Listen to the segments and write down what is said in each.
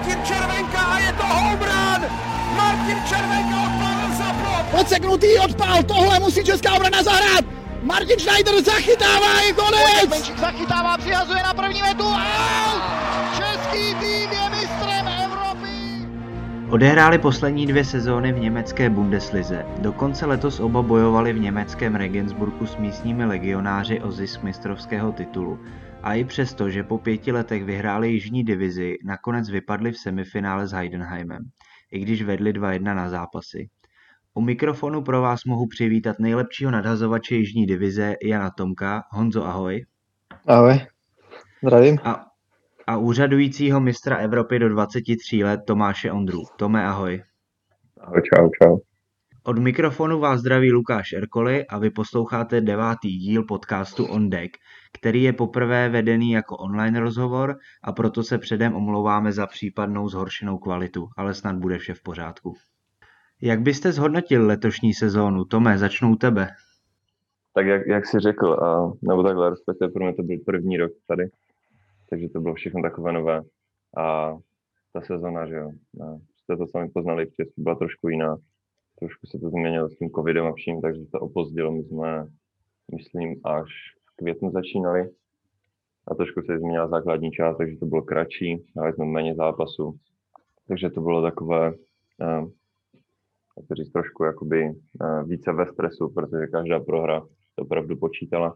Martin Červenka a je to home run! Martin Červenka odpálil za plot! Odseknutý odpál, tohle musí česká obrana zahrát! Martin Schneider zachytává, je konec! Menšík zachytává, přihazuje na první metu, out! Český tým je mistrem Evropy! Odehráli poslední 2 sezóny v německé Bundeslize. Dokonce letos oba bojovali v německém Regensburgu s místními legionáři o zisk mistrovského titulu. A i přesto, že po 5 letech vyhráli jižní divizi, nakonec vypadli v semifinále s Heidenheimem, i když vedli 2-1 na zápasy. U mikrofonu pro vás mohu přivítat nejlepšího nadhazovače jižní divize Jana Tomka. Honzo, ahoj. Ahoj, zdravím. A úřadujícího mistra Evropy do 23 let Tomáše Ondru. Tome, ahoj. Ahoj, čau. Od mikrofonu vás zdraví Lukáš Erkoli a vy posloucháte 9. díl podcastu On Deck, který je poprvé vedený jako online rozhovor a proto se předem omlouváme za případnou zhoršenou kvalitu, ale snad bude vše v pořádku. Jak byste zhodnotil letošní sezónu? Tome, začnu u tebe. Tak jak jsi řekl, nebo takhle, respektive pro mě to byl první rok tady, takže to bylo všechno takové nové. A ta sezóna, že jo, jste to sami poznali, v Česku byla trošku jiná. Trošku se to změnilo s tím covidem a vším, takže to opozdilo. My jsme, myslím, až v květnu začínali a trošku se změnila základní část, takže to bylo kratší, ale jsme méně zápasů. Takže to bylo takové, jak to říct, trošku jakoby více ve stresu, protože každá prohra to opravdu počítala.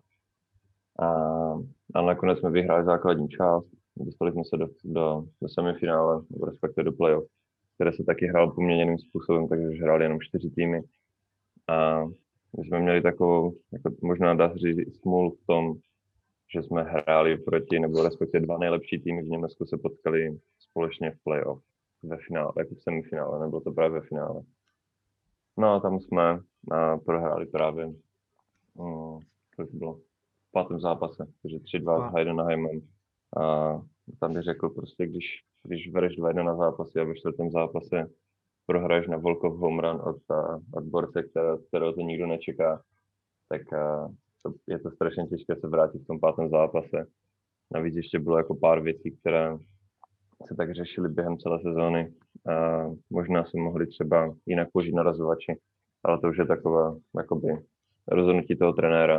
A nakonec jsme vyhráli základní část, dostali jsme se do semifinále, nebo respektive do playoff, které se taky hrál poměrným způsobem, takže už hráli jenom 4 týmy. A my jsme měli takovou, jako možná dá říct, smůlu v tom, že jsme hráli proti, nebo respektive 2 nejlepší týmy v Německu se potkali společně v playoff, ve finále, jako v semifinále, nebylo to právě ve finále. No a tam jsme prohráli právě, to bylo v 5. zápase, takže 3-2 s Heidenheimem. A tam bych řekl prostě, když vereš 2-1 na zápasy a ve 4. zápase prohraješ na Volkov home run od borce, kterého to nikdo nečeká, tak je to strašně těžké se vrátit v tom 5. zápase. Navíc ještě bylo jako pár věcí, které se tak řešily během celé sezóny. Možná se mohli třeba jinak použít narazovači, ale to už je takové jakoby rozhodnutí toho trenéra.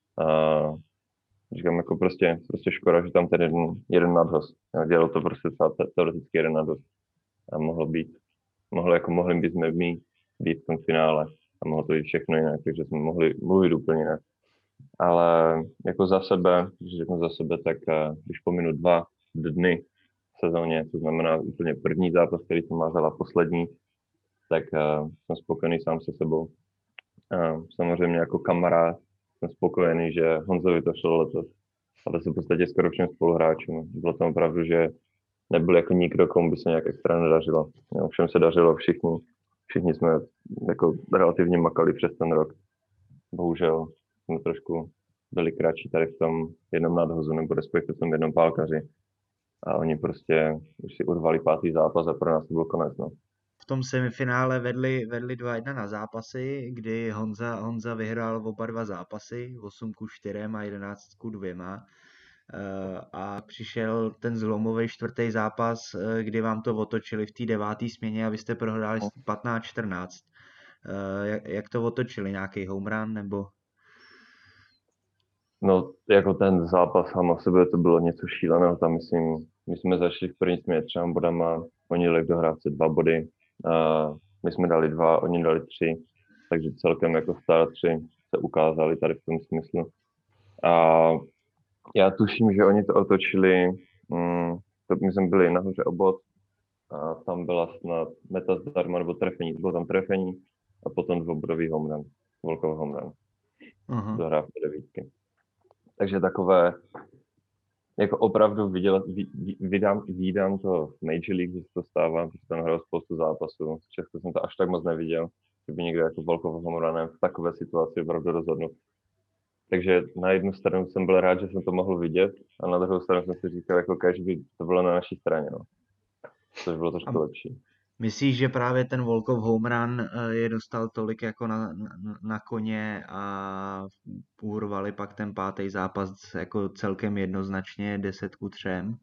Říkám, jako prostě škoda, že tam ten jeden nadhoz. Dělal to prostě teoreticky jeden nadhoz. A mohli bychom být v tom finále a mohlo to být všechno jinak, takže jsme mohli mluvit úplně jinak. Ale jako za sebe, když řeknu za sebe, tak když pominu 2 dny v sezóně, to znamená úplně první zápas, který jsem má a poslední, tak jsem spokojený sám se sebou. Samozřejmě jako kamarád jsem spokojený, že Honzovi to šlo letos, ale se v podstatě skoro všem spoluhráčům. Bylo tam opravdu, že nebyl jako nikdo, komu by se nějak extra nedařilo. Všem se dařilo, všichni jsme jako relativně makali přes ten rok. Bohužel jsme trošku byli kratší tady v tom jednom nadhozu, nebo respektive v tom jednom pálkaři. A oni prostě už si urvali 5. zápas a pro nás to byl konec. No. V tom semifinále vedli 2-1 na zápasy, kdy Honza vyhrál oba 2 zápasy, 8-4 a 11-2. A přišel ten zlomový 4. zápas, kdy vám to otočili v té 9. směně a vy jste prohráli 15-14. Jak to otočili? Nějaký home run nebo? No, jako ten zápas sám o sebe, to bylo něco šíleného. Tam myslím, my jsme začali v první směně 3 bodama, oni dali do hrávce 2 body. My jsme dali 2, oni dali 3, takže celkem jako start 3 se ukázali tady v tom smyslu. A já tuším, že oni to otočili, my jsme byli nahoře o bod, a tam byla snad meta zdarma nebo trefení, bylo tam trefení a potom 2bodový home run, Volkov home run, do hrávky 9. Takže takové, jako opravdu vídám to v Major League, že se to stává, protože tam hrál spoustu zápasů. V Česku jsem to až tak moc neviděl, že by někdo jako Volkov home runem v takové situaci opravdu rozhodnul. Takže na jednu stranu jsem byl rád, že jsem to mohl vidět, a na druhou stranu jsem si říkal, jako kež by to bylo na naší straně, no. Což bylo trošku lepší. Myslíš, že právě ten Volkov home run je dostal tolik jako na koně a urvali pak ten 5. zápas jako celkem jednoznačně 10-3?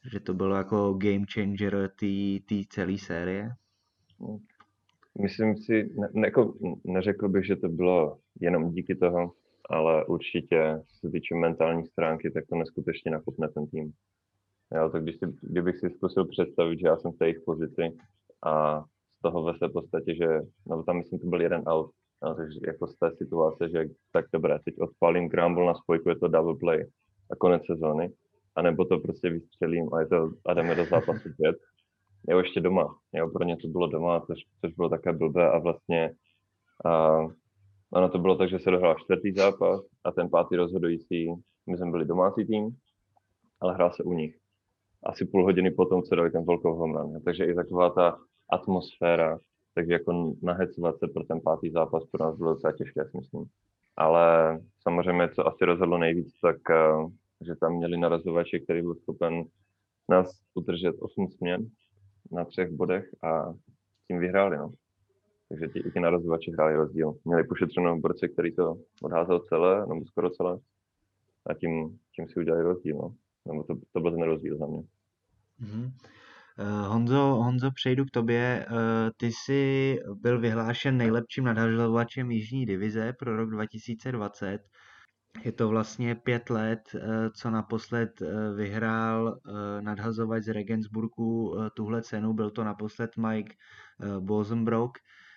že to bylo jako game changer té celé série? Myslím si, jako neřekl bych, že to bylo jenom díky toho, ale určitě, co se týče mentální stránky, tak to neskutečně nakopne ten tým. Jo, tak kdybych si zkusil představit, že já jsem v té jejich pozici a z toho ve své podstatě, že, no tam myslím, to byl jeden out, no, takže jako z té situace, že tak dobré, teď odpálím Grumble na spojku, je to double play a konec sezóny, anebo to prostě vystřelím a jdeme do zápasu 5. Jo, ještě doma. Jo, pro ně to bylo doma, což bylo také blbé a vlastně ono to bylo tak, že se dohrál 4. zápas a ten 5. rozhodující, my jsme byli domácí tým, ale hrál se u nich. Asi půl hodiny potom, co dali ten velkou home run. Takže i taková ta atmosféra, takže jako nahecovat se pro ten 5. zápas pro nás bylo docela těžké, si myslím. Ale samozřejmě, co asi rozhodlo nejvíc, tak že tam měli narazovače, který byl schopen nás udržet 8 směn na 3 bodech a tím vyhráli. No. Takže ti narazovači hráli rozdíl. Měli pošetřenou borce, který to odházel celé, nebo skoro celé. A tím si udělali rozdíl. No. Nebo to byl ten rozdíl za mě. Mm-hmm. Honzo, přejdu k tobě. Ty jsi byl vyhlášen nejlepším nadhazovačem Jižní divize pro rok 2020. Je to vlastně 5 let, co naposled vyhrál nadhazovač z Regensburgu tuhle cenu. Byl to naposled Mike Bosenbrock.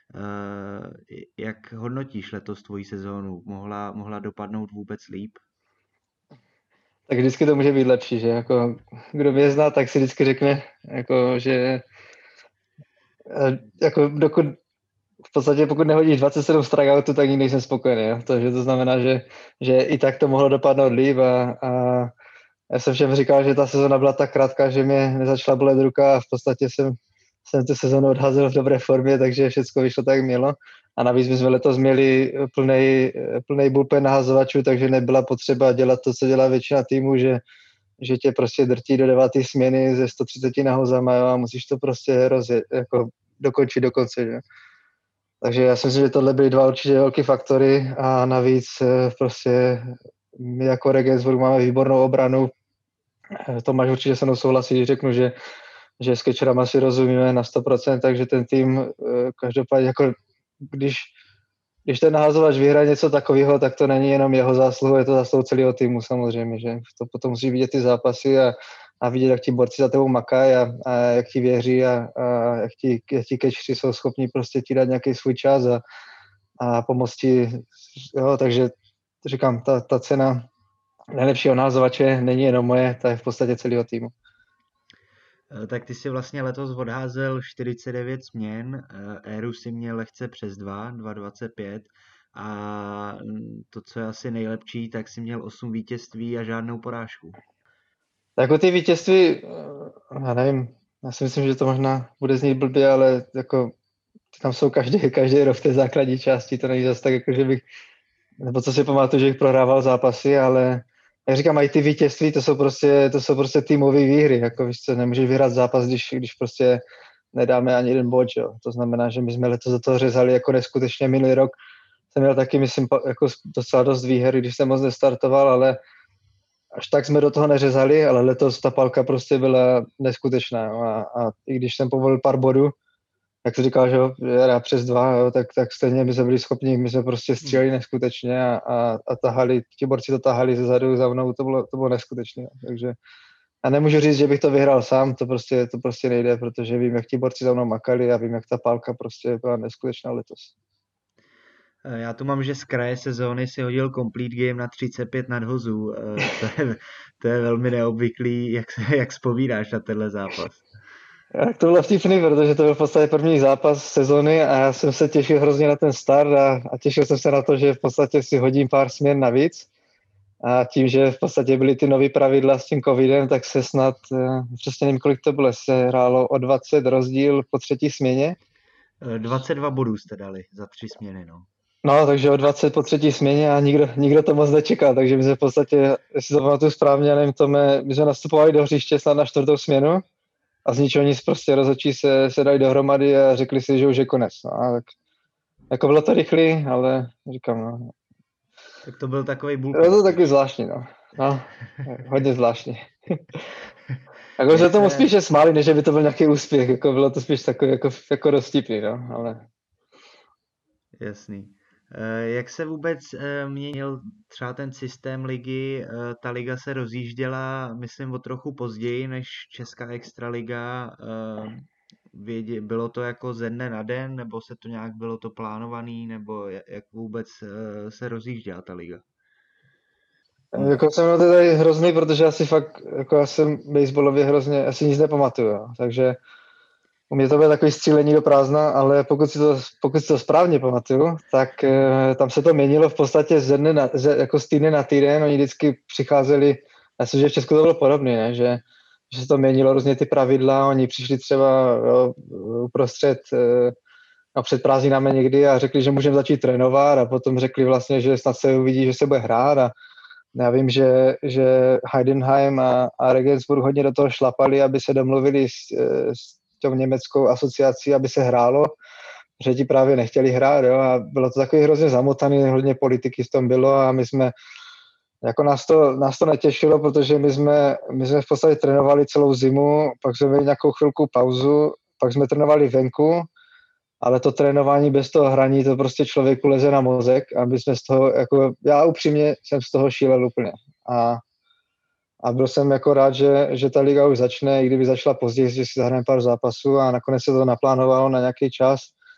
Jak hodnotíš letos tvoji sezónu? Mohla dopadnout vůbec líp? Tak vždycky to může být lepší, že jako kdo mě zná, tak si vždycky řekne, jako, že jako dokud v podstatě pokud nehodíš 27 strikeoutů, tak nikdy nejsem spokojený. Jo? Takže to znamená, že i tak to mohlo dopadnout líp a já jsem všem říkal, že ta sezona byla tak krátká, že mě nezačala bolet ruka a v podstatě jsem tu sezonu odházel v dobré formě, takže všechno vyšlo tak, jak mělo. A navíc my jsme letos měli plnej bullpen nahazovačů, takže nebyla potřeba dělat to, co dělá většina týmu, že tě prostě drtí do 9. směny ze 130 nahozama, jo, a musíš to prostě jako dokončit do konce. Že? Takže já si myslím, že tohle byly 2 určitě velký faktory a navíc prostě my jako Regensburg máme výbornou obranu. Tomáš určitě se mnou souhlasí, když řeknu, že s catcherama si rozumíme na 100%, takže ten tým každopádně jako když ten nahazovač vyhraje něco takového, tak to není jenom jeho zásluhou, je to zásluhou celého týmu samozřejmě, že to potom musí vidět ty zápasy a vidět, jak ti borci za tebou makají a jak ti věří a jak ti catchři jsou schopni prostě ti dát nějaký svůj čas a pomoct ti, jo, takže říkám, ta cena nejlepšího nahazovače není jenom moje, ta je v podstatě celého týmu. Tak ty si vlastně letos odházel 49 směn, éru si měl lehce přes 2,25 a to, co je asi nejlepší, tak si měl 8 vítězství a žádnou porážku. Tak o ty vítězství, já nevím, já si myslím, že to možná bude znít blbě, ale jako tam jsou každý rok v té základní části, to není zase tak, jako že bych, nebo co si pamatuju, že bych prohrával zápasy, ale jak říkám, i ty vítězství, to jsou prostě týmové výhry, jako víš co, nemůžeš vyhrát zápas, když prostě nedáme ani jeden bod, jo. To znamená, že my jsme letos do toho řezali jako neskutečně. Minulý rok jsem měl taky, myslím, jako docela dost výher, když jsem moc nestartoval, ale až tak jsme do toho neřezali, ale letos ta palka prostě byla neskutečná, jo. A i když jsem povolil pár bodů, jak jsi říkal, že já přes 2, jo, tak stejně my jsme byli schopni, my jsme prostě stříleli neskutečně a tahali, ti borci to tahali ze zadu za mnou, to bylo neskutečné. Takže já nemůžu říct, že bych to vyhrál sám, to prostě nejde, protože vím, jak ti borci za mnou makali a vím, jak ta pálka prostě byla neskutečná letos. Já tu mám, že z kraje sezóny si hodil complete game na 35 nadhozů. To je velmi neobvyklý, jak vzpomínáš na tenhle zápas. Tak to bylo vtipný, protože to byl v podstatě první zápas sezony a já jsem se těšil hrozně na ten start a těšil jsem se na to, že v podstatě si hodím pár směn navíc. A tím, že v podstatě byly ty nový pravidla s tím covidem, tak se snad, přesně nevím, kolik to bylo, se hrálo o 20 rozdíl po 3. směně. 22 bodů jste dali za 3 směny, no. No, takže o 20 po 3. směně a nikdo to moc nečekal, takže my jsme v podstatě, jestli to pamatuju správně, nevím, my jsme nastupovali do hřiště snad na 4. směnu a z ničeho nic prostě rozhodčí se dali dohromady a řekli si, že už je konec. No, a tak jako bylo to rychlý, ale říkám, no. Tak to byl takový bulk. Bylo to taky zvláštní, no. Hodně zvláštní. Jako se tomu spíše smáli, než by to byl nějaký úspěch, jako bylo to spíš takový jako roztipný, no, ale... Jasný. Jak se vůbec měnil třeba ten systém ligy? Ta liga se rozjížděla, myslím, o trochu později než Česká extraliga. Bylo to jako ze dne na den, nebo se to nějak bylo to plánovaný, nebo jak vůbec se rozjížděla ta liga? Jako jsem na to tady hrozný, protože asi fakt, jako já jsem baseballově hrozně, asi nic nepamatuju, jo. Takže u mě to bylo takový střílení do prázdna, ale pokud si to správně pamatuju, tak tam se to měnilo v podstatě jako z týdne na týden, oni vždycky přicházeli, já myslím, že v Česku to bylo podobné, ne? Že se to měnilo různě ty pravidla, oni přišli třeba uprostřed, před prázdninami někdy a řekli, že můžeme začít trénovat a potom řekli vlastně, že snad se uvidí, že se bude hrát a já vím, že Heidenheim a Regensburg hodně do toho šlapali, aby se domluvili s tou německou asociací, aby se hrálo, že ti právě nechtěli hrát, jo, a bylo to takový hrozně zamotaný, hodně politiky v tom bylo a my jsme, jako nás to netěšilo, protože my jsme v podstatě trénovali celou zimu, pak jsme měli nějakou chvilku pauzu, pak jsme trénovali venku, ale to trénování bez toho hraní, to prostě člověku leze na mozek a my jsme z toho, jako já upřímně jsem z toho šílel úplně. A byl jsem jako rád, že ta liga už začne, i kdyby začala později, že si zahrajeme pár zápasů a nakonec se to naplánovalo na nějaký čas.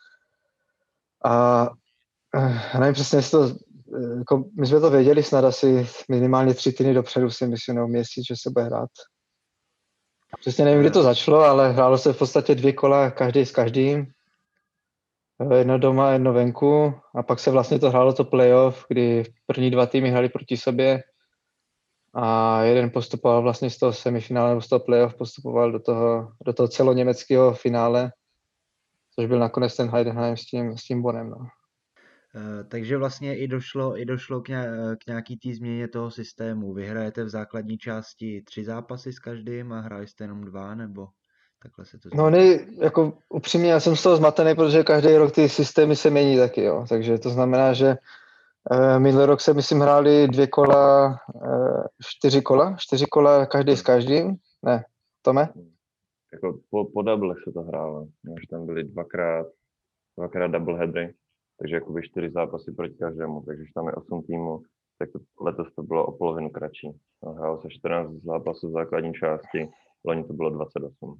A nevím přesně, jako my jsme to věděli snad asi minimálně 3 týdny dopředu, si myslím, nebo měsíc, že se bude hrát. Přesně nevím, kdy to začalo, ale hrálo se v podstatě 2 kola, každý s každým. Jedno doma, jedno venku a pak se vlastně to hrálo to playoff, kdy první 2 týmy hráli proti sobě a jeden postupoval vlastně z toho semifinále nebo z toho playoff, postupoval do toho celoněmeckého finále, což byl nakonec ten Heidenheim s tím Bonnem. No. Takže vlastně i došlo k nějaký té změně toho systému. Vy hrajete v základní části 3 zápasy s každým a hráli jste jenom 2, nebo takhle se to změní? No jako upřímně, já jsem z toho zmatený, protože každý rok ty systémy se mění taky, jo. Takže to znamená, že minulý rok se, myslím, hráli 2 kola, 4 kola každý s každým. Ne, Tome? Jako po doublech se to hrálo, že tam byly dvakrát doubleheadery, takže jakoby 4 zápasy proti každému, takže už tam je 8 týmů, tak letos to bylo o polovinu kratší. Hrálo se 14 zápasů v základní části, loni to bylo 28.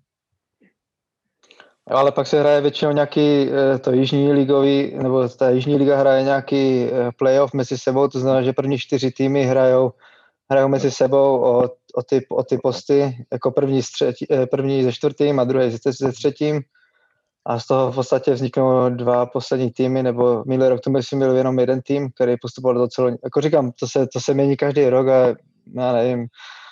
Ale pak se hraje většinou nějaký to jižní ligový, nebo ta jižní liga hraje nějaký playoff mezi sebou, to znamená, že první 4 týmy hrajou mezi sebou o ty posty, jako první se 4. a druhý se 3. A z toho v podstatě vzniknou 2 poslední týmy, nebo minulý rok to myslím byl jenom 1 tým, který postupoval do celou. Jako říkám, to se mění každý rok a já nevím.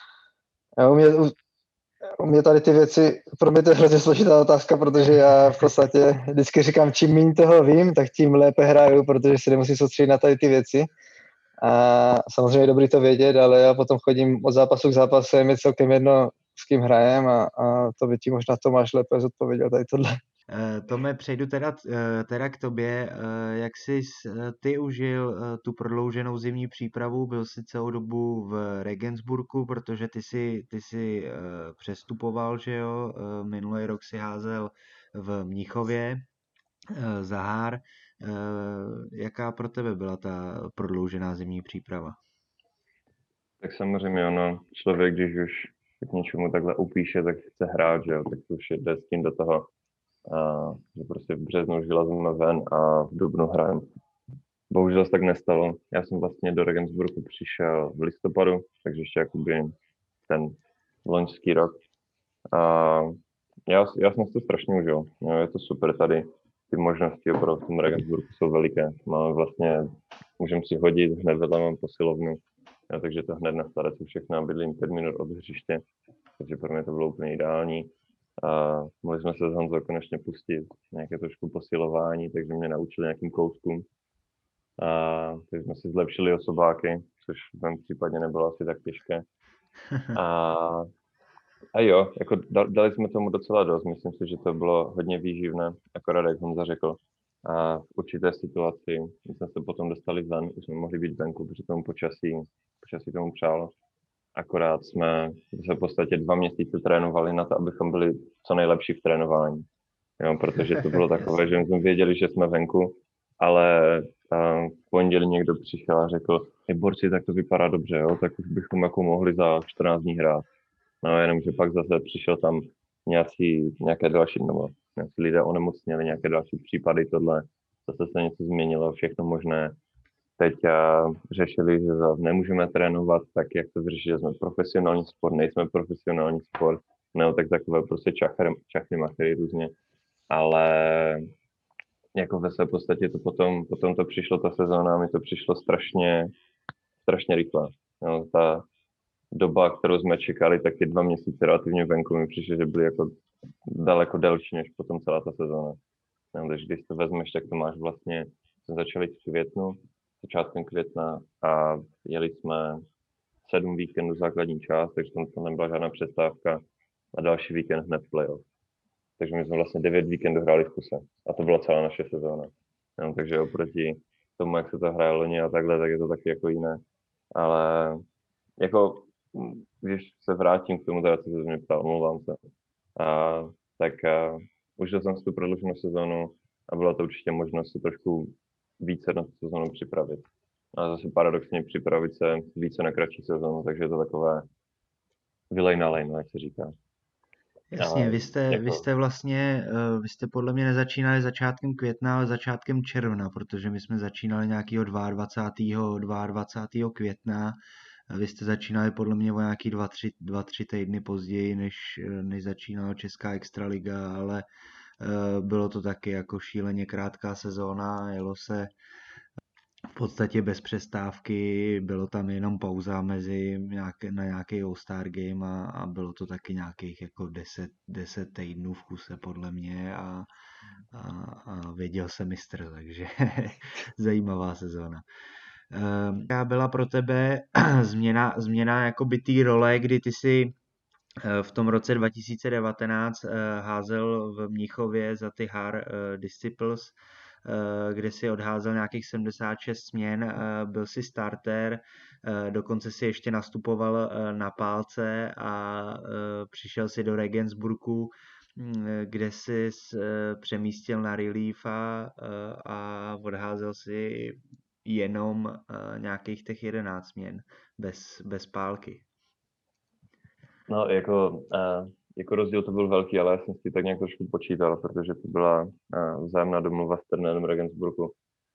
U mě tady ty věci, pro mě to je hrozně složitá otázka, protože já v podstatě vždycky říkám, čím méně toho vím, tak tím lépe hraju, protože si nemusím soustředit na tady ty věci. A samozřejmě je dobrý to vědět, ale já potom chodím od zápasu k zápasu, je mi celkem jedno, s kým hrajem a to by ti možná Tomáš lépe zodpověděl tady tohle. Tome, přejdu teda k tobě. Jak jsi ty užil tu prodlouženou zimní přípravu? Byl jsi celou dobu v Regensburgu, protože ty jsi přestupoval, že jo? Minulý rok si házel v Mnichově za Haar. Jaká pro tebe byla ta prodloužená zimní příprava? Tak samozřejmě člověk, když už k něčemu takhle upíše, tak chce hrát, že jo? Tak už jde s tím do toho. Že prostě v březnu už vylazíme ven a v dubnu hrajeme. Bohužel se tak nestalo. Já jsem vlastně do Regensburgu přišel v listopadu, takže ještě jakoby ten loňský rok. Já jsem si to strašně užil. Je to super tady. Ty možnosti opravdu v tom Regensburgu jsou veliké. Můžeme si hodit, hned vedle mám posilovnu. Takže to hned na Starecu všechno, bydlím 5 minut od hřiště. Takže pro mě to bylo úplně ideální. Mohli jsme se s Honzou konečně pustit nějaké trošku posilování, takže mě naučili nějakým kouskům. Takže jsme si zlepšili osobáky, což v mém případě nebylo asi tak těžké. A jo, jako dali jsme tomu docela dost, myslím si, že to bylo hodně výživné, akorát jak Honza řekl. A v určité situaci jsme se potom dostali ven, už jsme mohli být venku, protože tomu počasí tomu přálo. akorát jsme se v podstatě 2 měsíce trénovali na to, abychom byli co nejlepší v trénování. Jo, protože to bylo takové, že jsme věděli, že jsme venku, ale v pondělí někdo přišel a řekl, hej borci, tak to vypadá dobře, jo, tak už bychom jako mohli za 14 dní hrát. No jenom, že pak zase přišel tam nějaké další, nebo nějací lidé onemocněli, nějaké další případy, tohle, zase se něco změnilo, všechno možné. Teď řešili, že nemůžeme trénovat tak, jak to vyřešit, že jsme profesionální sport, nejsme profesionální sport, no tak takové prostě čachry machery různě, ale jako ve své podstatě to potom to přišlo ta sezóna, mi to přišlo strašně rychle. No, ta doba, kterou jsme čekali, tak ty 2 měsíce relativně venku mi přišlo, že byly jako daleko delší, než potom celá ta sezóna. No, takže když to vezmeš, tak to máš vlastně, jsme začali v květnu, začátkem května a jeli jsme 7 víkendů základní část, takže tam to nebyla žádná přestávka a další víkend hned playoff. Takže my jsme vlastně 9 víkendů hráli v kuse a to byla celá naše sezóna. No, takže oproti tomu, jak se to hraje loni a takhle, tak je to taky jako jiné. Ale jako, když se vrátím k tomu, teda, co se mě ptal, omlouvám se, užil jsem si tu prodlouženou sezónu a byla to určitě možnost se trošku více na tu sezónu připravit. A zase paradoxně připravit se více na kratší sezónu, takže je to takové vylej na lejno, jak se říká. Jasně, vy jste podle mě nezačínali začátkem května, ale začátkem června, protože my jsme začínali nějakého 22. května. Vy jste začínali podle mě o nějaký 2-3 týdny později, než začínala Česká extraliga, ale bylo to taky jako šíleně krátká sezóna, jelo se v podstatě bez přestávky, bylo tam jenom pauza na nějaký All-Star Game a bylo to taky nějakých jako 10 týdnů v kuse podle mě a věděl se mistr, takže zajímavá sezóna. Jaká byla pro tebe změna jakoby té role, kdy ty si v tom roce 2019 házel v Mnichově za ty Har Disciples, kde si odházel nějakých 76 směn, byl si starter, dokonce si ještě nastupoval na pálce a přišel si do Regensburgu, kde si přemístil na relief a odházel si jenom nějakých těch 11 směn bez pálky. No, jako rozdíl to byl velký, ale já jsem si tak nějak trošku počítal, protože to byla vzájemná domluva s trenérem Regensburgu.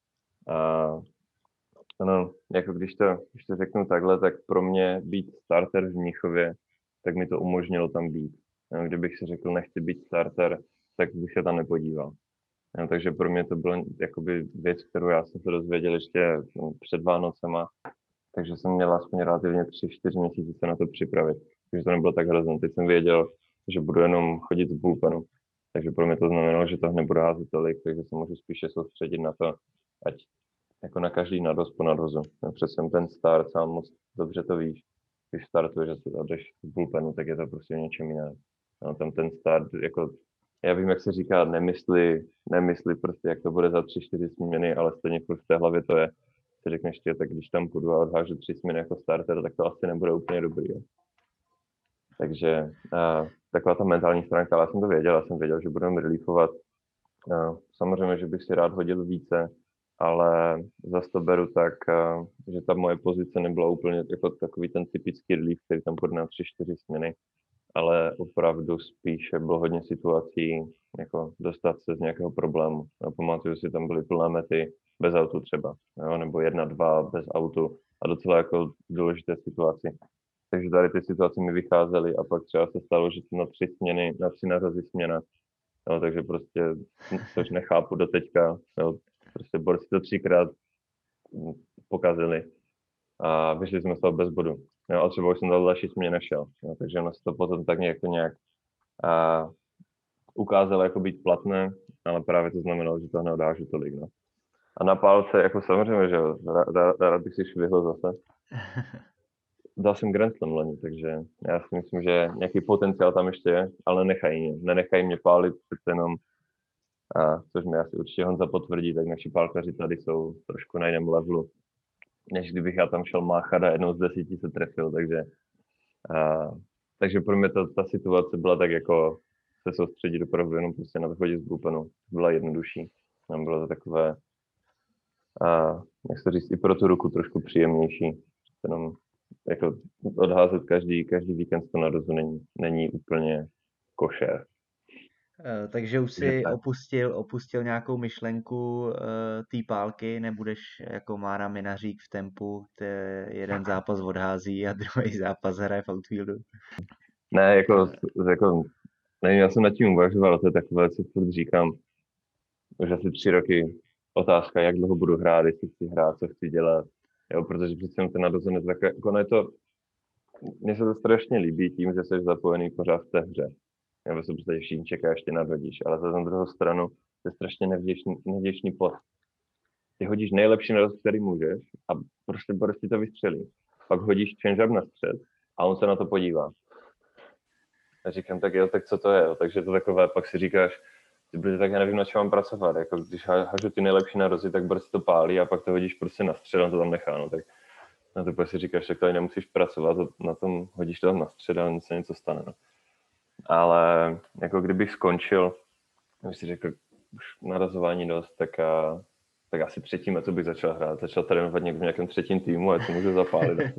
No, jako když to řeknu takhle, tak pro mě být starter v Mnichově, tak mi to umožnilo tam být. No, kdybych si řekl, nechci být starter, tak bych se tam nepodíval. No, takže pro mě to byla jakoby věc, kterou já jsem se dozvěděl ještě před Vánocema, takže jsem měl aspoň relativně 3-4 měsíce se na to připravit. Takže to nebylo tak hrozné. Teď jsem věděl, že budu jenom chodit z bullpenu. Takže pro mě to znamenalo, že toho nebudu házet tolik, takže se můžu spíše soustředit na to, ať jako na každý nadhoz po nadhozu. Přesně ten start, sám moc dobře to víš. Když startuješ, že si jdeš z bullpenu, tak je to prostě něčem jiné. No, tam ten start, jako, já vím, jak se říká, nemysli prostě, jak to bude za 3-4 směny, ale stejně v té hlavě to je, si řekneš, tak když tam půjdu a odhážu 3 směny jako starter, tak to asi nebude úplně dobrý. Jo. Takže taková ta mentální stránka, ale já jsem věděl, že budeme reliefovat. Samozřejmě, že bych si rád hodil více, ale zase to beru tak, že ta moje pozice nebyla úplně jako takový ten typický relief, který tam půjde na 3-4 směny, ale opravdu spíše bylo hodně situací, jako dostat se z nějakého problému. Pamatuju si, tam byly plné mety bez autu třeba, jo, nebo 1-2 bez autu a docela jako důležité situaci. Takže tady ty situace mi vycházely a pak třeba se stalo, že na 3 směny, na 3 nařazy směna. No, takže prostě, což nechápu do teďka, jo, prostě borci to 3krát pokazili a vyšli jsme z toho bez bodu. Jo, a třeba už jsem další směny nešel, jo, takže ono se to potom tak nějak ukázalo jako být platné, ale právě to znamenalo, že to neodhážu tolik. No. A na pálce, jako samozřejmě, že rád bych si švihl zase. Dal jsem Grand Slam loni, takže já si myslím, že nějaký potenciál tam ještě je, ale nenechají mě pálit, přece jenom, což mi asi určitě Honza potvrdí, tak naši pálkaři tady jsou trošku na jiném levelu, než kdybych já tam šel máchat a jednou z 10 se trefil, takže Takže pro mě ta situace byla tak jako se soustředit opravdu jenom prostě na vychodě z bullpenu. Byla jednodušší. Nám bylo to takové, jak se říct, i pro tu ruku trošku příjemnější. Jenom jako odházet každý víkend to narozu není úplně košer. Takže už si opustil nějakou myšlenku té pálky, nebudeš jako Mára Minařík v tempu, jeden zápas odhází a druhý zápas hraje v outfieldu? Ne, jako nevím, já jsem nad tím uvažoval, to je takové, co furt říkám, už asi 3 roky otázka, jak dlouho budu hrát, jestli chci hrát, co chci dělat, jo, protože přece ten narozenec takové, jako mně se to strašně líbí tím, že jsi zapojený pořád v té hře. Nebo se prostě všichni čeká, ještě nadhodíš, ale za druhou stranu to je strašně nevděčný post. Ty hodíš nejlepší narost, který můžeš a prostě to vystřelí. Pak hodíš change-up na střed a on se na to podívá. A říkám, tak jo, tak co to je? Jo? Takže to takové, pak si říkáš, tak já nevím, na čem mám pracovat. Jako když hažu ty nejlepší narozy, tak prostě to pálí a pak to hodíš prostě na střed a on to tam nechá. No, tak na to pak si říkáš, tak tady nemusíš pracovat, na tom hodíš to tam na střed a něco stane. No. Ale jako kdybych skončil, když si řekl, už narazování dost, tak asi 3. co bych začal hrát. Začal trénovat někdo v nějakém 3. týmu a to můžu zapálit.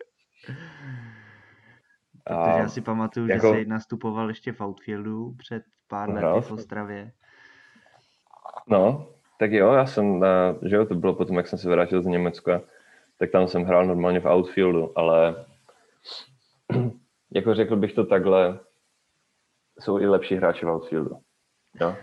Protože já si pamatuju, že jsi nastupoval ještě v outfieldu před pár lety v Ostravě. No, tak jo, já jsem, že jo, to bylo potom, jak jsem se vrátil z Německa, tak tam jsem hrál normálně v outfieldu, ale jako řekl bych to takhle, jsou i lepší hráči v outfieldu. Jo?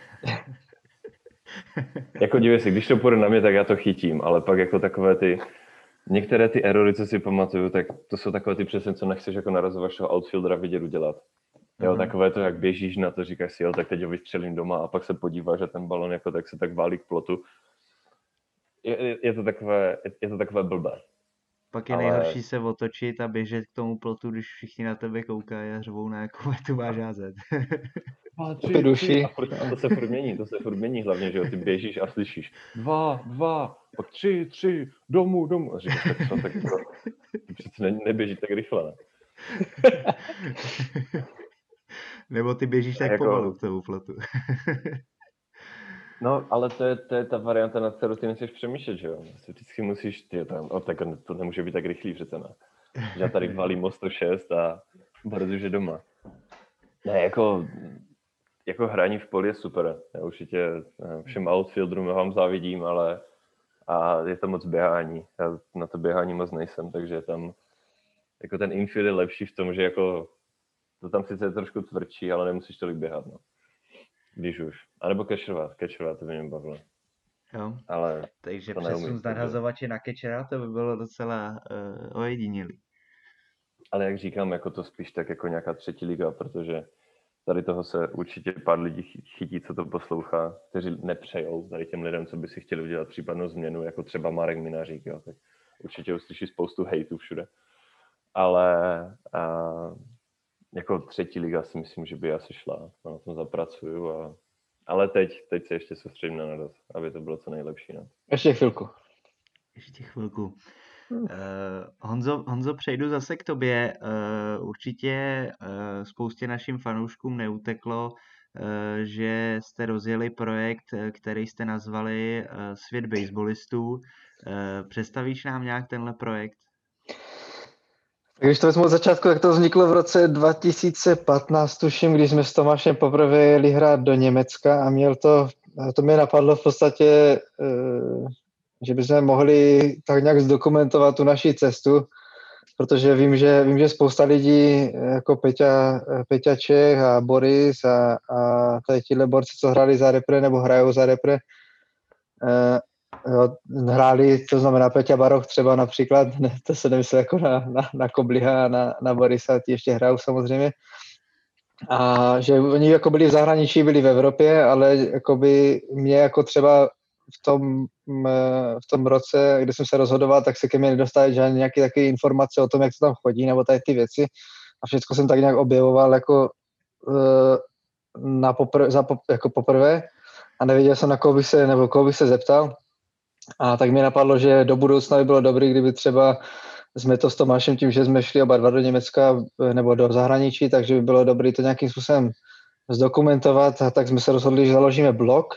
Jako dívej si, když to půjde na mě, tak já to chytím, ale pak jako takové některé ty erory, co si pamatuju, tak to jsou takové ty přesně, co nechceš jako narazového outfieldera vidět udělat. Jo, takové to, jak běžíš na to, říkáš si, jo, tak teď ho vystřelím doma a pak se podíváš, že ten balon jako tak se tak válí k plotu. Je to takové blbé. Pak je nejhorší se otočit a běžet k tomu plotu, když všichni na tebe koukají a řvou, na jakou tu máš házet. A to se furt mění hlavně, že jo, ty běžíš a slyšíš 2, pak 3, domů. A říkáš, tak ty přece neběží tak rychle, ne? Nebo ty běžíš tak jako pomalu k tomu plotu. No, ale to je ta varianta, nad kterou ty nechceš přemýšlet, že jo? Vždycky musíš, tak to nemůže být tak rychlý přece, ne? Že já tady valím o 106 a protože doma. Ne, jako hraní v poli je super. Já určitě všem outfielderům vám závidím, ale je to moc běhání. Já na to běhání moc nejsem, takže tam jako ten infield je lepší v tom, že jako to tam sice je trošku tvrdší, ale nemusíš tolik běhat, no. Když už. A nebo catcherovat, to by mě bavilo. Jo, ale takže přesun z nadhazovače na catchera, to by bylo docela ojedinělý. Ale jak říkám, jako to spíš tak jako nějaká 3. liga, protože tady toho se určitě pár lidí chytí, co to poslouchá, kteří nepřejou tady těm lidem, co by si chtěli udělat případnou změnu, jako třeba Marek Minařík, jo, tak určitě uslyší spoustu hejtů všude. Ale jako 3. liga si myslím, že by asi šla, na tom zapracuju, ale teď se ještě soustředím na naraz, aby to bylo co nejlepší. No. Ještě chvilku. Honzo, přejdu zase k tobě. Určitě spoustě našim fanouškům neuteklo, že jste rozjeli projekt, který jste nazvali Svět baseballistů. Představíš nám nějak tenhle projekt? Když to vezmu od začátku, tak to vzniklo v roce 2015, tuším, když jsme s Tomášem poprvé jeli hrát do Německa a to mě napadlo v podstatě, že bychom mohli tak nějak zdokumentovat tu naši cestu, protože vím, že spousta lidí jako Peťa Čech a Boris a tady tihle borci, co hráli za repre nebo hrajou za repre, hráli, to znamená Peťa Baroch třeba například, to se nemyslel jako na Kobliha a na Borisa, ti ještě hrajou samozřejmě. A že oni jako byli v zahraničí, byli v Evropě, ale jakoby mě jako třeba v tom roce, kdy jsem se rozhodoval, tak se ke mně nedostali žádné nějaké takové informace o tom, jak to tam chodí, nebo tady ty věci. A všechno jsem tak nějak objevoval jako jako poprvé a nevěděl jsem, na koho bych se zeptal. A tak mi napadlo, že do budoucna by bylo dobré, kdyby třeba jsme to s Tomášem tím, že jsme šli oba dva do Německa nebo do zahraničí, takže by bylo dobré to nějakým způsobem zdokumentovat, a tak jsme se rozhodli, že založíme blog.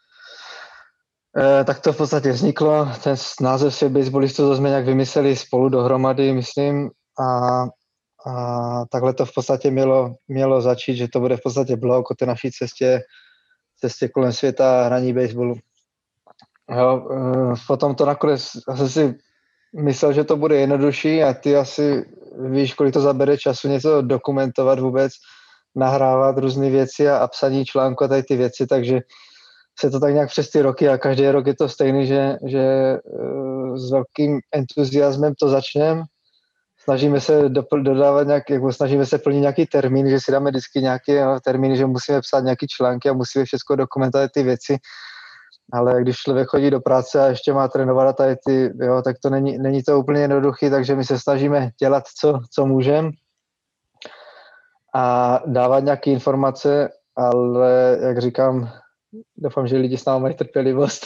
Tak to v podstatě vzniklo, ten název Svět baseballistů to jsme nějak vymysleli spolu dohromady, myslím, a takhle to v podstatě mělo začít, že to bude v podstatě blog o té naší cestě kolem světa hraní baseballu. Jo, potom to nakonec, asi si myslel, že to bude jednodušší a ty asi víš, kolik to zabere času něco dokumentovat vůbec, nahrávat různé věci a psaní článku a tady ty věci, takže se to tak nějak přes ty roky a každý rok je to stejný, že s velkým entuziasmem to začneme. Snažíme se dodávat snažíme se plnit nějaký termín, že si dáme vždycky nějaký termín, že musíme psát nějaký články a musíme všechno dokumentovat ty věci. Ale když člověk chodí do práce a ještě má trénovat a tady tak to není to úplně jednoduchý, takže my se snažíme dělat, co můžeme a dávat nějaké informace, ale jak říkám, doufám, že lidi s námi mají trpělivost.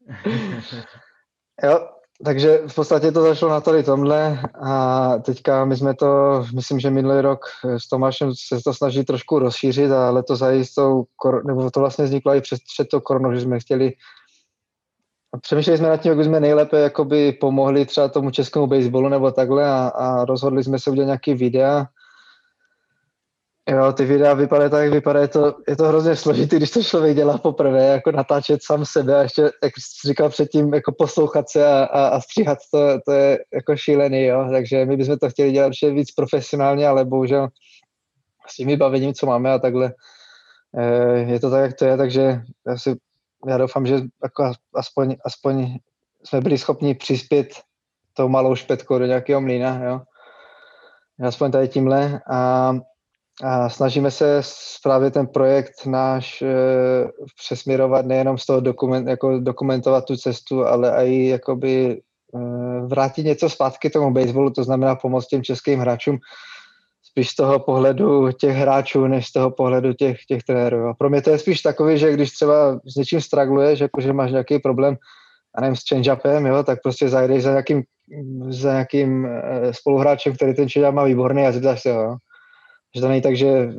Jo, takže v podstatě to začalo na tady tomhle a teďka my jsme to, myslím, že minulý rok s Tomášem se to snaží trošku rozšířit a letos i nebo to vlastně vzniklo i před to koronou, že jsme chtěli přemýšleli jsme nad tím, jak bychom nejlépe jakoby pomohli třeba tomu českému baseballu nebo takhle a rozhodli jsme se udělat nějaký videa. Jo, ty videa vypadají tak, jak vypadá, je to hrozně složitý, když to člověk dělá poprvé, jako natáčet sám sebe a ještě, jak jsi říkal předtím, jako poslouchat se a stříhat, to je jako šílený, jo, takže my bychom to chtěli dělat ještě víc profesionálně, ale bohužel s tím vybavením, co máme a takhle, je to tak, jak to je, takže já doufám, že jako aspoň jsme byli schopni přispět tou malou špetkou do nějakého mlýna, jo, aspoň tady tímhle a snažíme se právě ten projekt náš přesměrovat nejenom z toho dokumentovat tu cestu, ale i jakoby vrátit něco zpátky tomu baseballu, to znamená pomoct těm českým hráčům spíš z toho pohledu těch hráčů, než z toho pohledu těch trenérů. Jo. Pro mě to je spíš takový, že když třeba s něčím stragluješ, že máš nějaký problém, a nevím, s change-upem, jo, tak prostě zajdeš za nějakým spoluhráčem, který ten change-up má výborný a zeptáš se ho, jo. Že to není tak, že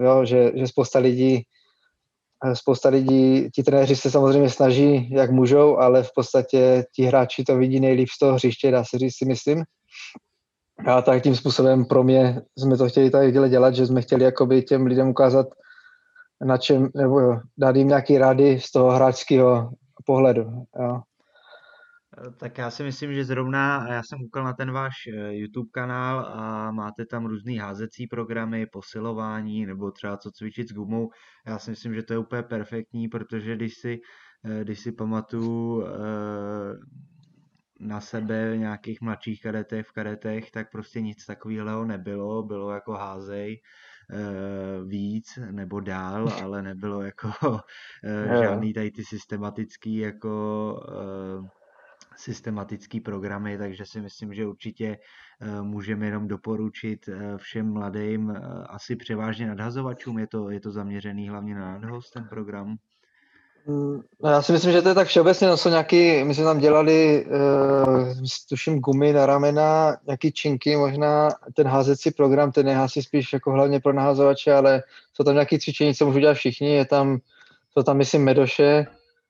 spousta lidí, ti trenéři se samozřejmě snaží, jak můžou, ale v podstatě ti hráči to vidí nejlíp z toho hřiště, dá se říct, si myslím. A tak tím způsobem pro mě jsme to chtěli tady dělat, že jsme chtěli jakoby těm lidem ukázat, na čem, nebo dát jim nějaký rady z toho hráčského pohledu. Jo. Tak já si myslím, že zrovna, já jsem koukal na ten váš YouTube kanál a máte tam různý házecí programy, posilování nebo třeba co cvičit s gumou. Já si myslím, že to je úplně perfektní, protože když si pamatuju na sebe v nějakých mladších kadetech, v kadetech, tak prostě nic takového nebylo. Bylo jako házej víc nebo dál, ale nebylo jako žádný tady ty systematický programy, takže si myslím, že určitě můžeme jenom doporučit všem mladým, asi převážně nadhazovačům, je to zaměřený hlavně na nadhoz, ten program. No já si myslím, že to je tak všeobecně, my jsme tam dělali, tuším, gumy na ramena, nějaký činky, možná ten házecí program, ten je asi spíš jako hlavně pro nahazovače, ale jsou tam nějaké cvičení, co můžou dělat všichni, jsou tam myslím medoše,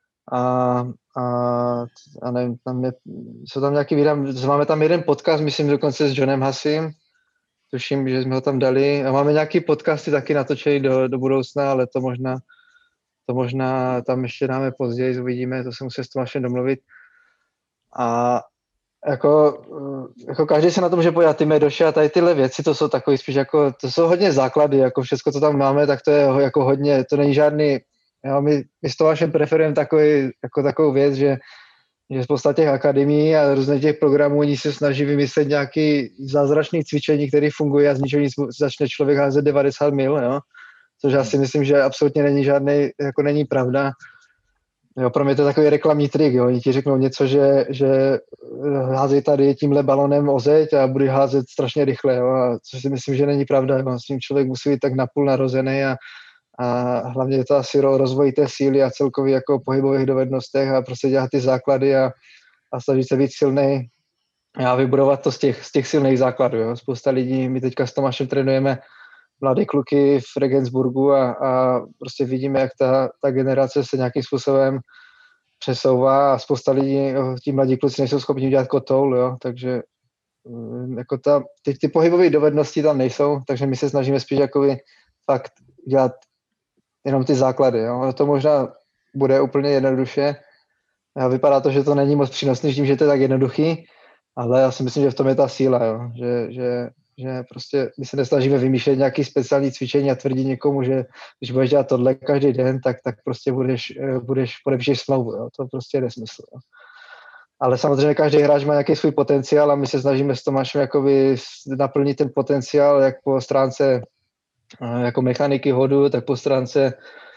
a nevím, jsou tam nějaký máme tam jeden podcast, myslím dokonce s Johnem Hassim, tuším, že jsme ho tam dali a máme nějaký podcasty taky natočený do budoucna, ale to možná tam ještě dáme později, uvidíme, to se musí s Tomášem domluvit. A jako každý se na to může podívat, ty medoše a tady tyhle věci, to jsou takový spíš jako, to jsou hodně základy, jako všechno, co tam máme, tak to je jako hodně, to není žádný. Jo, my s Tomášem preferujeme takovou věc, že spousta těch akademií a různých těch programů, oni se snaží vymyslet nějaký zázračný cvičení, který funguje a z ničeho nic začne člověk házet 90 mil, jo? Což já si myslím, že absolutně není pravda. Jo, pro mě to je takový reklamní trik, jo? Oni ti řeknou něco, že házej tady tímhle balonem o zeď a budeš házet strašně rychle, jo? A což si myslím, že není pravda, jo? S tím člověk musí být tak napůl narozený a hlavně je to asi rozvoj té síly a celkově jako pohybových dovednostech a prostě dělat ty základy a snažit se být silnej a vybudovat to z těch silných základů. Jo. Spousta lidí, my teďka s Tomášem trénujeme mladé kluky v Regensburgu a prostě vidíme, jak ta generace se nějakým způsobem přesouvá a spousta lidí, ti mladí kluci nejsou schopni udělat kotoul, jo, takže jako ty pohybové dovednosti tam nejsou, takže my se snažíme spíš jakoby fakt dělat jenom ty základy, jo. To možná bude úplně jednoduše a vypadá to, že to není moc přínosný tím, že to je tak jednoduchý, ale já si myslím, že v tom je ta síla, jo, že prostě my se nesnažíme vymýšlet nějaký speciální cvičení a tvrdit někomu, že když budeš dělat tohle každý den, tak prostě podepíšeš smlouvu, jo. To prostě je nesmysl. Jo. Ale samozřejmě každý hráč má nějaký svůj potenciál a my se snažíme s Tomášem jakoby naplnit ten potenciál jak po stránce jako mechaniky hodu, tak po stránce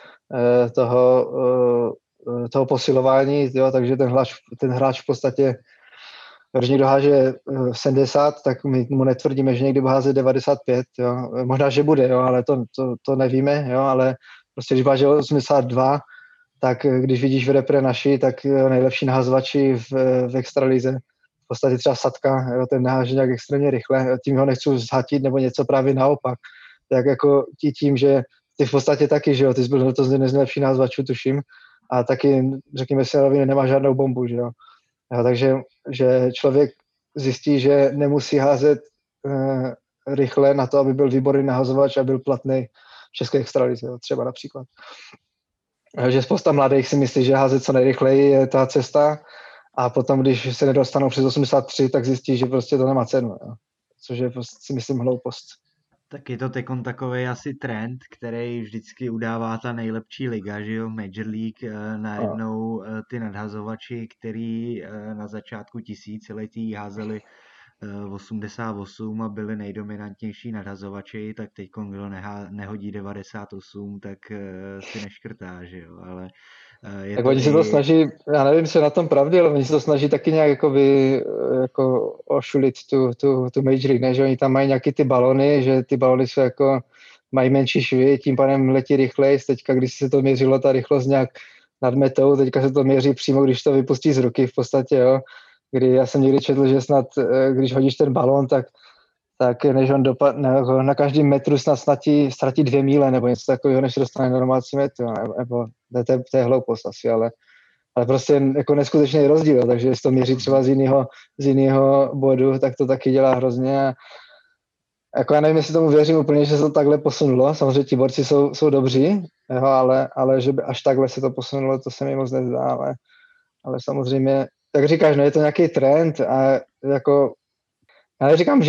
toho posilování, jo, takže ten hráč v podstatě, když někdo háže 70, tak my mu netvrdíme, že někdy bude házet 95, jo. Možná, že bude, jo, ale to nevíme, jo, ale prostě když háže 82, tak když vidíš v repre naši, tak nejlepší nahazovači v extralize, v podstatě třeba Sadka, jo, ten naháže nějak extrémně rychle, tím ho nechci zhatit nebo něco právě naopak. Tak jako tím, že ty v podstatě taky, že jo, ty jsi byl to z nejlepší nahazovačů, tuším, a taky, řekněme si, nemá žádnou bombu, že jo. Jo, takže že člověk zjistí, že nemusí házet rychle na to, aby byl výborný nahazovač a byl platný v české extralize, jo, třeba například. Že spousta mladých si myslí, že házet co nejrychleji je ta cesta a potom, když se nedostanou přes 83, tak zjistí, že prostě to nemá cenu. Jo. Což je prostě, si myslím, hloupost. Tak je to tekon takový asi trend, který vždycky udává ta nejlepší liga, že jo, Major League, najednou ty nadhazovači, který na začátku tisíciletí házeli 88 a byli nejdominantnější nadhazovači, tak teď kdo nehodí 98, tak si neškrtá, že jo, ale tak oni se to snaží, já nevím, co je na tom pravdy, ale oni se to snaží taky nějak jako ošulit tu Major League, ne? Že oni tam mají nějaký ty balony, že ty balony jsou jako, mají menší švy, tím pádem letí rychleji, teďka když se to měřilo ta rychlost nějak nad metou, teďka se to měří přímo, když to vypustí z ruky v podstatě, jo, kdy já jsem někdy četl, že snad, když hodíš ten balón, tak než on dopadne, na každém metru snad ztratí 2 míle nebo něco takového, než dostane normální metr, nebo to je hloupost asi, ale prostě jako neskutečný rozdíl, takže jestli to měří třeba z jiného bodu, tak to taky dělá hrozně a jako já nevím, jestli tomu věřím úplně, že se to takhle posunulo, samozřejmě ti borci jsou dobří, jo, ale že by až takhle se to posunulo, to se mi moc nezdá, ale samozřejmě, jak říkáš, no je to nějaký trend a jako já neříkám,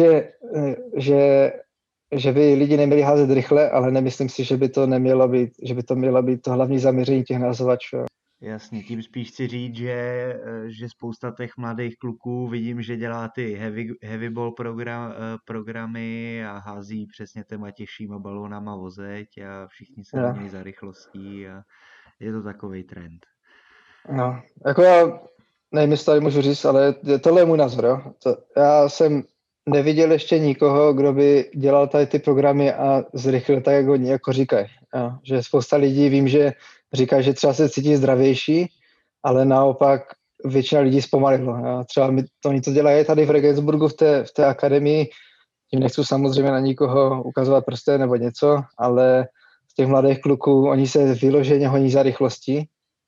že by lidi neměli házet rychle, ale nemyslím si, že by to mělo být to hlavní zaměření těch nahazovačů. Jasně, tím spíš chci říct, že spousta těch mladých kluků vidím, že dělá ty heavy ball programy a hází přesně těma těžšíma balónama o zeď a všichni se daní za rychlostí a je to takovej trend. No, jako já nevím, jestli tady můžu říct, ale tohle je můj názor, jo. Já jsem neviděl ještě nikoho, kdo by dělal tady ty programy a zrychlil tak, jak oni jako říkají. Jo. Že spousta lidí vím, že říkají, že třeba se cítí zdravější, ale naopak většina lidí zpomalilo. Jo. Třeba oni to dělají tady v Regensburgu v té akademii, tím nechci samozřejmě na nikoho ukazovat prstem nebo něco, ale z těch mladých kluků oni se vyloženě honí za rychlostí,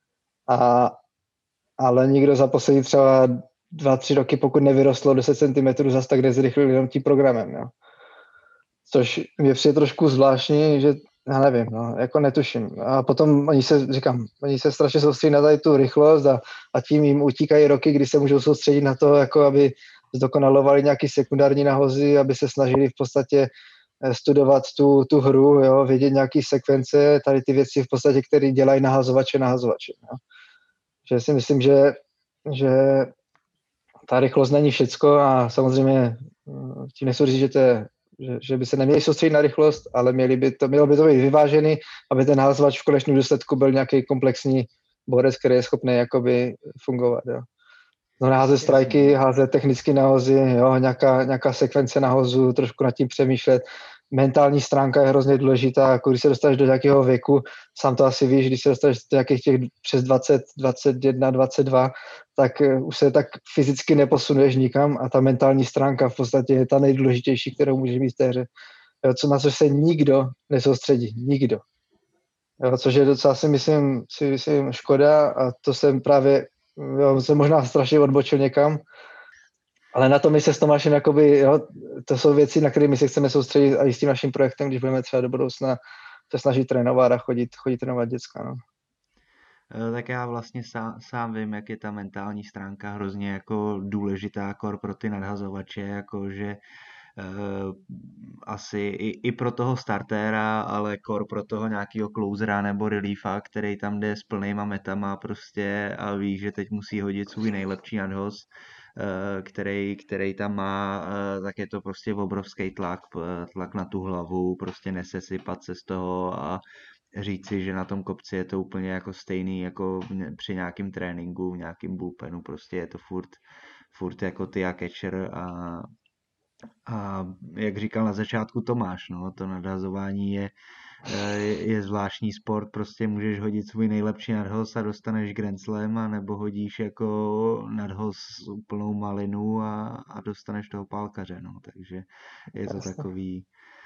ale nikdo za poslední třeba 2-3 roky, pokud nevyrostlo 10 cm, zase tak nezrychlil jenom tím programem. Jo. Což mě přijde trošku zvláštní, že já nevím, no, jako netuším. A potom oni se strašně soustředí na tady tu rychlost a tím jim utíkají roky, kdy se můžou soustředit na to, jako aby zdokonalovali nějaký sekundární nahozy, aby se snažili v podstatě studovat tu hru, jo, vědět nějaký sekvence, tady ty věci v podstatě, které dělají nahazovače. Jo. Že si myslím, že ta rychlost není všecko a samozřejmě tím nechci říct, že by se neměli soustředit na rychlost, ale mělo by to být vyvážený, aby ten nahazovač v konečném důsledku byl nějaký komplexní borec, který je schopný jakoby fungovat. Jo. No, házet strajky, házet technické nahozy, jo, nějaká sekvence nahozu, trošku nad tím přemýšlet. mentální stránka je hrozně důležitá, jako když se dostaneš do nějakého věku, sám to asi víš, když se dostaneš do nějakých těch přes 20, 21, 22, tak už se tak fyzicky neposunuješ nikam a ta mentální stránka v podstatě je ta nejdůležitější, kterou můžeš mít v té hře. Jo, na což se nikdo nesoustředí. Nikdo. Jo, což je docela si myslím škoda a to jsem právě, jsem možná strašně odbočil někam, ale na to my se s Tomášem jakoby, jo, to jsou věci, na které my se chceme soustředit a i s tím naším projektem, když budeme třeba do budoucna se snažit trénovat a chodit trénovat děcka. No. Tak já vlastně sám vím, jak je ta mentální stránka hrozně jako důležitá kor pro ty nadhazovače, jakože asi i pro toho startéra, ale kor pro toho nějakého closera nebo reliefa, který tam jde s plnýma metama prostě a ví, že teď musí hodit svůj nejlepší nadhoz, který tam má, tak je to prostě obrovský tlak na tu hlavu, prostě nesesypat se z toho a říct si, že na tom kopci je to úplně jako stejný jako při nějakém tréninku, v nějakém bullpenu, prostě je to furt jako ty a catcher a jak říkal na začátku Tomáš, no, to nadhazování je zvláštní sport, prostě můžeš hodit svůj nejlepší nadhoz a dostaneš Grand Slam, a nebo hodíš jako nadhoz úplnou malinu a dostaneš toho pálkaře, no, takže je to takový...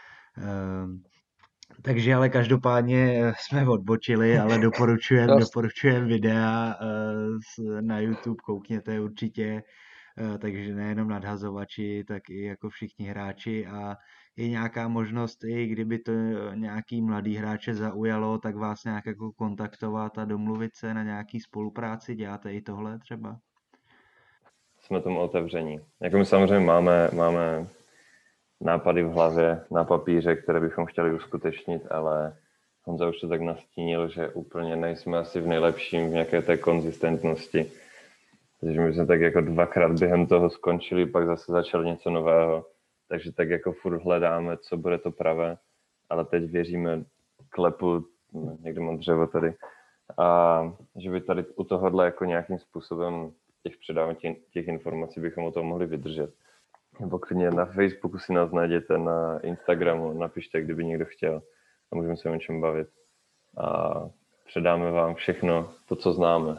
Takže ale každopádně jsme odbočili, ale doporučujem videa na YouTube, koukněte určitě, takže nejenom nadhazovači, tak i jako všichni hráči a je nějaká možnost, i kdyby to nějaký mladý hráče zaujalo, tak vás nějak jako kontaktovat a domluvit se na nějaký spolupráci, děláte i tohle třeba? Jsme tomu otevření. Jako my samozřejmě máme nápady v hlavě, na papíře, které bychom chtěli uskutečnit, ale Honza už to tak nastínil, že úplně nejsme asi v nejlepším v nějaké té konzistentnosti. Takže my jsme tak jako 2krát během toho skončili, pak zase začali něco nového. Takže tak jako furt hledáme, co bude to pravé, ale teď věříme klepu, někde mám dřevo tady, a že by tady u tohohle jako nějakým způsobem těch předávání těch informací bychom o tom mohli vydržet. Nebo klidně na Facebooku si nás najděte, na Instagramu, napište, kdyby někdo chtěl a můžeme se o něčem bavit. A předáme vám všechno to, co známe.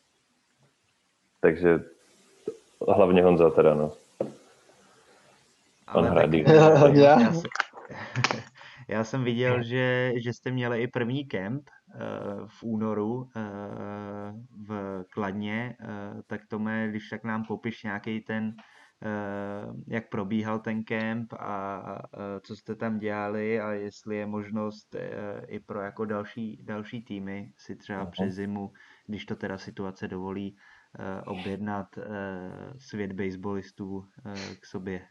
Takže hlavně Honza teda, no. On hradí. Já jsem viděl, že jste měli i první kemp v únoru v Kladně, tak Tome, když tak nám popiš nějaký ten, jak probíhal ten kemp a co jste tam dělali a jestli je možnost i pro jako další týmy si třeba přes zimu, když to teda situace dovolí, objednat svět baseballistů k sobě.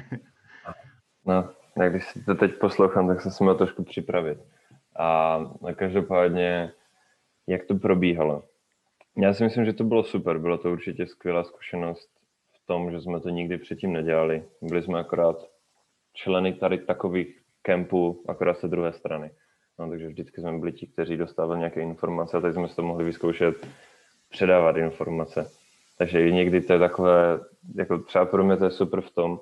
No, jak když si to teď poslouchám, tak jsem se měl trošku připravit. A každopádně, jak to probíhalo? Já si myslím, že to bylo super. Bylo to určitě skvělá zkušenost v tom, že jsme to nikdy předtím nedělali. Byli jsme akorát členy tady takových kempů, akorát z té druhé strany. No, takže vždycky jsme byli ti, kteří dostávali nějaké informace a teď jsme si to mohli vyzkoušet předávat informace. Takže i někdy to je takové, jako třeba pro mě to je super v tom,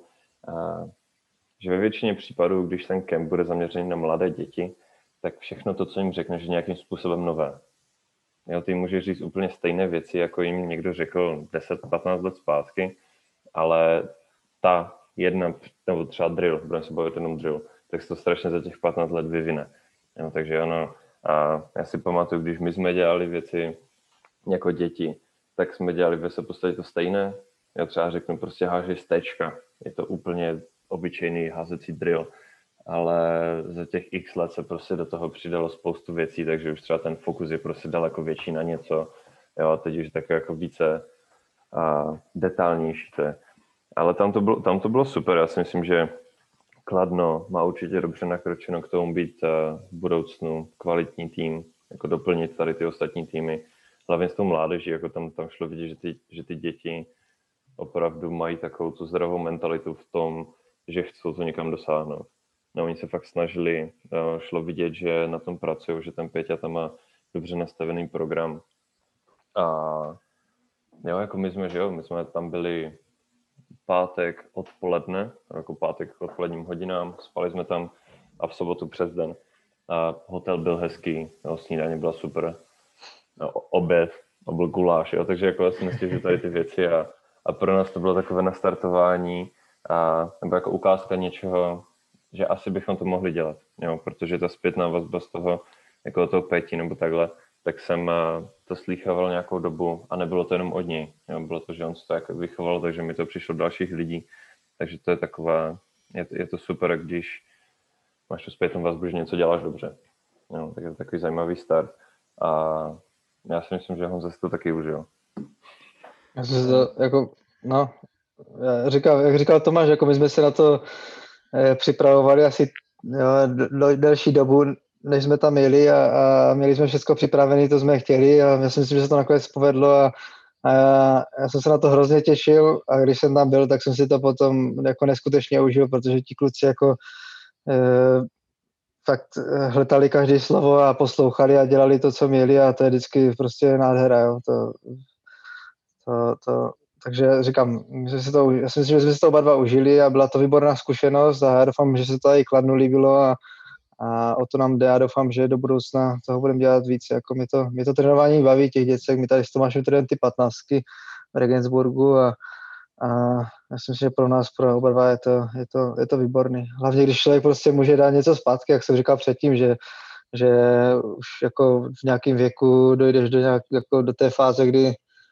že ve většině případů, když ten kemp bude zaměřený na mladé děti, tak všechno to, co jim řekneš, je nějakým způsobem nové. Jo, ty můžeš říct úplně stejné věci, jako jim někdo řekl 10-15 let zpátky, ale ta jedna, nebo třeba drill, budeme se bavit jenom drill, tak se to strašně za těch 15 let vyvine. Jo, takže ano, a já si pamatuju, když my jsme dělali věci jako děti, tak jsme dělali v podstatě to stejné. Já třeba řeknu, prostě hážej stečka. Je to úplně obyčejný házecí drill, ale za těch x let se prostě do toho přidalo spoustu věcí, takže už třeba ten fokus je prostě daleko větší na něco. Jo, a teď už tak jako více detailnější to je. Ale tam to bylo super. Já si myslím, že Kladno má určitě dobře nakročeno k tomu být v budoucnu kvalitní tým, jako doplnit tady ty ostatní týmy. Hlavně s tou mládeží, jako tam šlo vidět, že ty děti opravdu mají takovou tu zdravou mentalitu v tom, že chcou to někam dosáhnout. No, oni se fakt snažili, šlo vidět, že na tom pracují, že ten Péťa tam má dobře nastavený program. A jo, jako my jsme tam byli pátek odpoledne, jako pátek odpoledním hodinám, spali jsme tam a v sobotu přes den. A hotel byl hezký, no, snídaně byla super, no, oběd, a byl guláš, jo, takže jako já si myslím, že tady ty věci a pro nás to bylo takové nastartování nebo jako ukázka něčeho, že asi bychom to mohli dělat, jo, protože ta zpětná vazba z toho, jako toho Péti nebo takhle, tak jsem to slýchával nějakou dobu a nebylo to jenom od něj, jo, bylo to, že on se to jako vychoval, takže mi to přišlo od dalších lidí, takže to je taková, je to super, když máš tu zpětnou vazbu, že něco děláš dobře, jo, tak je to takový zajímavý start a já si myslím, že Honza si to taky užil. Já jsem si to, jako, no, jak říkal Tomáš, jako my jsme se na to připravovali asi delší dobu, než jsme tam jeli a měli jsme všechno připravené, to jsme chtěli a já si myslím, že se to nakonec povedlo a já jsem se na to hrozně těšil a když jsem tam byl, tak jsem si to potom jako neskutečně užil, protože ti kluci jako fakt hledali každé slovo a poslouchali a dělali to, co měli a to je vždycky prostě nádhera, jo. Takže říkám, já si myslím, že jsme si to oba dva užili a byla to výborná zkušenost a já doufám, že se to i Kladnu líbilo a o to nám jde a doufám, že do budoucna toho budeme dělat víc. Jako mě to trénování baví těch děcek, my tady s Tomášem trénujeme ty 15 v Regensburgu a já si myslím, že pro nás, pro oba dva je to výborný. Hlavně, když člověk prostě může dát něco zpátky, jak jsem říkal předtím, že už jako v nějakém věku dojdeš do té fáze, kdy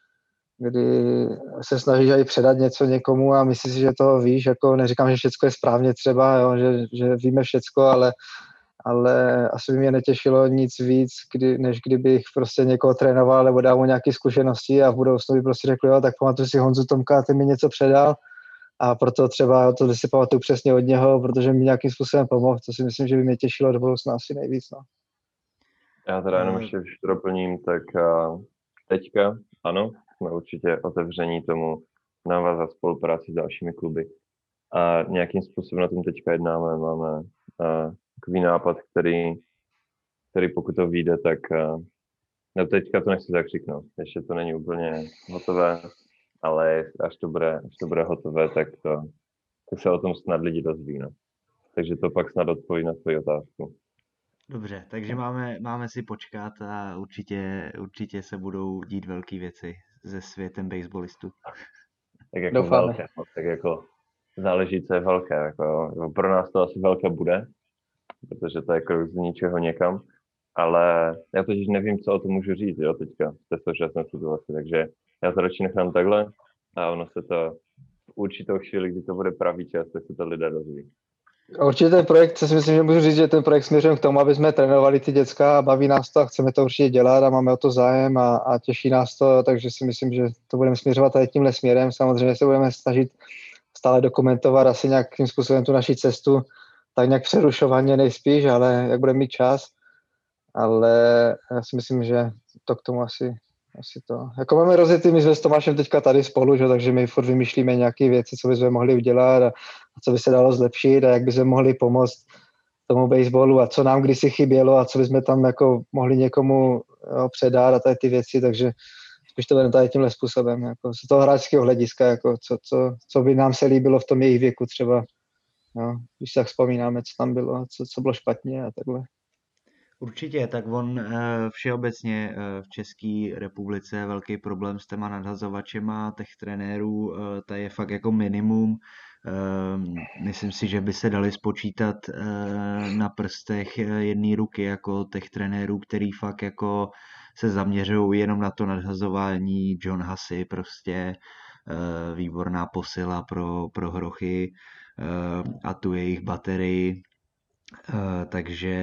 se snažíš i předat něco někomu a myslíš si, že to víš, jako neříkám, že všecko je správně třeba, jo, že víme všecko, ale asi by mě netěšilo nic víc, než kdybych prostě někoho trénoval nebo dal mu nějaké zkušenosti a v budoucnu by prostě řekl, jo, tak pamatuju si Honzu Tomka, ty mi něco předal a proto třeba to si pamatuju přesně od něho, protože mi nějakým způsobem pomohl, to si myslím, že by mě těšilo do budoucna asi nejvíc, no. Já teda jenom ještě doplním, tak teďka, ano, jsme určitě otevření tomu navázat spolupráci s dalšími kluby. A nějakým způsobem na tom teďka jednáme, máme takový nápad, který pokud to vyjde, tak no teďka to nechci zakřiknout, ještě to není úplně hotové, ale až to bude hotové, tak se o tom snad lidi dozví, no. Takže to pak snad odpoví na tvoji otázku. Dobře, takže máme si počkat a určitě se budou dít velké věci se světem baseballistů. Tak jako velké, tak jako záleží, co je velké. Jako pro nás to asi velké bude, protože to je krok z ničeho někam, ale já totiž nevím, co o tom můžu říct, jo, teďka v té současné situaci, takže já to radši nechám takhle a ono se to v určitou chvíli, kdy to bude pravý čas, tak se to lidé dozví. Určitě ten projekt, si myslím, že můžu říct, že ten projekt směřujeme k tomu, aby jsme trénovali ty děcka a baví nás to a chceme to určitě dělat a máme o to zájem a těší nás to, takže si myslím, že to budeme směřovat tady tímhle směrem. Samozřejmě se budeme snažit stále dokumentovat asi nějakým způsobem tu naši cestu, tak nějak přerušovaně nejspíš, ale jak budeme mít čas. Ale já si myslím, že to k tomu asi to. Jako máme rozjetý, my jsme s Tomášem teďka tady spolu, že? Takže my furt vymýšlíme nějaké věci, co bychom mohli udělat a co by se dalo zlepšit a jak bychom mohli pomoct tomu baseballu a co nám kdysi chybělo a co bychom tam jako mohli někomu předat a tady ty věci, takže spíš to budeme tady tímhle způsobem, jako z toho hráčského hlediska, jako co by nám se líbilo v tom jejich věku třeba, no, když tak vzpomínáme, co tam bylo, co bylo špatně a takhle. Určitě, tak všeobecně v České republice je velký problém s těma nadhazovačema, těch trenérů, to je fakt jako minimum. Myslím si, že by se dali spočítat na prstech jedné ruky jako těch trenérů, který fakt jako se zaměřují jenom na to nadhazování. John Hussey prostě výborná posila pro hrochy a tu jejich baterii. Takže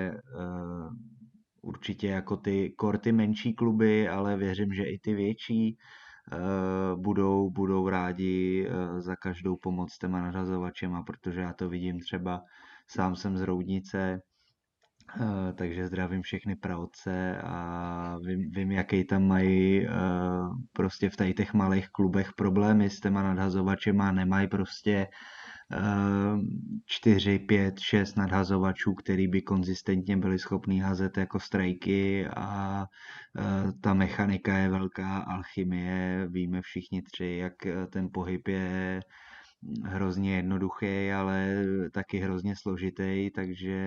určitě jako ty menší kluby, ale věřím, že i ty větší budou rádi za každou pomoc těma nadhazovačema, protože já to vidím třeba, sám jsem z Roudnice, takže zdravím všechny praotce a vím, jaký tam mají prostě v těch malých klubech problémy s těma nadhazovačema, nemají prostě 4, 5, 6 nadhazovačů, který by konzistentně byli schopní házet jako strajky a ta mechanika je velká, alchymie, víme všichni tři, jak ten pohyb je hrozně jednoduchý, ale taky hrozně složitý, takže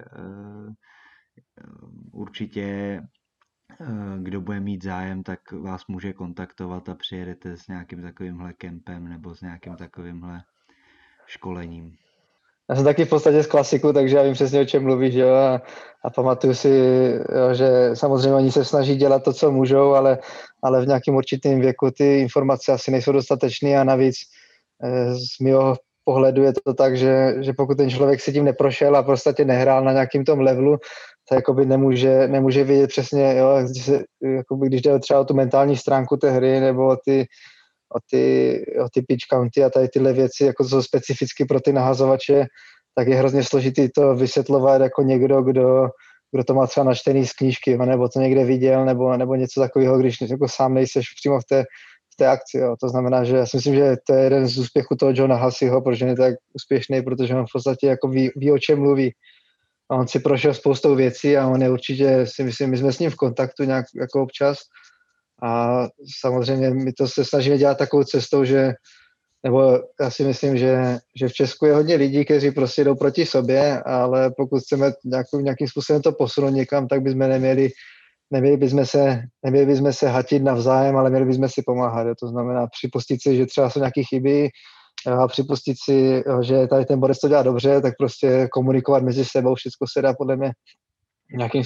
určitě kdo bude mít zájem, tak vás může kontaktovat a přijedete s nějakým takovýmhle kempem nebo s nějakým takovýmhle školením. Já jsem taky v podstatě z klasiku, takže já vím přesně, o čem mluvíš, jo, a pamatuju si, jo, že samozřejmě oni se snaží dělat to, co můžou, ale v nějakém určitém věku ty informace asi nejsou dostatečné a navíc z mého pohledu je to tak, že pokud ten člověk si tím neprošel a prostě nehrál na nějakým tom levelu, tak jakoby nemůže vědět přesně, jo, když jde třeba o tu mentální stránku té hry nebo o ty pitch county a tady tyhle věci, jako jsou specificky pro ty nahazovače, tak je hrozně složitý to vysvětlovat jako někdo, kdo to má třeba načtený z knížky, nebo to někde viděl, nebo něco takového, když jako sám nejseš přímo v té akci. Jo. To znamená, že já si myslím, že to je jeden z úspěchů toho Johna Husseyho, protože je tak úspěšný, protože on v podstatě jako ví o čem mluví. A on si prošel spoustou věcí a on je určitě, si myslím, my jsme s ním v kontaktu nějak jako občas a samozřejmě my to se snažíme dělat takovou cestou, nebo já si myslím, že v Česku je hodně lidí, kteří prostě jdou proti sobě, ale pokud chceme nějakým způsobem to posunout někam, tak bychom neměli bychom se hatit navzájem, ale měli bychom si pomáhat. Jo. To znamená připustit si, že třeba jsou nějaké chyby a připustit si, že tady ten borec to dělá dobře, tak prostě komunikovat mezi sebou, všechno se dá podle mě nějakým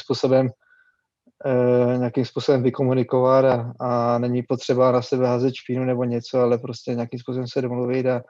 způsobem vykomunikovat a není potřeba na sebe házet špínu nebo něco, ale prostě nějakým způsobem se domluvit a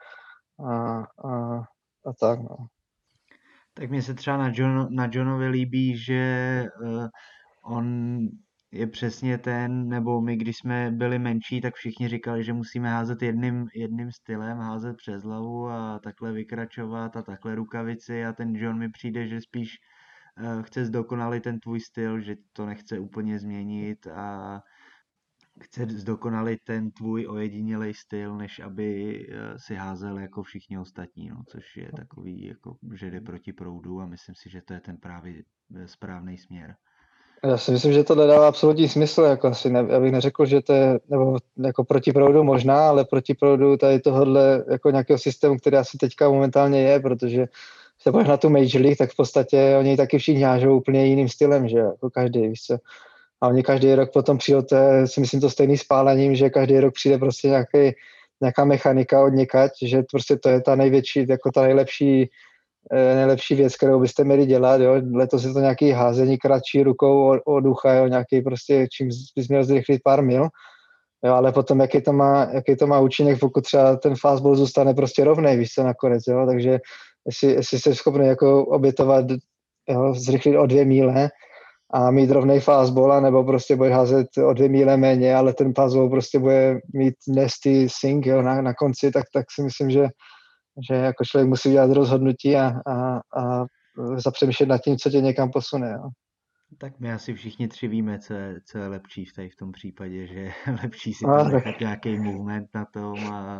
tak. No. Tak mně se třeba na Johnovi líbí, že on je přesně ten, nebo my, když jsme byli menší, tak všichni říkali, že musíme házet jedným stylem, házet přes hlavu a takhle vykračovat a takhle rukavici a ten John mi přijde, že spíš chce zdokonalit ten tvůj styl, že to nechce úplně změnit a chce zdokonalit ten tvůj ojedinělej styl, než aby si házel jako všichni ostatní, no, což je takový, jako, že jde proti proudu a myslím si, že to je ten právě správný směr. Já si myslím, že to nedává absolutní smysl, jako asi já bych neřekl, že to je, nebo jako proti proudu možná, ale proti proudu tady tohohle jako nějakého systému, který asi teďka momentálně je, protože se podíváš na tu Major League, tak v podstatě oni taky všichni hážou úplně jiným stylem, že jako každý, víš co. A oni každý rok potom přijdou, to je, si myslím, to stejný spálením, že každý rok přijde prostě nějaká mechanika od někať, že prostě to je ta největší, jako ta nejlepší věc, kterou byste měli dělat, jo. Letos je to nějaký házení kratší rukou od ucha, jo, nějaký prostě, čím bys měl zrychlit pár mil, jo, ale potom, jaký to má účinek, pokud třeba ten fastball zůstane prostě rovnej, víš co, nakonec, jo, takže jestli jsi schopný jako obětovat, jo, zrychlit o 2 míle a mít rovnej fastball, nebo prostě bude házet o 2 míle méně, ale ten fastball prostě bude mít nasty sink, jo, na konci, tak si myslím, že jako člověk musí dělat rozhodnutí a zapřemýšlet nad tím, co tě někam posune. Jo. Tak my asi všichni tři víme, co je lepší v tom případě, že je lepší si tam nechat nějaký movement na tom a...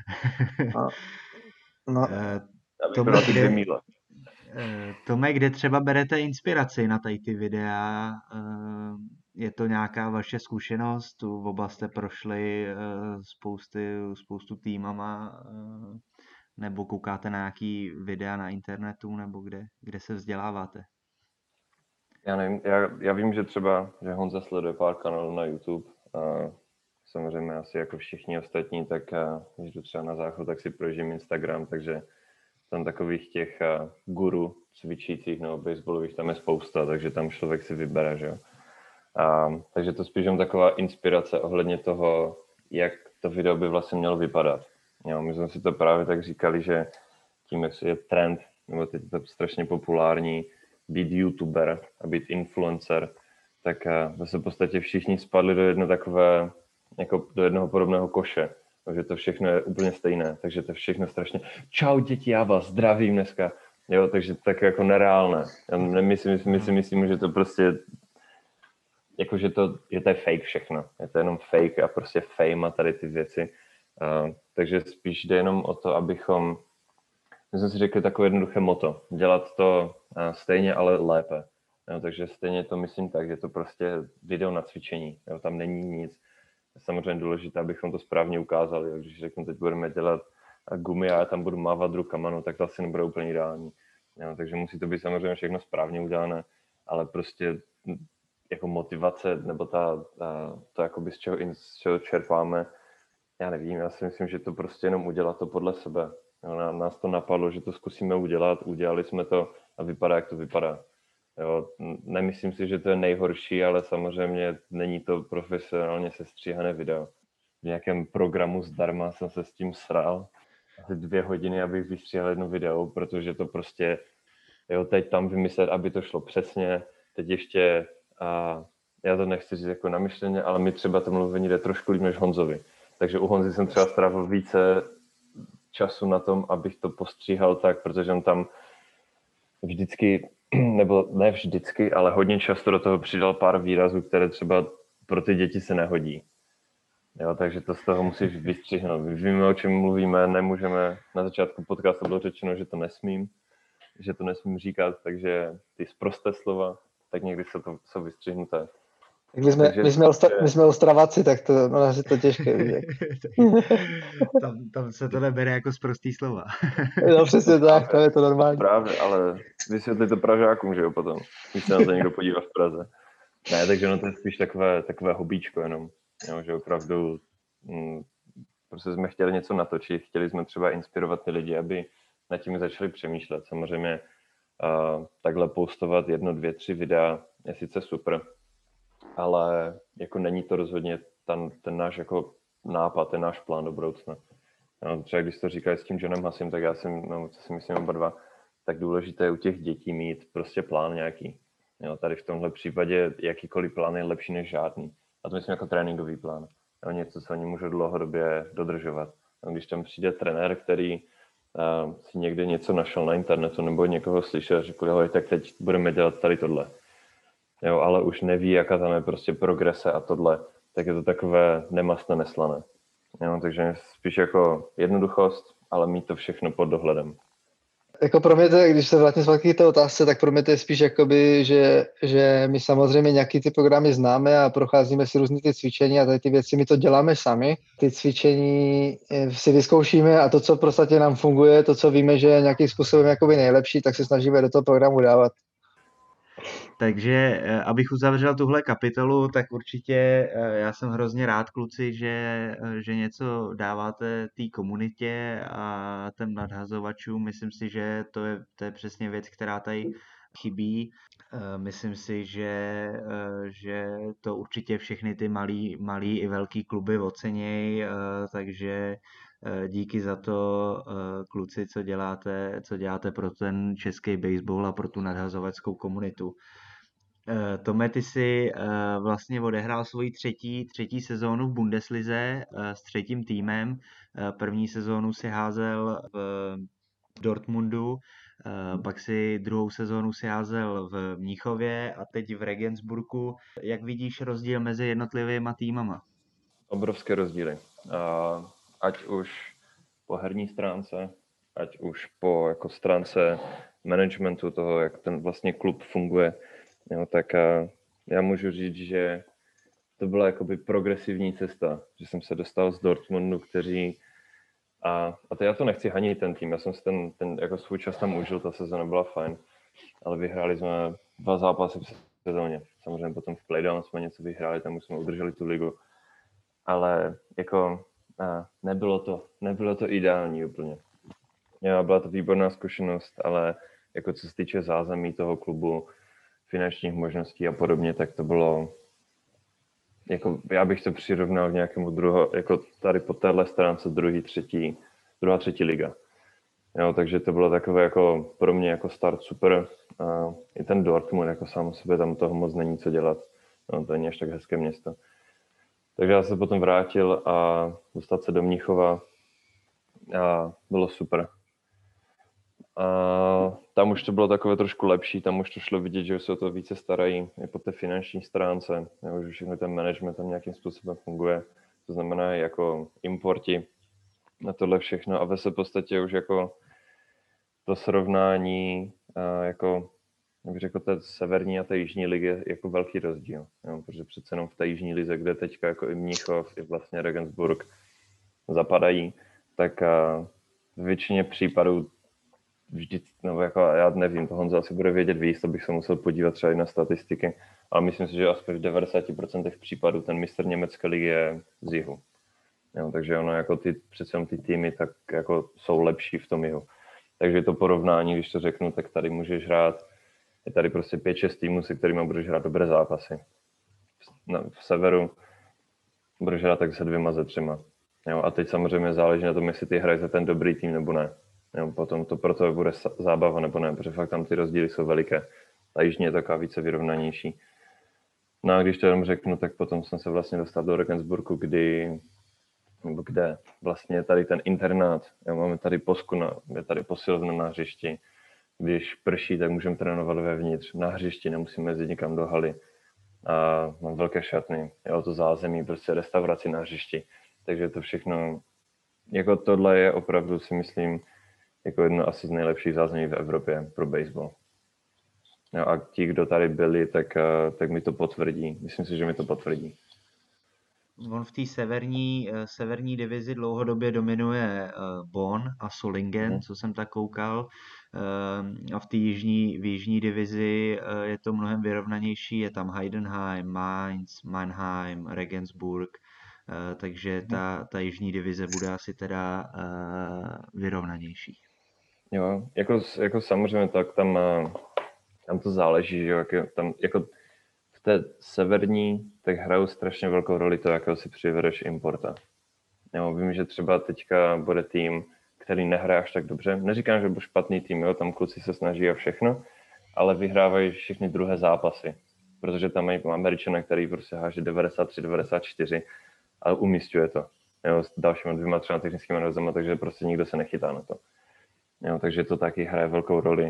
Tome, kde třeba berete inspiraci na tady ty videa? Je to nějaká vaše zkušenost? Oba jste prošli spoustu týmama, nebo koukáte na nějaký videa na internetu, nebo kde se vzděláváte? Já nevím, já vím, že třeba, že Honza sleduje pár kanálů na YouTube. Samozřejmě asi jako všichni ostatní, tak když jdu třeba na záchod, tak si projíždím Instagram, takže tam takových těch guru cvičících nebo baseballových tam je spousta, takže tam člověk si vybere, že jo. Takže to spíš jen taková inspirace ohledně toho, jak to video by vlastně mělo vypadat. Jo, my jsme si to právě tak říkali, že tím, jak je trend, nebo teď je to strašně populární, být youtuber a být influencer, tak zase v podstatě všichni spadli do jednoho podobného koše. Takže to všechno je úplně stejné, takže to všechno strašně čau děti, já vás zdravím dneska, jo, takže tak jako nereálné. My si myslíme, že to prostě, jakože to je fake všechno, je to jenom fake a prostě fame a tady ty věci. Takže spíš jde jenom o to, abychom, my jsme si řekli takové jednoduché motto, dělat to stejně, ale lépe. Jo, takže stejně to myslím tak, že to prostě video na cvičení, jo, tam není nic. Je samozřejmě důležité, abychom to správně ukázali. Jo. Když řeknu, teď budeme dělat gumy a já tam budu mávat rukama, no tak to asi nebude úplně ideální. Jo, takže musí to být samozřejmě všechno správně udělané, ale prostě jako motivace nebo to jakoby z čeho čerpáme, já nevím, já si myslím, že to prostě jenom udělat to podle sebe. Jo, nás to napadlo, že to zkusíme udělat, udělali jsme to a vypadá, jak to vypadá. Jo, nemyslím si, že to je nejhorší, ale samozřejmě není to profesionálně sestříhané video. V nějakém programu zdarma jsem se s tím sral asi 2 hodiny, abych vystříhal jedno video, protože to prostě, jo, teď tam vymyslet, aby to šlo přesně, teď ještě, a já to nechci říct jako namyšleně, ale mi třeba to mluvení jde trošku líp než Honzovi. Takže u Honzy jsem třeba strávil více času na tom, abych to postříhal tak, protože on tam vždycky, nebo ne vždycky, ale hodně často do toho přidal pár výrazů, které třeba pro ty děti se nehodí. Jo, takže to z toho musíš vystřihnout. Víme, o čem mluvíme, nemůžeme, na začátku podcastu bylo řečeno, že to nesmím říkat, takže ty sprosté slova, tak někdy jsou vystřihnuté. Tak my jsme Ostraváci, tak to, no, je to těžké. tam se to nebere jako sprostý slova. No přesně tak, to je to normální. Právě, ale vysvětli to Pražákům, že jo, potom, když se na to někdo podívá v Praze. Ne, takže no to je spíš takové hobíčko jenom, jo, že opravdu prostě jsme chtěli něco natočit, chtěli jsme třeba inspirovat ty lidi, aby nad tím začali přemýšlet. Samozřejmě takhle postovat 1, 2, 3 videa je sice super, ale jako není to rozhodně ten náš jako nápad, ten náš plán do budoucna. No, třeba když to říkáš s tím Johnem Hassim, tak já si myslím oba dva, tak důležité je u těch dětí mít prostě plán nějaký. Jo, tady v tomhle případě jakýkoliv plán je lepší než žádný. A to myslím jako tréninkový plán. Jo, něco, co oni můžou dlouhodobě dodržovat. Jo, když tam přijde trenér, který si někde něco našel na internetu nebo někoho slyšel a řekl, tak teď budeme dělat tady tohle. Jo, ale už neví, jaká tam je prostě progrese a tohle, tak je to takové nemastné, neslané. Jo, takže spíš jako jednoduchost, ale mít to všechno pod dohledem. Jako pro mě to, když se vrátím zpátky k té otázce, tak pro mě to je spíš jakoby, že my samozřejmě nějaký ty programy známe a procházíme si různý ty cvičení a tady ty věci my to děláme sami. Ty cvičení si vyzkoušíme a to, co prostě nám funguje, to, co víme, že je nějakým způsobem jakoby nejlepší, tak se snažíme do toho programu dávat. Takže abych uzavřel tuhle kapitolu, tak určitě já jsem hrozně rád, kluci, že něco dáváte té komunitě a těm nadhazovačům. Myslím si, že to je přesně věc, která tady chybí. Myslím si, že to určitě všechny ty malý i velký kluby ocenějí, takže díky za to, kluci, co děláte pro ten český baseball a pro tu nadhazovackou komunitu. Tome, ty jsi vlastně odehrál svoji třetí sezónu v Bundeslize s 3. týmem. První sezónu si házel v Dortmundu, pak si 2. sezónu si házel v Mnichově a teď v Regensburgu. Jak vidíš rozdíl mezi jednotlivýma týmama? Obrovské rozdíly. Ať už po herní stránce, ať už po jako stránce managementu toho, jak ten vlastně klub funguje. Jo, tak já můžu říct, že to byla jakoby progresivní cesta, že jsem se dostal z Dortmundu, kteří a to já to nechci hanit ten tým, já jsem si ten jako svůj čas tam užil, ta sezona byla fajn, ale vyhráli jsme 2 zápasy v sezóně, samozřejmě potom v playdown jsme něco vyhráli, tam už jsme udrželi tu ligu, ale jako nebylo to ideální úplně. Jo, byla to výborná zkušenost, ale jako co se týče zázemí toho klubu, finančních možností a podobně, tak to bylo, jako já bych to přirovnal k nějakému jako tady po téhle stránce druhá, třetí liga. Jo, takže to bylo takové jako pro mě jako start super. A i ten Dortmund jako sám o sobě tam toho moc není co dělat. No, to není až tak hezké město. Takže já se potom vrátil a dostat se do Mnichova a bylo super. A tam už to bylo takové trošku lepší, tam už to šlo vidět, že se o to více starají i po té finanční stránce, že všechno ten management tam nějakým způsobem funguje, to znamená jako importi na tohle všechno a ve se v podstatě už jako to srovnání jako, jak bych řekl, té severní a té jižní ligy je jako velký rozdíl, jo, protože přece jenom v té jižní lize, kde teďka jako i Mnichov, i vlastně Regensburg zapadají, tak v většině případů vždy, no jako já nevím, to Honza asi bude vědět víc, to bych se musel podívat třeba i na statistiky, ale myslím si, že aspoň v 90% případů ten mistr německé ligy je z jihu. Jo, takže ono jako přece ty týmy tak jako jsou lepší v tom jihu. Takže to porovnání, když to řeknu, tak tady můžeš hrát, je tady prostě 5-6 týmů, se kterými budeš hrát dobré zápasy. V severu budeš hrát tak se 2, ze 3. Jo, a teď samozřejmě záleží na tom, jestli ty hraješ za ten dobrý tým nebo ne. Jo, potom to pro to bude zábava nebo ne, protože fakt tam ty rozdíly jsou veliké. Ta jižní je taková více vyrovnanější. No a když to jenom řeknu, tak potom jsem se vlastně dostal do Regensburgu, kde vlastně je tady ten internát. Jo, máme tady je tady posilovna na hřišti. Když prší, tak můžeme trénovat vevnitř. Na hřišti nemusíme jezdit nikam do haly. A mám velké šatny, jo, to zázemí, prostě restauraci na hřišti. Takže to všechno, jako tohle je opravdu, si myslím, jako jedno asi z nejlepších zázemí v Evropě pro baseball. No a ti, kdo tady byli, tak mi to potvrdí. Myslím si, že mi to potvrdí. On v té severní divizi dlouhodobě dominuje Bonn a Solingen, co jsem tak koukal. A v té jižní divizi je to mnohem vyrovnanější. Je tam Heidenheim, Mainz, Mannheim, Regensburg. Takže ta jižní divize bude asi teda vyrovnanější. Jo, jako samozřejmě tak tam to záleží, že jako v té severní tak hrajou strašně velkou roli to, jakého si přivedeš importa. Jo, vím, že třeba teďka bude tým, který nehraje až tak dobře. Neříkám, že byl špatný tým, jo, tam kluci se snaží a všechno, ale vyhrávají všechny druhé zápasy, protože tam mají Američana, který prostě háže 93-94, ale umísťuje to. Jo, s dalšíma 2, 3 technickými rozama, takže prostě nikdo se nechytá na to. Jo, takže to taky hraje velkou roli.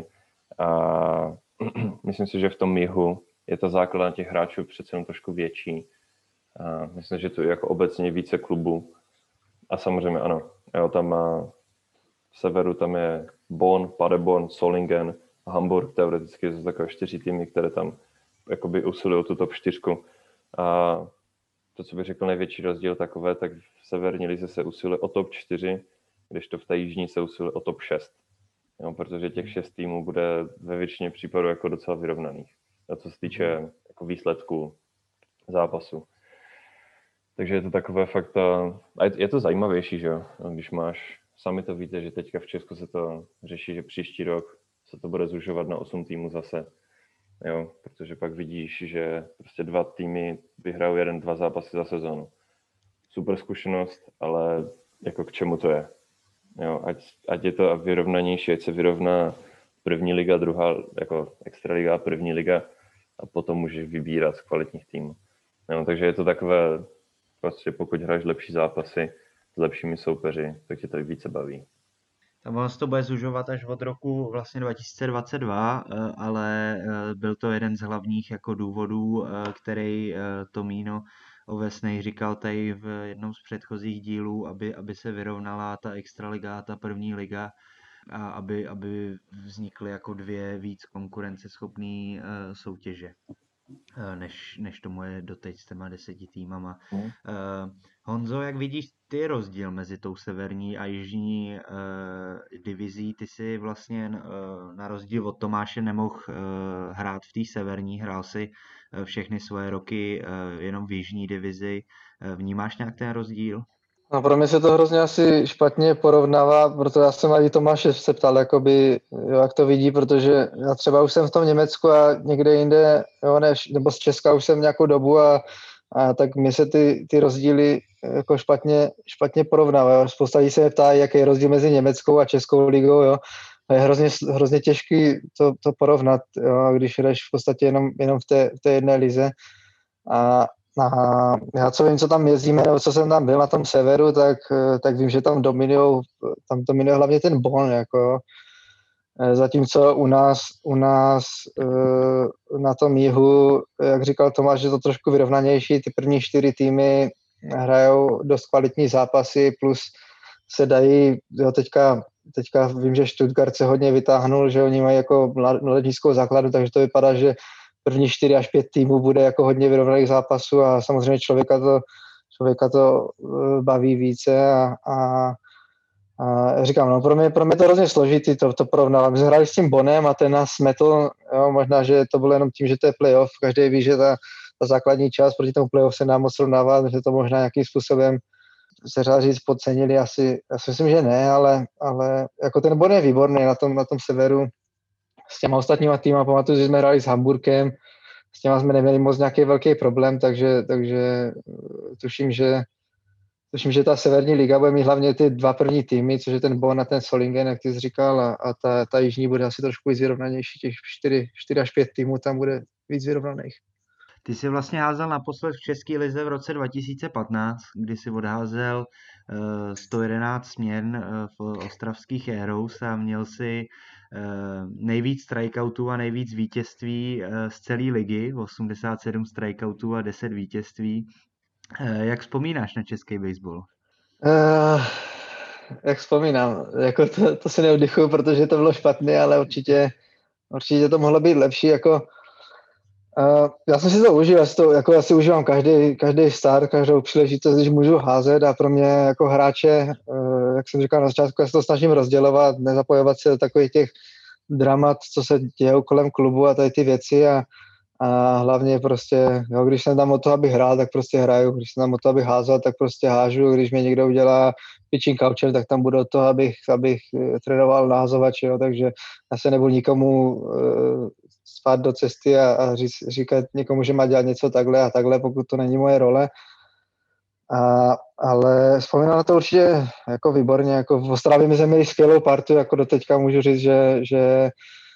A myslím si, že v tom jihu je ta základna těch hráčů přece jen trošku větší. A myslím, že to je jako obecně více klubů. A samozřejmě ano, jo, tam v severu tam je Bonn, Paderborn, Solingen, Hamburg, teoreticky jsou takové 4 týmy, které tam jakoby usilují tu top 4. A to, co bych řekl, největší rozdíl takové, tak v severní lize se usiluje o top 4, kdežto v té jižní se usiluje o top 6. Jo, protože těch 6 týmů bude ve většině případů jako docela vyrovnaných. A co se týče jako výsledků zápasu. Takže je to takové fakt, a je to zajímavější, že jo, když máš, sami to víte, že teďka v Česku se to řeší, že příští rok se to bude zužovat na 8 týmů zase, jo, protože pak vidíš, že prostě 2 týmy vyhrajou 1-2 zápasy za sezónu. Super zkušenost, ale jako k čemu to je? Jo, ať je to vyrovnanější, ať se vyrovná první liga, druhá, jako extraliga, první liga a potom můžeš vybírat z kvalitních týmů. Jo, takže je to takové, prostě pokud hraješ lepší zápasy s lepšími soupeři, tak tě to více baví. Tam ono se to bude zužovat až od roku vlastně 2022, ale byl to jeden z hlavních jako důvodů, který Tomíno Ovesnej říkal tady v jednom z předchozích dílů, aby se vyrovnala ta extraliga a ta první liga a aby vznikly jako 2 víc konkurenceschopné soutěže, než tomu je doteď s těma 10 týmama. Honzo, jak vidíš ty rozdíl mezi tou severní a jižní divizí? Ty si vlastně na rozdíl od Tomáše nemohl hrát v té severní, hrál si všechny svoje roky jenom v jižní divizi. Vnímáš nějak ten rozdíl? No pro mě se to hrozně asi špatně porovnává, protože já jsem i Tomáše se ptal, jakoby, jo, jak to vidí, protože já třeba už jsem v tom Německu a někde jinde, jo, nebo z Česka už jsem nějakou dobu a tak mi se ty rozdíly jako špatně porovnávají. Spousta lidí se mě ptá, jaký je rozdíl mezi německou a českou ligou, jo. A je hrozně těžký to porovnat, jo, když jdeš v podstatě jenom v té jedné lize. A já co vím, co tam jezdíme, nebo co jsem tam byl na tom severu, tak vím, že tam dominuje hlavně ten Bonn, jako jo. Zatímco u nás na tom jihu, jak říkal Tomáš, je to trošku vyrovnanější, ty první 4 týmy hrajou dost kvalitní zápasy, plus se dají, jo, teďka vím, že Stuttgart se hodně vytáhnul, že oni mají jako mladíckou základu, takže to vypadá, že první 4 až 5 týmů bude jako hodně vyrovnaných zápasů a samozřejmě člověka to baví více A říkám, no, pro mě to hrozně složitý to porovnávat. My jsme hráli s tím Bonem a ten nás smetl, jo, možná, že to bylo jenom tím, že to je playoff. Každý ví, že ta základní část proti tomu playoff se nám moc srovnává, že to možná nějakým způsobem se řád říct podcenili. Já si myslím, že ne, ale jako ten Bon je výborný na tom severu. S těma ostatníma týma, pamatuju, že jsme hráli s Hamburkem, s těma jsme neměli moc nějaký velký problém, takže tuším, že ta severní liga bude mít hlavně ty dva první týmy, což je ten Bonn a ten Solingen, jak ty jsi říkal, a ta jižní bude asi trošku víc vyrovnanější, těch 4 až 5 týmů tam bude víc vyrovnaných. Ty jsi vlastně házel naposled v České lize v roce 2015, kdy jsi odházel 111 směn v ostravských Arrows a měl si nejvíc strikeoutů a nejvíc vítězství z celé ligy, 87 strikeoutů a 10 vítězství. Jak vzpomínáš na český baseball? Jak vzpomínám, jako to se neoddychuju, protože to bylo špatné, ale určitě to mohlo být lepší. Jako, já jsem si to užil, já si užívám každý start, každou příležitost, když můžu házet, a pro mě jako hráče, jak jsem říkal na začátku, já se to snažím rozdělovat, nezapojovat se do takových těch dramat, co se dějou kolem klubu a tady ty věci, a hlavně prostě, jo, když jsem tam o to, abych hrál, tak prostě hraju, když jsem tam o to, abych házel, tak prostě hážu, když mě někdo udělá pitching coucher, tak tam budu o to, abych trénoval nahazovač, jo, takže já se nebudu nikomu spát do cesty a říkat někomu, že má dělat něco takhle a takhle, pokud to není moje role. Ale vzpomínám na to určitě jako výborně, jako v Ostravě my jsme měli skvělou partu, jako doteďka můžu říct, že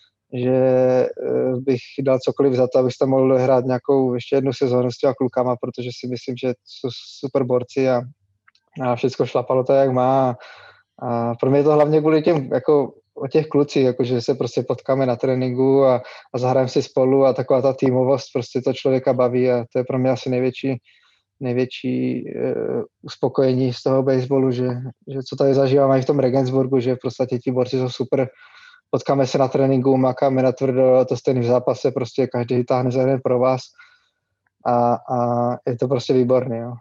bych dal cokoliv za to, abych tam mohl hrát nějakou ještě jednu sezónu s těma klukama, protože si myslím, že jsou super borci a všechno šlapalo tak, jak má. A pro mě je to hlavně kvůli těm, jako o těch klucích, jako že se prostě potkáme na tréninku a zahrajeme si spolu a taková ta týmovost prostě to člověka baví, a to je pro mě asi největší uspokojení z toho baseballu, že co tady zažíváme i v tom Regensburgu, že v podstatě ti borci jsou super, potkáme se na tréninku, makáme na tvrdo, to stejný v zápase, prostě každý táhne za jeden pro vás a je to prostě výborný. Jo.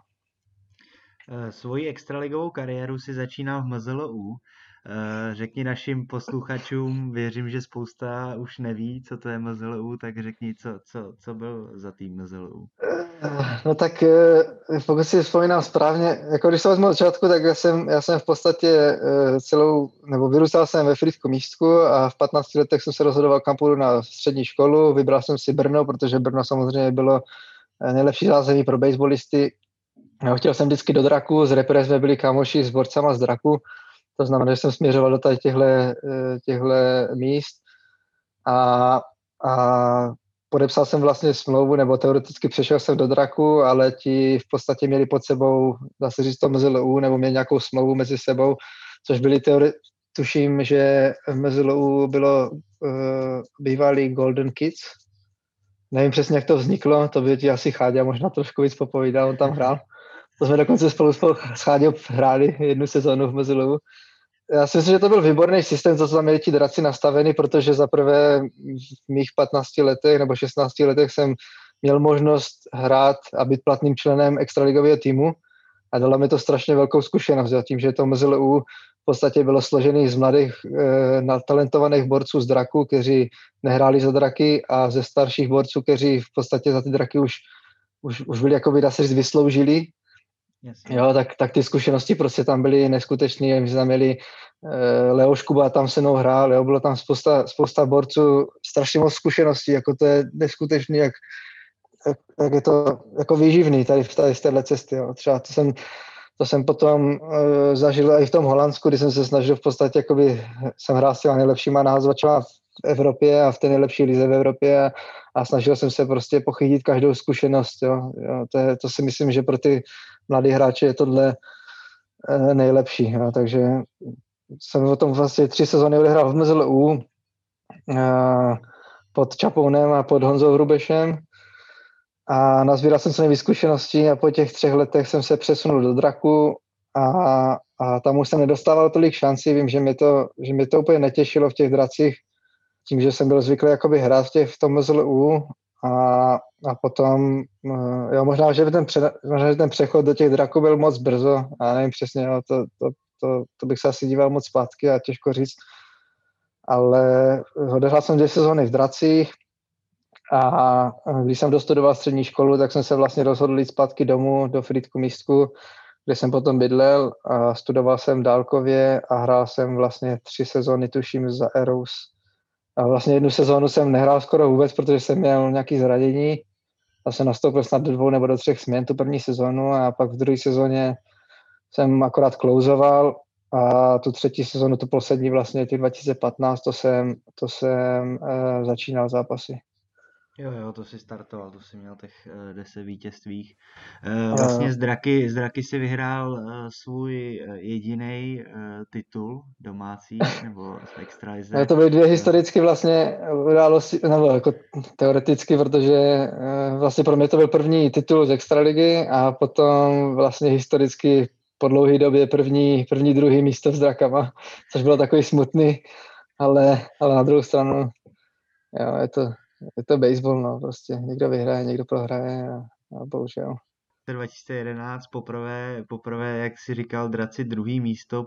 Svoji extraligovou kariéru si začínal v MZLU. Řekni našim posluchačům, věřím, že spousta už neví, co to je MZLU, tak řekni, co byl za tým MZLU. No tak pokud si vzpomínám správně, jako když se vezmu od začátku, tak já jsem v podstatě vyrůstal jsem ve Frýdku-Místku a v 15 letech jsem se rozhodoval, kam půjdu na střední školu, vybral jsem si Brno, protože Brno samozřejmě bylo nejlepší zázemí pro baseballisty. Chtěl jsem vždycky do Draku, z repre jsme byli kámoši s borcama z Draku, to znamená, že jsem směřoval do tady těchto míst a podepsal jsem vlastně smlouvu, nebo teoreticky přešel jsem do Draku, ale ti v podstatě měli pod sebou, dá se říct to MZLU, nebo měli nějakou smlouvu mezi sebou, což byli tuším, že v MZLU bylo bývalý Golden Kids. Nevím přesně, jak to vzniklo, to by ti asi Cháďa možná trošku víc popovídal, on tam hrál. To jsme dokonce spolu s Cháďou hráli jednu sezónu v MZLU. Já si myslím, že to byl výborný systém, co tam měli ti draci nastavený, protože zaprvé v mých 15 letech nebo 16 letech jsem měl možnost hrát a být platným členem extraligového týmu a dalo mi to strašně velkou zkušenost. Tím, že to MZLU v podstatě bylo složený z mladých talentovaných borců z Draku, kteří nehráli za Draky, a ze starších borců, kteří v podstatě za ty Draky už byli, jakoby, dá se říct, vysloužili. Jasně. Jo, tak ty zkušenosti prostě tam byly neskutečné. My jsme tam měli Leo Škuba, tam se mnou hrál, jo, bylo tam spousta borců, strašně moc zkušeností, jako to je neskutečný, jak je to jako výživný tady z téhle cesty. Jo. Třeba to jsem potom zažil i v tom Holandsku, kdy jsem se snažil v podstatě, jakoby, jsem hrál s těma nejlepšíma nahazovačema v Evropě a v té nejlepší lize v Evropě a snažil jsem se prostě pochytit každou zkušenost. Jo. To si myslím, že pro ty mladí hráči je tohle nejlepší. Jo. Takže jsem o tom vlastně 3 sezóny odehrál v MZLU pod Čapounem a pod Honzou Hrubešem a nazbíral jsem se nejvíc zkušeností a po těch 3 letech jsem se přesunul do Draku a tam už jsem nedostával tolik šancí. Vím, že mě to úplně netěšilo v těch Dracích, tím, že jsem byl zvyklý jakoby hrát v tom MZLU a potom, jo, možná, že ten přechod do těch Draků byl moc brzo, a nevím přesně, jo, to to bych se asi díval moc zpátky a těžko říct. Ale odehrál jsem 2 sezóny v Dracích a když jsem dostudoval střední školu, tak jsem se vlastně rozhodl jít zpátky domů do Frýdku Místku, kde jsem potom bydlel a studoval jsem dálkově a hrál jsem vlastně 3 sezóny, tuším, za Eros. A vlastně 1 sezónu jsem nehrál skoro vůbec, protože jsem měl nějaké zranění. A jsem nastoupil snad do 2 nebo do 3 směn tu první sezónu a pak v druhé sezóně jsem akorát klouzoval a tu 3. sezónu, tu poslední vlastně, těch 2015, to jsem začínal zápasy. Jo, to si startoval, to si měl těch 10 vítězstvích. Vlastně z Draky si vyhrál svůj jediný titul domácí, nebo z extralize. To byly 2 historicky vlastně události, nebo jako teoreticky, protože vlastně pro mě to byl první titul z extraligy a potom vlastně historicky po dlouhé době první, druhý místo s Drakama, což bylo takový smutný, ale na druhou stranu, jo, je to baseball, no, prostě někdo vyhraje, někdo prohraje a bohužel. 2011 poprvé, jak si říkal, Draci 2. místo,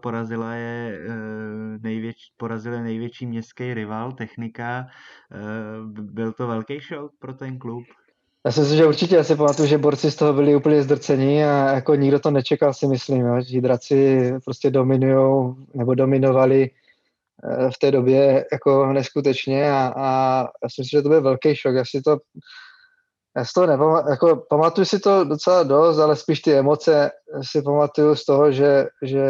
porazili největší městský rival, Technika. Byl to velký šok pro ten klub? Já si myslím, že určitě, já si pamatuju, že borci z toho byli úplně zdrcení a jako nikdo to nečekal, si myslím, jo, že Draci prostě dominujou nebo dominovali v té době jako neskutečně a já si myslím, že to byl velký šok. Já si to nepamatuju, jako pamatuju si to docela dost, ale spíš ty emoce si pamatuju z toho, že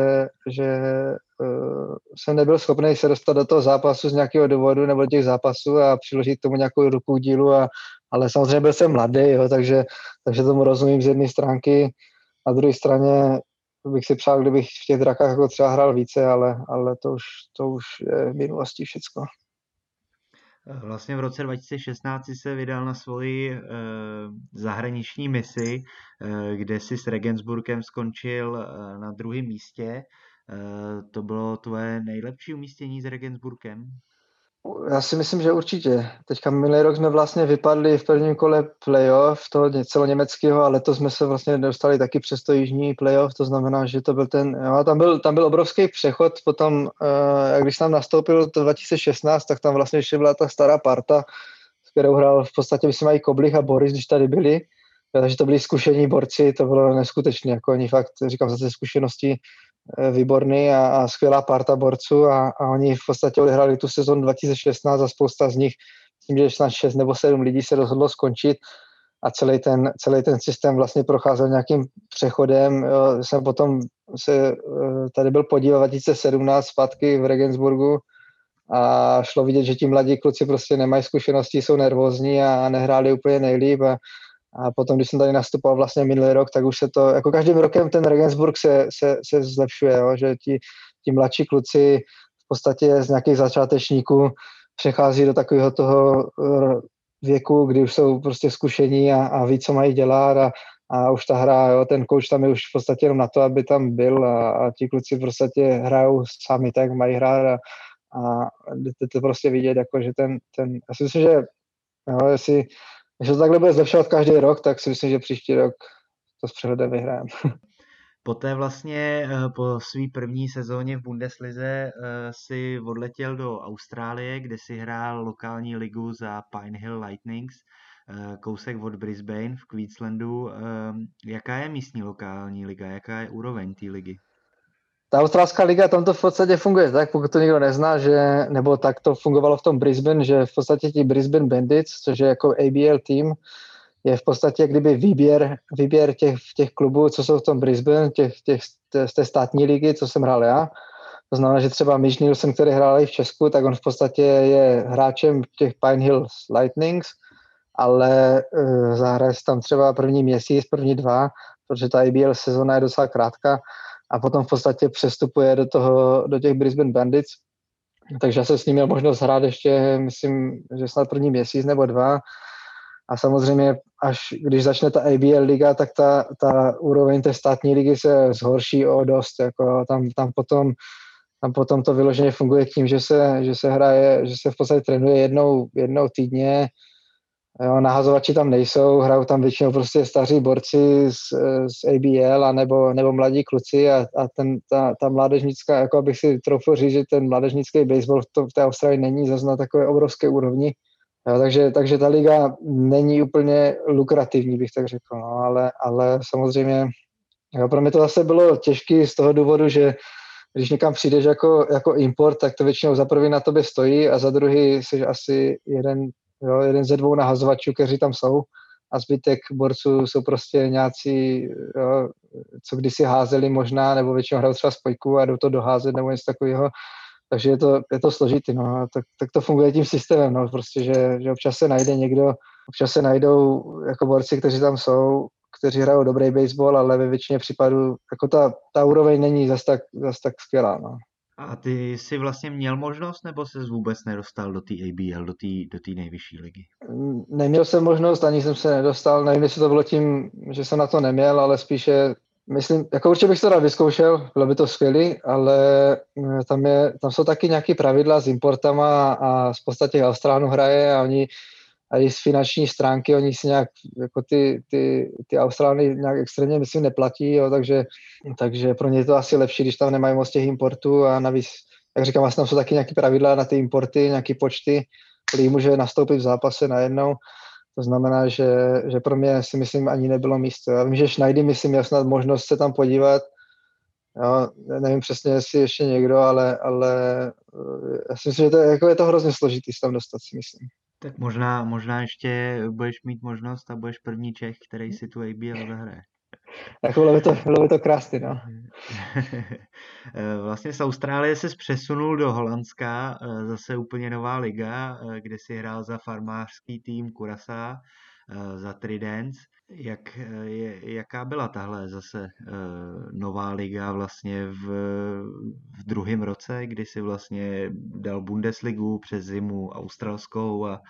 jsem nebyl schopný se dostat do toho zápasu z nějakého důvodu nebo do těch zápasů a přiložit k tomu nějakou ruku dílu, ale samozřejmě byl jsem mladý, jo, takže tomu rozumím z jedné stránky. Na druhé straně bych si přál, kdybych v těch Drakách jako třeba hrál více, ale to už je v minulosti všecko. Vlastně v roce 2016 se vydal na svoji zahraniční misi, kde si s Regensburgem skončil na 2. místě. To bylo tvoje nejlepší umístění s Regensburgem? Já si myslím, že určitě. Teďka minulý rok jsme vlastně vypadli v prvním kole playoff, toho celoněmeckého, a letos jsme se vlastně dostali taky přes to jižní playoff, to znamená, že to byl tam byl obrovský přechod potom, když tam nastoupil to 2016, tak tam vlastně ještě byla ta stará parta, s kterou hrál v podstatě, myslím, i Koblich a Boris, když tady byli, takže to byli zkušení borci, to bylo neskutečné, jako oni fakt, říkám, za ty zkušenosti výborný a skvělá parta borců a oni v podstatě odehráli tu sezonu 2016 a spousta z nich, myslím, že snad 6 nebo 7 lidí se rozhodlo skončit a celý ten systém vlastně procházel nějakým přechodem. Jsem potom tady byl podíl 2017 zpátky v Regensburgu a šlo vidět, že ti mladí kluci prostě nemají zkušenosti, jsou nervózní a nehráli úplně nejlíp a potom, když jsem tady nastupoval vlastně minulý rok, tak už se to, jako každým rokem ten Regensburg se zlepšuje, jo, že ti mladší kluci v podstatě z nějakých začátečníků přechází do takového toho věku, kdy už jsou prostě zkušení a ví, co mají dělat a už ta hra, jo, ten coach tam je už v podstatě jenom na to, aby tam byl a ti kluci v podstatě hrajou sami tak, mají hrát a to prostě vidět, jako, že ten já si myslím, že jo, jestli to takhle bude zlepšovat každý rok, tak si myslím, že příští rok to s přehledem vyhrajeme. Poté vlastně po své první sezóně v Bundeslize si odletěl do Austrálie, kde si hrál lokální ligu za Pine Hill Lightnings, kousek od Brisbane v Queenslandu. Jaká je místní lokální liga? Jaká je úroveň té ligy? Ta australská liga, tam to v podstatě funguje tak, pokud to někdo nezná, nebo tak to fungovalo v tom Brisbane, že v podstatě ti Brisbane Bandits, což je jako ABL tým, je v podstatě kdyby výběr těch klubů, co jsou v tom Brisbane, z té státní ligy, co jsem hrál já. To znamená, že třeba Mitch Nielsen, který hrál i v Česku, tak on v podstatě je hráčem těch Pine Hill Lightnings, ale zahraje tam třeba první měsíc, první 2, protože ta ABL sezona je docela krátká a potom v podstatě přestupuje do těch Brisbane Bandits. Takže já jsem s ním měl možnost hrát ještě, myslím, že snad první měsíc nebo 2. A samozřejmě, až když začne ta ABL liga, tak ta úroveň té státní ligy se zhorší o dost. Jako tam potom to vyloženě funguje tím, že se hraje, že se v podstatě trénuje jednou týdně Jo, nahazovači tam nejsou, hrajou tam většinou prostě staří borci z ABL a nebo mladí kluci a ta mládežnická, jako abych si troufl říct, že ten mládežnický baseball v té Austrálii není zase na takové obrovské úrovni. Jo, takže ta liga není úplně lukrativní, bych tak řekl, no, ale samozřejmě jo, pro mě to zase bylo těžké z toho důvodu, že když někam přijdeš jako import, tak to většinou za prvý na tobě stojí a za druhý jsi asi jeden ze 2 nahazovačů, kteří tam jsou a zbytek borců jsou prostě nějací, jo, co kdysi házeli možná, nebo většinou hrajou třeba spojku a jdou to doházet nebo něco takového. Takže je to složitý, no. Tak to funguje tím systémem, no. Prostě, že občas se najde někdo, občas se najdou jako borci, kteří tam jsou, kteří hrajou dobrý baseball, ale ve většině případů jako ta úroveň není zas tak skvělá, no. A ty jsi vlastně měl možnost, nebo ses vůbec nedostal do té ABL, do té nejvyšší ligy? Neměl jsem možnost, ani jsem se nedostal, nevím, jestli to bylo tím, že jsem na to neměl, ale spíše, myslím, jako určitě bych to rád vyzkoušel, bylo by to skvělý, ale tam jsou taky nějaké pravidla s importama a v podstatě Austrálanu hraje a oni a i z finanční stránky oni si nějak jako ty Australány nějak extrémně myslím neplatí, jo, takže pro ně je to asi lepší, když tam nemají moc těch importů a navíc, jak říkám, vlastně tam jsou taky nějaké pravidla na ty importy, nějaké počty, který může nastoupit v zápase najednou. To znamená, že pro mě si myslím ani nebylo místo. Já vím, že Schneidy, myslím, je snad možnost se tam podívat. Jo, nevím přesně, jestli ještě někdo, ale já si myslím, že je to hrozně složitý se tam dostat, si myslím. Tak možná ještě budeš mít možnost a budeš první Čech, který si tu ABL zahraje. Tak bylo by to krásný, no. Vlastně z Austrálie se přesunul do Holandska, zase úplně nová liga, kde si hrál za farmářský tým Curaçao, za Tridents. Jaká byla tahle zase nová liga vlastně v druhém roce, kdy si vlastně dal Bundesligu přes zimu australskou a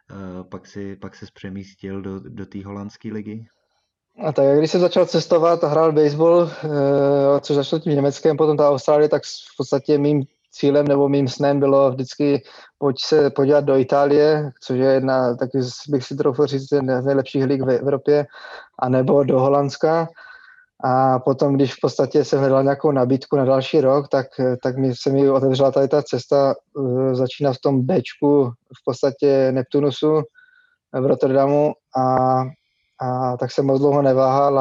pak se přemístil do té holandské ligy? A tak když jsem začal cestovat a hrál baseball, což začalo tím Německem, potom ta Austrálie, tak v podstatě mým cílem nebo mým snem bylo vždycky pojď se podívat do Itálie, což je jedna, taky bych si troufl říct, jedna z nejlepších lig v Evropě, anebo do Holandska. A potom, když v podstatě jsem hledal nějakou nabídku na další rok, tak se mi otevřela tady ta cesta začínat v tom Bčku, v podstatě Neptunusu v Rotterdamu a tak jsem moc dlouho neváhal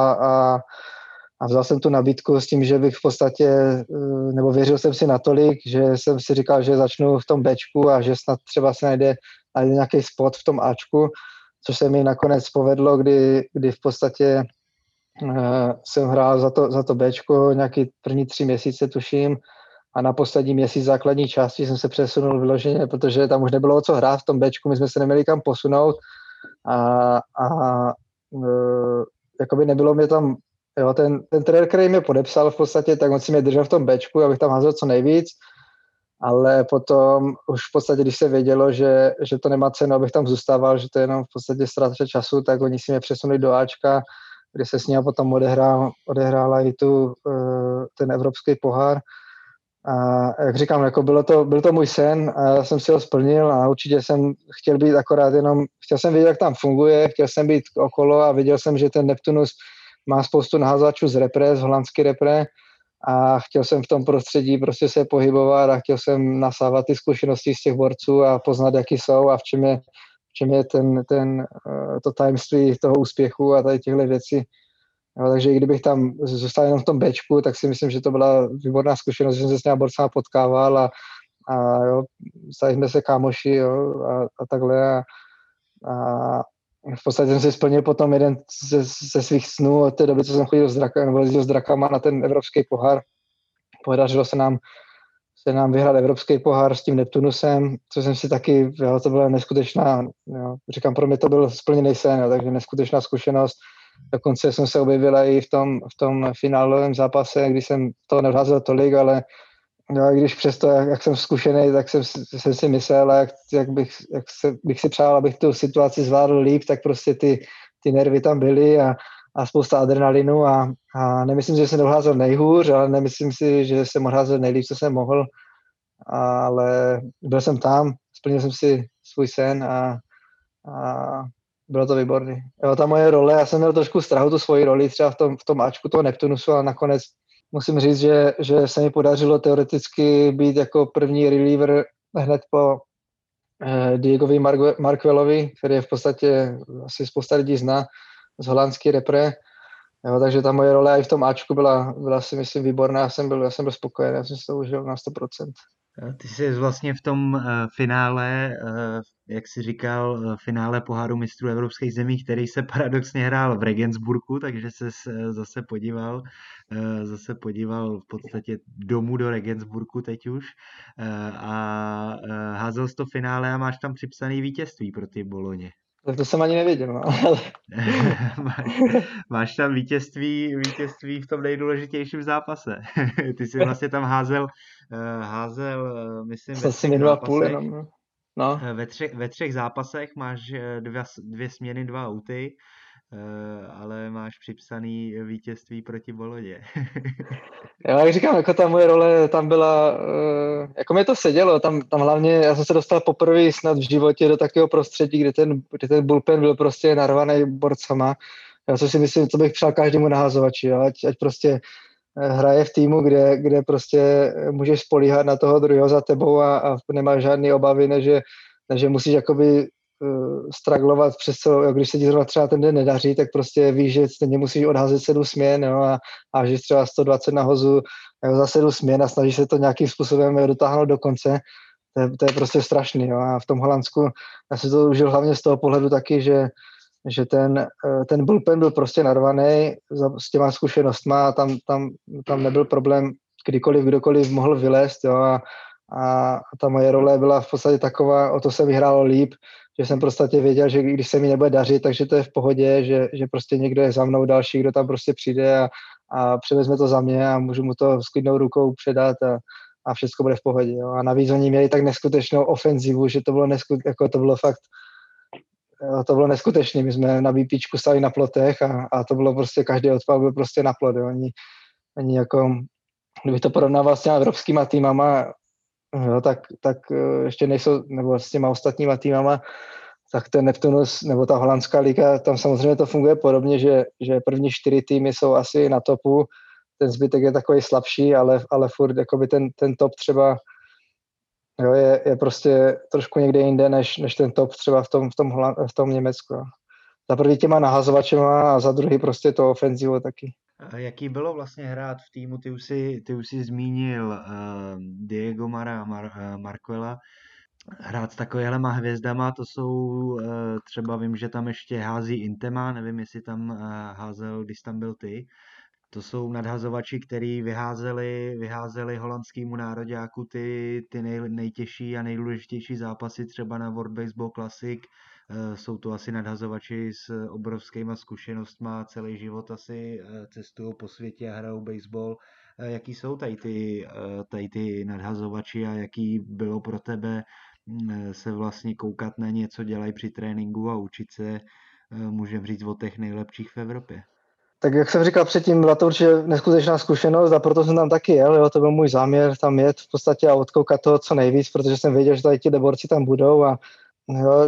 a vzal jsem tu nabídku s tím, že bych v podstatě, nebo věřil jsem si natolik, že jsem si říkal, že začnu v tom Bčku a že snad třeba se najde nějaký spot v tom Ačku, což se mi nakonec povedlo, kdy v podstatě jsem hrál za to Bčko nějaký první 3 měsíce, tuším, a na poslední měsíc základní části jsem se přesunul vyloženě, protože tam už nebylo o co hrát v tom Bčku, my jsme se neměli kam posunout a jakoby nebylo mě tam, jo, ten trenér, který mě podepsal v podstatě, tak on si mě držel v tom Bčku, abych tam házel co nejvíc, ale potom už v podstatě, když se vědělo, že to nemá cenu, abych tam zůstával, že to je jenom v podstatě ztráta času, tak oni si mě přesunuli do Ačka, kde se s ním potom odehrála i ten evropský pohár. A jak říkám, jako byl to můj sen a já jsem si ho splnil a určitě jsem chtěl být akorát chtěl jsem vidět, jak tam funguje, chtěl jsem být okolo a viděl jsem, že ten Neptunus má spoustu nahazovačů z holandský repre a chtěl jsem v tom prostředí prostě se pohybovat a chtěl jsem nasávat ty zkušenosti z těch borců a poznat, jaký jsou a v čem je to tajemství toho úspěchu a tady těchto věcí. Jo, takže i kdybych tam zůstal jenom v tom Bčku, tak si myslím, že to byla výborná zkušenost, že jsem se s těma borcama potkával a jo, stali jsme se kámoši, jo, a takhle a v podstatě jsem si splnil potom jeden ze svých snů od té doby, co jsem chodil s Drakama na ten evropský pohár. Podařilo se nám vyhrát evropský pohár s tím Neptunusem, co jsem si taky, jo, to byla neskutečná, jo, říkám, pro mě to byl splněný sen, jo, takže neskutečná zkušenost. Dokonce jsem se objevil i v tom finálovém zápase, kdy jsem toho neodházel tolik, ale jo, když přesto, jak jsem zkušený, tak jsem si myslel, jak bych si přál, abych tu situaci zvládl líp, tak prostě ty nervy tam byly a spousta adrenalinu a nemyslím si, že jsem odházel nejhůř, ale nemyslím si, že jsem odházel nejlíp, co jsem mohl, ale byl jsem tam, splnil jsem si svůj sen a bylo to výborný. Jo, ta moje role, já jsem měl trošku strachu tu svoji roli třeba v tom Ačku toho Neptunusu, ale nakonec musím říct, že se mi podařilo teoreticky být jako první reliever hned po Diegovi Markvelovi, který je v podstatě asi spousta lidí zná z holandský repre. Jo, takže ta moje role i v tom Ačku byla si myslím výborná, já jsem byl spokojený, já jsem si to užil na 100%. Ty jsi vlastně v tom finále, jak jsi říkal, finále poháru mistrů evropských zemí, který se paradoxně hrál v Regensburgu, takže se zase podíval v podstatě domů do Regensburgu teď už a házel jsi to finále a máš tam připsaný vítězství pro ty Boloně. Tak to jsem ani nevěděl. No. Máš tam vítězství v tom nejdůležitějším zápase. Ty jsi vlastně tam házel myslím, ve 3 zápasech. No. Ve 3 zápasech máš 2 směny, 2 outy, ale máš připsaný vítězství proti Bologně. Jo, jak říkám, jako ta moje role tam byla, jako mi to sedělo, tam hlavně, já jsem se dostal poprvé snad v životě do takového prostředí, kde ten bullpen byl prostě narvaný borcama, já co si myslím, co bych přál každému nahazovači, jo, ať prostě hraje v týmu, kde prostě můžeš spolíhat na toho druhého za tebou a nemáš žádný obavy, než musíš jakoby straglovat přes celou, když se ti zrovna třeba ten den nedaří, tak prostě víš, že stejně musíš odházet 7 směn, jo, a že třeba 120 nahozu za 7 směn a snažíš se to nějakým způsobem dotáhnout do konce. To je prostě strašný. Jo. A v tom Holandsku já si to užil hlavně z toho pohledu taky, že ten bullpen byl prostě narvaný s těma zkušenostma a tam nebyl problém, kdykoliv kdokoliv mohl vylézt. Jo, a ta moje role byla v podstatě taková, o to se vyhrálo líp, že jsem prostě věděl, že když se mi nebude dařit, takže to je v pohodě, že prostě někdo je za mnou další, kdo tam prostě přijde a převezme to za mě a můžu mu to s klidnou rukou předat a všechno bude v pohodě. Jo. A navíc oni měli tak neskutečnou ofenzivu, že to bylo neskutečné. My jsme na BPčku stali na plotech a to bylo prostě, každý odpal byl prostě na plot. Jo. Oni jako, kdybych to porovnával s těma evropskýma týmama, jo, tak ještě nejsou, nebo s těma ostatníma týmama, tak ten Neptunus nebo ta holandská liga, tam samozřejmě to funguje podobně, že první 4 týmy jsou asi na topu, ten zbytek je takový slabší, ale furt jakoby ten top třeba jo, je prostě trošku někde jinde, než ten top třeba v tom Německu. Jo. Za první těma nahazovačema a za druhý prostě to ofenzivo taky. A jaký bylo vlastně hrát v týmu? Ty už si zmínil Diego Marquela. Hrát s takovýhlema hvězdama, to jsou třeba vím, že tam ještě hází Intema, nevím, jestli tam házel, když tam byl ty. To jsou nadhazovači, který vyházeli holandskému nároďáku ty nejtěžší a nejdůležitější zápasy třeba na World Baseball Classic. Jsou to asi nadhazovači s obrovskýma zkušenostma, celý život asi cestují po světě a hrajou baseball. Jaký jsou tady ty nadhazovači a jaký bylo pro tebe se vlastně koukat na ně, co dělají při tréninku a učit se, můžeme říct, o těch nejlepších v Evropě? Tak jak jsem říkal předtím, byla to určitě neskutečná zkušenost a proto jsem tam taky jel, jo, to byl můj záměr tam jet v podstatě a odkoukat toho co nejvíc, protože jsem věděl, že tady ti deborci tam budou a jo,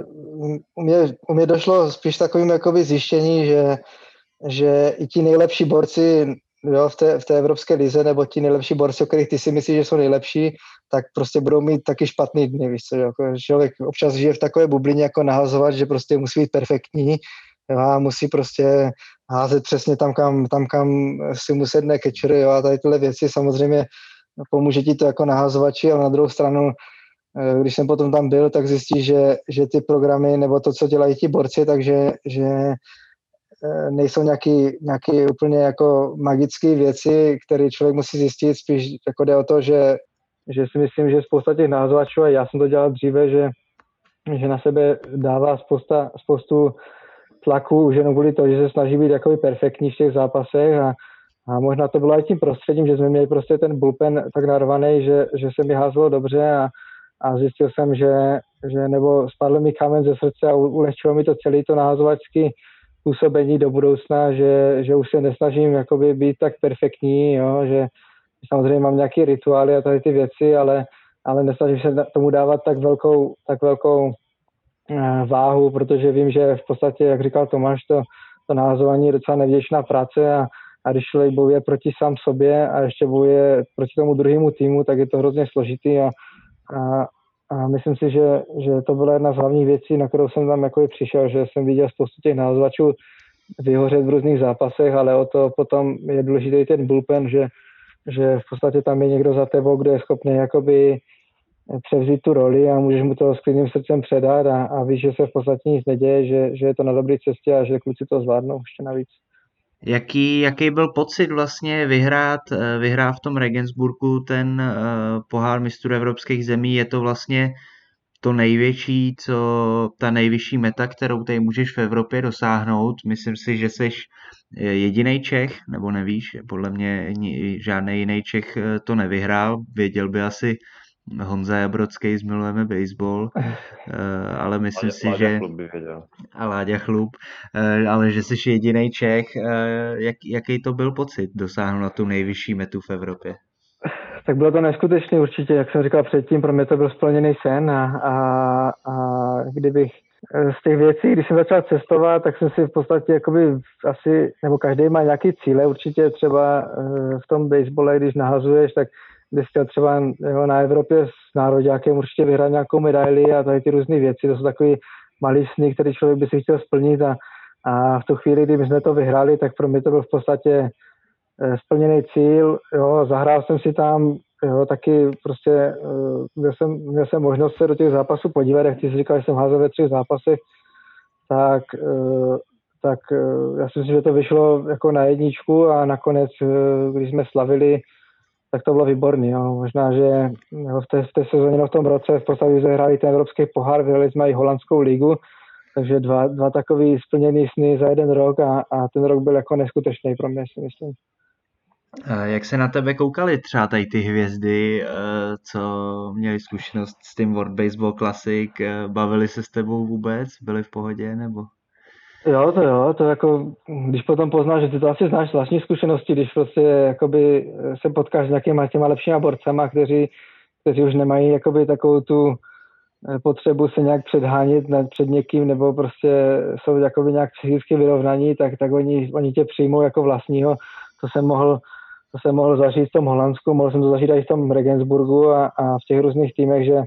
u mě došlo spíš takovým jakoby zjištění, že i ti nejlepší borci jo, v té evropské lize, nebo ti nejlepší borci, o kterých ty si myslíš, že jsou nejlepší, tak prostě budou mít taky špatný dny, víš co, jako člověk občas žije v takové bublině jako nahazovat, že prostě musí být perfektní, jo, a musí prostě házet přesně tam, kam si mu sedne catcher, jo, a tady tyhle věci samozřejmě pomůže ti to jako nahazovači, ale na druhou stranu, když jsem potom tam byl, tak zjistíš, že ty programy nebo to, co dělají ti borci, takže nejsou nějaké úplně jako magické věci, které člověk musí zjistit, spíš jako jde o to, že si myslím, že spousta těch nahazovačů, a já jsem to dělal dříve, že na sebe dává spoustu tlaku už jenom kvůli to, že se snaží být jakoby perfektní v těch zápasech a možná to bylo i tím prostředím, že jsme měli prostě ten bullpen tak narvaný, že se mi házelo dobře a zjistil jsem, že nebo spadl mi kámen ze srdce a ulehčilo mi to celé to nahazovačské působení do budoucna, že už se nesnažím jakoby být tak perfektní, jo, že samozřejmě mám nějaké rituály a tady ty věci, ale nesnažím se tomu dávat tak velkou váhu, protože vím, že v podstatě, jak říkal Tomáš, to nahazování je docela nevděčná práce a když člověk bojuje proti sám sobě a ještě bojuje proti tomu druhému týmu, tak je to hrozně složitý a myslím si, že to byla jedna z hlavních věcí, na kterou jsem tam jako přišel, že jsem viděl spoustu těch nahazovačů vyhořet v různých zápasech, ale o to potom je důležitý ten bullpen, že v podstatě tam je někdo za tebou, kdo je schopný jakoby převzít tu roli a můžeš mu to s klidným srdcem předat a víš, že se v podstatě nic neděje, že je to na dobré cestě a že kluci to zvládnou ještě navíc. Jaký byl pocit vlastně vyhrát v tom Regensburgu ten pohár mistrů evropských zemí? Je to vlastně to největší, ta nejvyšší meta, kterou tady můžeš v Evropě dosáhnout. Myslím si, že jsi jediný Čech, nebo nevíš, podle mě žádný jiný Čech to nevyhrál. Věděl by asi Honza Jabrocký z Milujeme baseball, ale myslím si, že... A Láďa Chlub, ale že jsi jediný Čech. Jaký to byl pocit dosáhnout na tu nejvyšší metu v Evropě? Tak bylo to neskutečné určitě, jak jsem říkal předtím, pro mě to byl splněný sen a kdybych z těch věcí, když jsem začal cestovat, tak jsem si v podstatě jakoby asi, nebo každý má nějaký cíle, určitě třeba v tom basebole, když nahazuješ, tak bys chtěl třeba na Evropě s nároďákem určitě vyhrát nějakou medaili a tady ty různé věci, to jsou takový malý sny, který člověk by si chtěl splnit a v tu chvíli, kdy my jsme to vyhráli, tak pro mě to byl v podstatě splněný cíl, jo, zahrál jsem si tam, jo, taky prostě měl jsem možnost se do těch zápasů podívat, jak ty jsi říkal, že jsem házel ve 3 zápasech, tak já si myslím, že to vyšlo jako na jedničku a nakonec, když jsme slavili, tak to bylo výborný, jo. Možná, že jo, v té sezóně, v tom roce v podstatě zahráli ten evropský pohár, vyhrali jsme i holandskou ligu, takže dva takový splněný sny za jeden rok a ten rok byl jako neskutečný pro mě, si myslím. Jak se na tebe koukali třeba tady ty hvězdy, co měli zkušenost s tím World Baseball Classic, bavili se s tebou vůbec, byli v pohodě nebo? Jo, to jako, když potom poznáš, že ty to asi znáš z vlastní zkušenosti, když prostě jakoby se potkáš s nějakýma těma lepšíma borcama, kteří už nemají jakoby takovou tu potřebu se nějak předhánět před někým, nebo prostě jsou jakoby nějak psychicky vyrovnaní, tak oni tě přijmou jako vlastního. To jsem mohl zažít v tom Holandsku, mohl jsem to zažít i v tom Regensburgu a v těch různých týmech, že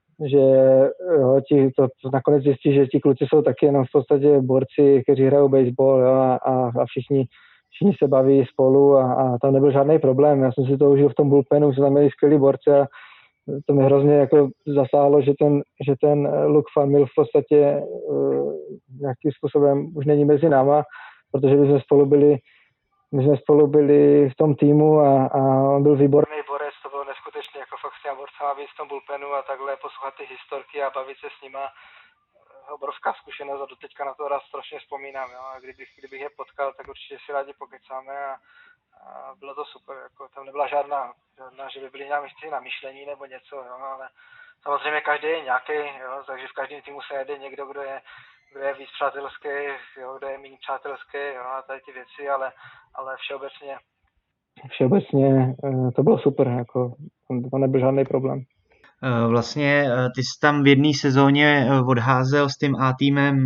jo, to nakonec zjistí, že ti kluci jsou taky jenom v podstatě borci, kteří hrajou baseball, jo, a všichni se baví spolu a tam nebyl žádný problém. Já jsem si to užil v tom bullpenu, že tam měli skvělý borci a to mě hrozně jako zasáhlo, že ten Luke Famil v podstatě nějakým způsobem už není mezi náma, protože my jsme spolu byli v tom týmu a on byl výborný borec, to bylo neskutečně jako fakt s těma borcama být v tom bullpenu a takhle poslouchat ty historky a bavit se s nima. Obrovská zkušenost a doteďka na to raz strašně vzpomínám, jo. A kdybych je potkal, tak určitě si rádi pokecáme a bylo to super, jako tam nebyla žádná, že by byli nějaký na myšlení nebo něco, jo, ale samozřejmě každý je nějaký, jo, takže v každém týmu se najde někdo, kdo je víc přátelský, jo, kdo je méně přátelský, jo, a tady ty věci, ale všeobecně to bylo super, jako to nebyl žádný problém. Vlastně ty jsi tam v jedné sezóně odházel s tím A týmem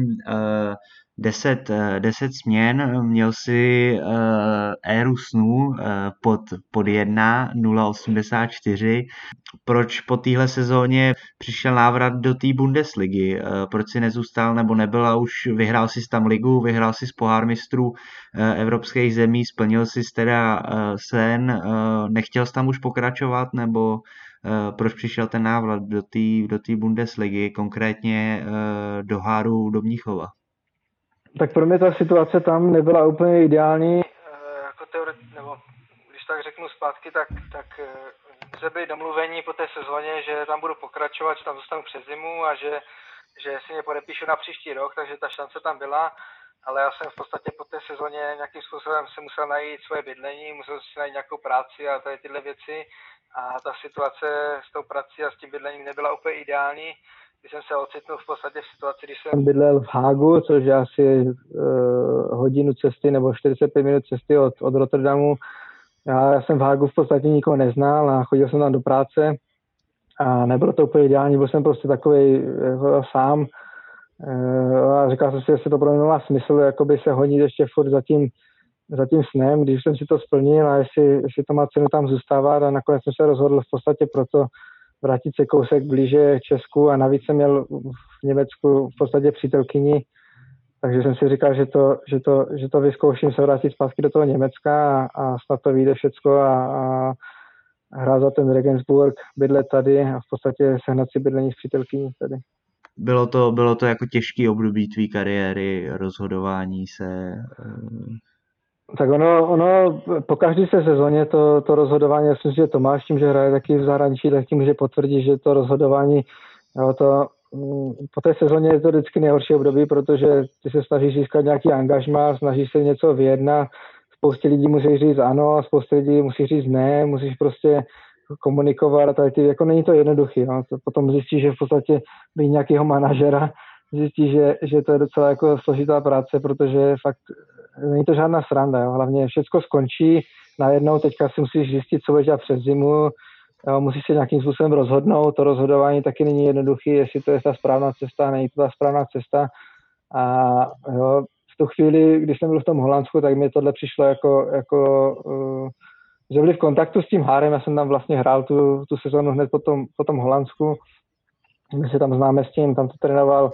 10 směn, měl si éru snů pod 1, 0,84. Proč po téhle sezóně přišel návrat do té Bundesligy? Proč si nezůstal nebo nebyla už, vyhrál jsi tam ligu, vyhrál jsi pohár mistrů evropských zemí, splnil jsi teda sen, nechtěl jsi tam už pokračovat nebo proč přišel ten návrat do té Bundesligy, konkrétně do Háru do Mnichova? Tak pro mě ta situace tam nebyla úplně ideální, jako nebo když tak řeknu zpátky, tak se byli domluvení po té sezóně, že tam budu pokračovat, že tam zůstanu přes zimu a že si mě podepíšu na příští rok, takže ta šance tam byla, ale já jsem v podstatě po té sezóně nějakým způsobem se musel najít svoje bydlení, musel si najít nějakou práci a tady tyhle věci a ta situace s tou prací a s tím bydlením nebyla úplně ideální. Když jsem se ocitnul v podstatě v situaci, když jsem bydlel v Hágu, což je asi hodinu cesty nebo 45 minut cesty od Rotterdamu. Já jsem v Hágu v podstatě nikoho neznal a chodil jsem tam do práce a nebylo to úplně ideální, byl jsem prostě takovej jako sám A říkal jsem si, jestli to pro mě má smysl jakoby se honit ještě furt za tím snem, když jsem si to splnil a jestli to má cenu tam zůstávat, a nakonec jsem se rozhodl v podstatě proto vrátit se kousek blíže Česku a navíc jsem měl v Německu v podstatě přítelkyni, takže jsem si říkal, že to vyzkouším se vrátit zpátky do toho Německa a snad to vyjde všecko a hrát za ten Regensburg, bydlet tady a v podstatě sehnat si bydlení s přítelkyní tady. Bylo to jako těžký období tvý kariéry, rozhodování se? Tak ono po každé sezóně to rozhodování, já myslím, že Tomáš tím, že hraje taky v zahraničí, tak tím může potvrdit, že to rozhodování, po té sezóně je to vždycky nejhorší období, protože ty se snažíš získat nějaký angažmá, snažíš se něco vyjednat, spoustě lidí musí říct ano, spoustě lidí musí říct ne, musíš prostě komunikovat a tady jako není to jednoduchý. No. To potom zjistíš, že v podstatě být nějakého manažera, zjistíš, že to je docela jako složitá práce, protože fakt není to žádná sranda. Jo. Hlavně všecko skončí najednou, teďka si musíš zjistit, co budeš dělat přes zimu, jo, musíš se nějakým způsobem rozhodnout, to rozhodování taky není jednoduchý, jestli to je ta správná cesta, není to ta správná cesta. A jo, v tu chvíli, když jsem byl v tom Holandsku, tak mi tohle přišlo že byli v kontaktu s tím Hárem, já jsem tam vlastně hrál tu sezonu hned po tom Holandsku. My se tam známe s tím, tam to trénoval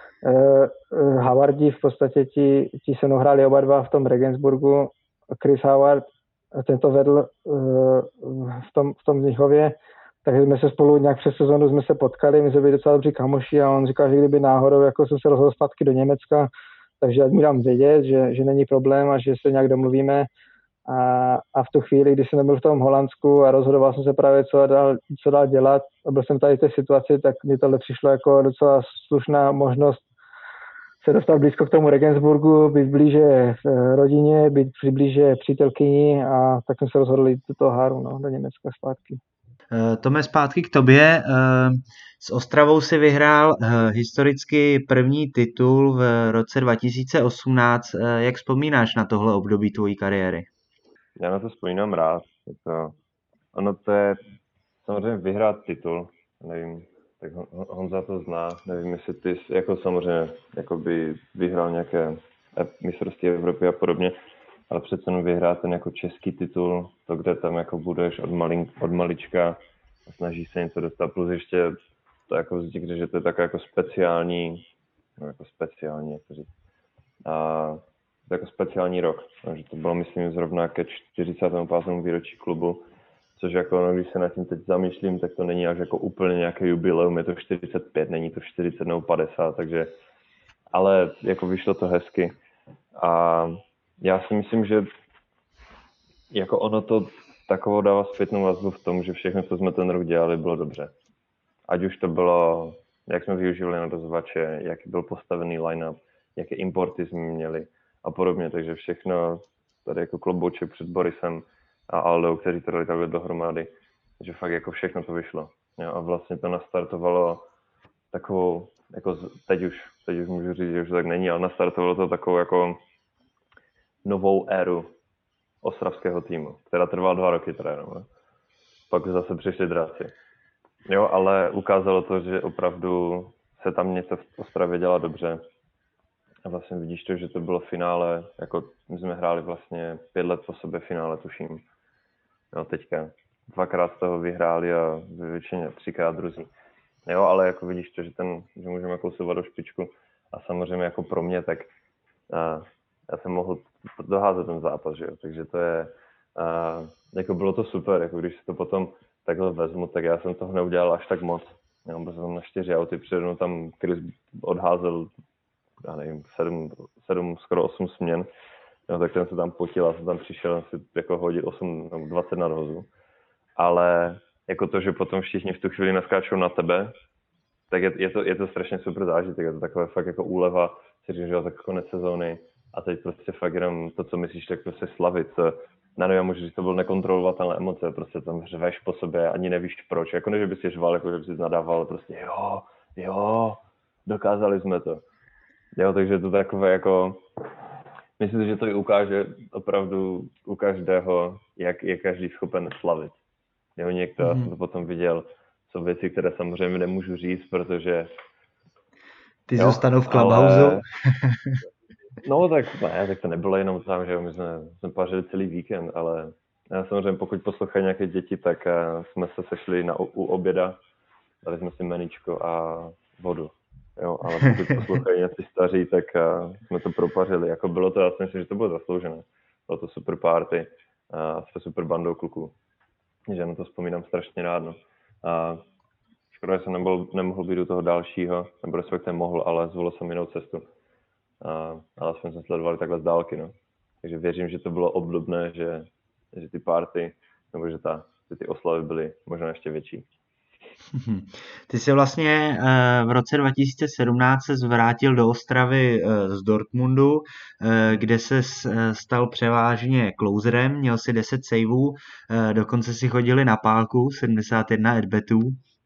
Havardi, v podstatě ti se mnou hráli oba dva v tom Regensburgu. Chris Howard, ten to vedl v tom Mnichově, takže jsme se spolu nějak přes sezonu jsme se potkali, my jsme byli docela dobří kamoši a on říkal, že kdyby náhodou jako jsem se rozhodl zpátky do Německa, takže ať mi dám vědět, že není problém a že se nějak domluvíme. A v tu chvíli, když jsem byl v tom Holandsku a rozhodoval jsem se právě, co dál dělat, a byl jsem tady v té situaci, tak mi tohle přišlo jako docela slušná možnost se dostat blízko k tomu Regensburgu, být blíže rodině, být blíže přítelkyni a tak jsem se rozhodl jít do toho Háru, do Německa zpátky. Tome, zpátky k tobě. S Ostravou si vyhrál historicky první titul v roce 2018. Jak vzpomínáš na tohle období tvojí kariéry? Já na to vzpomínám rád. Ono to je samozřejmě vyhrát titul, nevím, tak Honza to zná, nevím, jestli ty jako samozřejmě jakoby vyhrál nějaké mistrovství Evropy a podobně, ale přece jenom vyhrát ten jako český titul, to, kde tam jako budeš od malička a snažíš se něco dostat, plus ještě to jako vznikne, že to je tak jako speciální, jak to říct, jako speciální rok, takže to bylo, myslím, zrovna ke 45. výročí klubu, což jako, když se nad tím teď zamýšlím, tak to není až jako úplně nějaké jubileum, je to 45, není to 40 nebo 50, takže, ale jako vyšlo to hezky a já si myslím, že jako ono to takovou dává zpětnou vazbu v tom, že všechno, co jsme ten rok dělali, bylo dobře. Ať už to bylo, jak jsme využívali na dozvače, jak byl postavený line-up, jaké importy jsme měli a podobně, takže všechno tady jako klobouček před Borisem a Aldou, kteří to dali takhle dohromady, že fakt jako všechno to vyšlo. Jo, a vlastně to nastartovalo takovou, jako teď už můžu říct, že už to tak není, ale nastartovalo to takovou jako novou éru ostravského týmu, která trvala 2 roky trénovat. Pak zase přišli dráci. Jo, ale ukázalo to, že opravdu se tam něco v Ostravě dělá dobře. A vlastně vidíš to, že to bylo finále, jako my jsme hráli vlastně 5 let po sobě finále, tuším. Jo, teďka 2krát z toho vyhráli a většině 3krát druzí. Jo, ale jako vidíš to, že můžeme kousovat do špičku. A samozřejmě jako pro mě, tak já jsem mohl doházet ten zápas, že jo. Takže to je, jako bylo to super, jako když si to potom takhle vezmu, tak já jsem toho neudělal až tak moc. Jo, byl jsem tam na 4 auty, přednou tam Chris odházel, já nevím, 7 skoro 8 směn. No, tak ten se tam potil a jsem tam přišel si jako hodit 20 nadhozů. Ale jako to, že potom všichni v tu chvíli naskáčou na tebe, tak je to strašně super zážitek. Je to takové fakt jako úleva, si říkáš, že tak konec sezóny a teď prostě fakt jenom to, co myslíš, tak prostě slavit. Nevím, můžu říct, to byl nekontrolovatelné emoce, prostě tam řveš po sobě, ani nevíš proč. Jako ne, že bys si řval, jako že bys si nadával, prostě jo, dokázali jsme to. Jo, takže to takové jako, myslím, že to i ukáže opravdu u každého, jak je každý schopen slavit. Jo, někdo, jsem to potom viděl, jsou věci, které samozřejmě nemůžu říct, protože Ty zůstanou v Clubhouse? Ale... No tak ne, tak to nebylo jenom tam, že my jsme pařili celý víkend, ale samozřejmě pokud poslouchají nějaké děti, tak jsme se sešli u oběda, dali jsme si meničko a vodu. Jo, ale pokud poslouchají nějací staří, tak jsme to propařili. Jako bylo to, já si myslím, že to bylo zasloužené. Bylo to super party a jsme super bandou kluků. Že na to vzpomínám strašně rád. No. A škoda, že jsem nemohl být u toho dalšího, nebo respektive mohl, ale zvolil jsem jinou cestu. Ale jsme se sledovali takhle z dálky. No. Takže věřím, že to bylo obdobné, že ty party, nebo že ty oslavy byly možná ještě větší. Ty jsi vlastně v roce 2017 se zvrátil do Ostravy z Dortmundu, kde se stal převážně closerem, měl si 10 saveů, dokonce si chodili na pálku, 71 at-batů.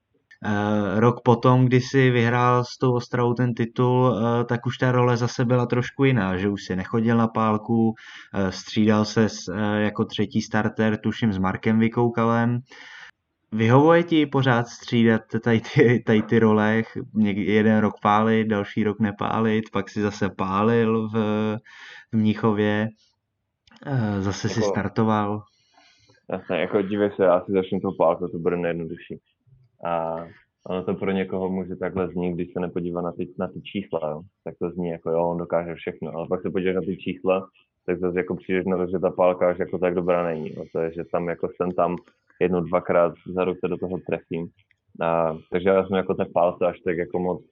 Rok potom, kdy si vyhrál s tou Ostravou ten titul, tak už ta role zase byla trošku jiná, že už si nechodil na pálku, střídal se jako třetí starter, tuším s Markem Vykoukalem. Vyhovuje ti pořád střídat tady ty role, jeden rok pálit, další rok nepálit, pak si zase pálil v Mnichově, zase si startoval. Jasně, jako dívej se, já si začnu toho pálku, to bude nejjednodušší. A ono to pro někoho může takhle znít, když se nepodívá na ty čísla, jo. Tak to zní jako jo, on dokáže všechno, ale pak se podíváš na ty čísla, tak zase jako přijdeš na to, že ta pálka až jako tak dobrá není, jo. To je, že tam jako jsem tam 1-2krát za rok se do toho trefím. Takže já jsem jako ten pálce až tak jako moc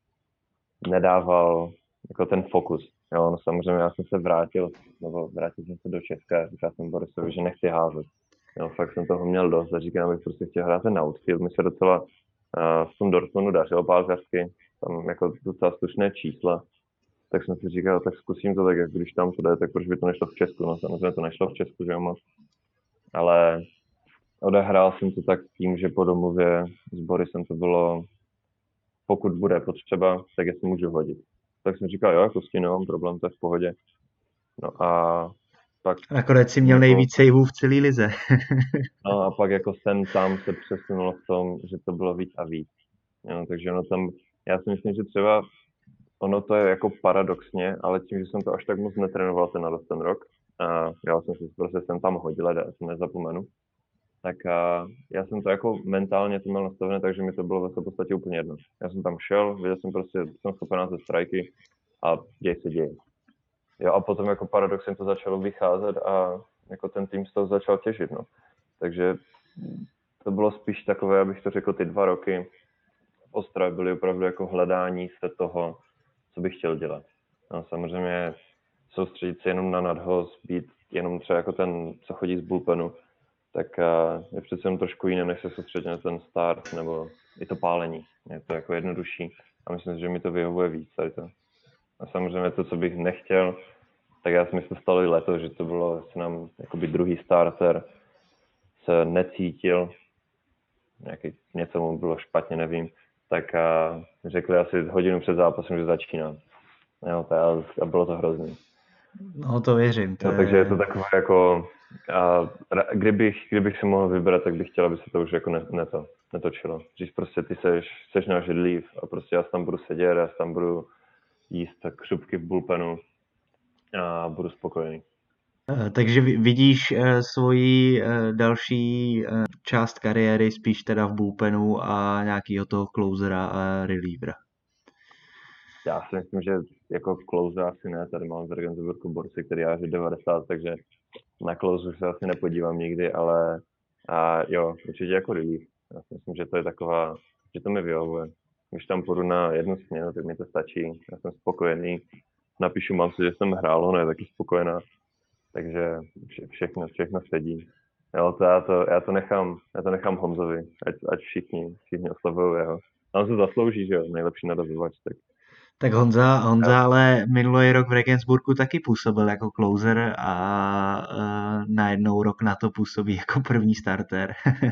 nedával jako ten fokus. Jo, no samozřejmě já jsem se vrátil jsem se do Česka, říkal jsem Borisovi, že nechci házet. Jo, fakt jsem toho měl dost a říkám, abych prostě chtěl hrát ten outfield. Mi se docela v tom Dortmundu dařilo pálkařsky, tam jako docela slušné čísla. Tak jsem si říkal, tak zkusím to tak, jak když tam to jde, tak proč by to nešlo v Česku? No samozřejmě to nešlo v Česku, že jo moc. Ale odehrál jsem to tak tím, že po domluvě s Borisem to bylo, pokud bude potřeba, tak jestli můžu hodit. Tak jsem říkal, jo, jako s tím nemám problém, to je v pohodě. No a pak... Nakonec si měl nejvíc saveů v celé lize. No a pak jako tam se přesunulo v tom, že to bylo víc a víc. Jo, takže ono tam, já si myslím, že třeba ono to je jako paradoxně, ale tím, že jsem to až tak moc netrénoval ten rok, a já jsem si prostě tam hodil, já si nezapomenu, tak já jsem to jako mentálně to měl nastavené, takže mi to bylo v podstatě úplně jedno. Já jsem tam šel, viděl jsem prostě, jsem schopen ze strajky a děj. Jo, a potom jako paradoxem to začalo vycházet a jako ten tým z toho začal těžit, no. Takže to bylo spíš takové, abych to řekl, ty 2 roky v Ostravě byly opravdu jako hledání se toho, co bych chtěl dělat. No, samozřejmě soustředit se jenom na nadhoz, být jenom třeba jako ten, co chodí z bullpenu, tak je přece jenom trošku jiné, než se soustředit na ten start nebo i to pálení. Je to jako jednodušší a myslím, že mi to vyhovuje víc tady to. A samozřejmě to, co bych nechtěl, tak já si myslím, stalo i letos, že to bylo, že nám jakoby druhý starter se necítil, něco mu bylo špatně, nevím, tak řekli asi hodinu před zápasem, že začínám. Jo, a bylo to hrozný. No to věřím. Takže je to takové jako, kdybych se mohl vybrat, tak bych chtěl, aby se to už jako netočilo. Říct prostě, ty seš náš lív a prostě já tam budu sedět, já tam budu jíst křupky v bullpenu a budu spokojený. Takže vidíš svoji další část kariéry spíš teda v bullpenu a nějakýho toho closera a relievera? Já si myslím, že jako closer asi ne, tady mám v Regensburgu borci, který jáří 90, takže na close už se asi nepodívám nikdy, ale jo, určitě jako relief. Já si myslím, že to je taková, že to mi vyhovuje. Když tam půjdu na jednu směnu, tak mi to stačí, já jsem spokojený, napíšu mamce, že jsem hrál, ona je taky spokojená, takže všechno sedí. Jo, já to nechám Honzovi, ať všichni oslavují jeho. A on se zaslouží, že jo, nejlepší nadazovač, tak. Tak Honza ale minulý rok v Regensburgu taky působil jako closer a najednou rok na to působí jako první starter.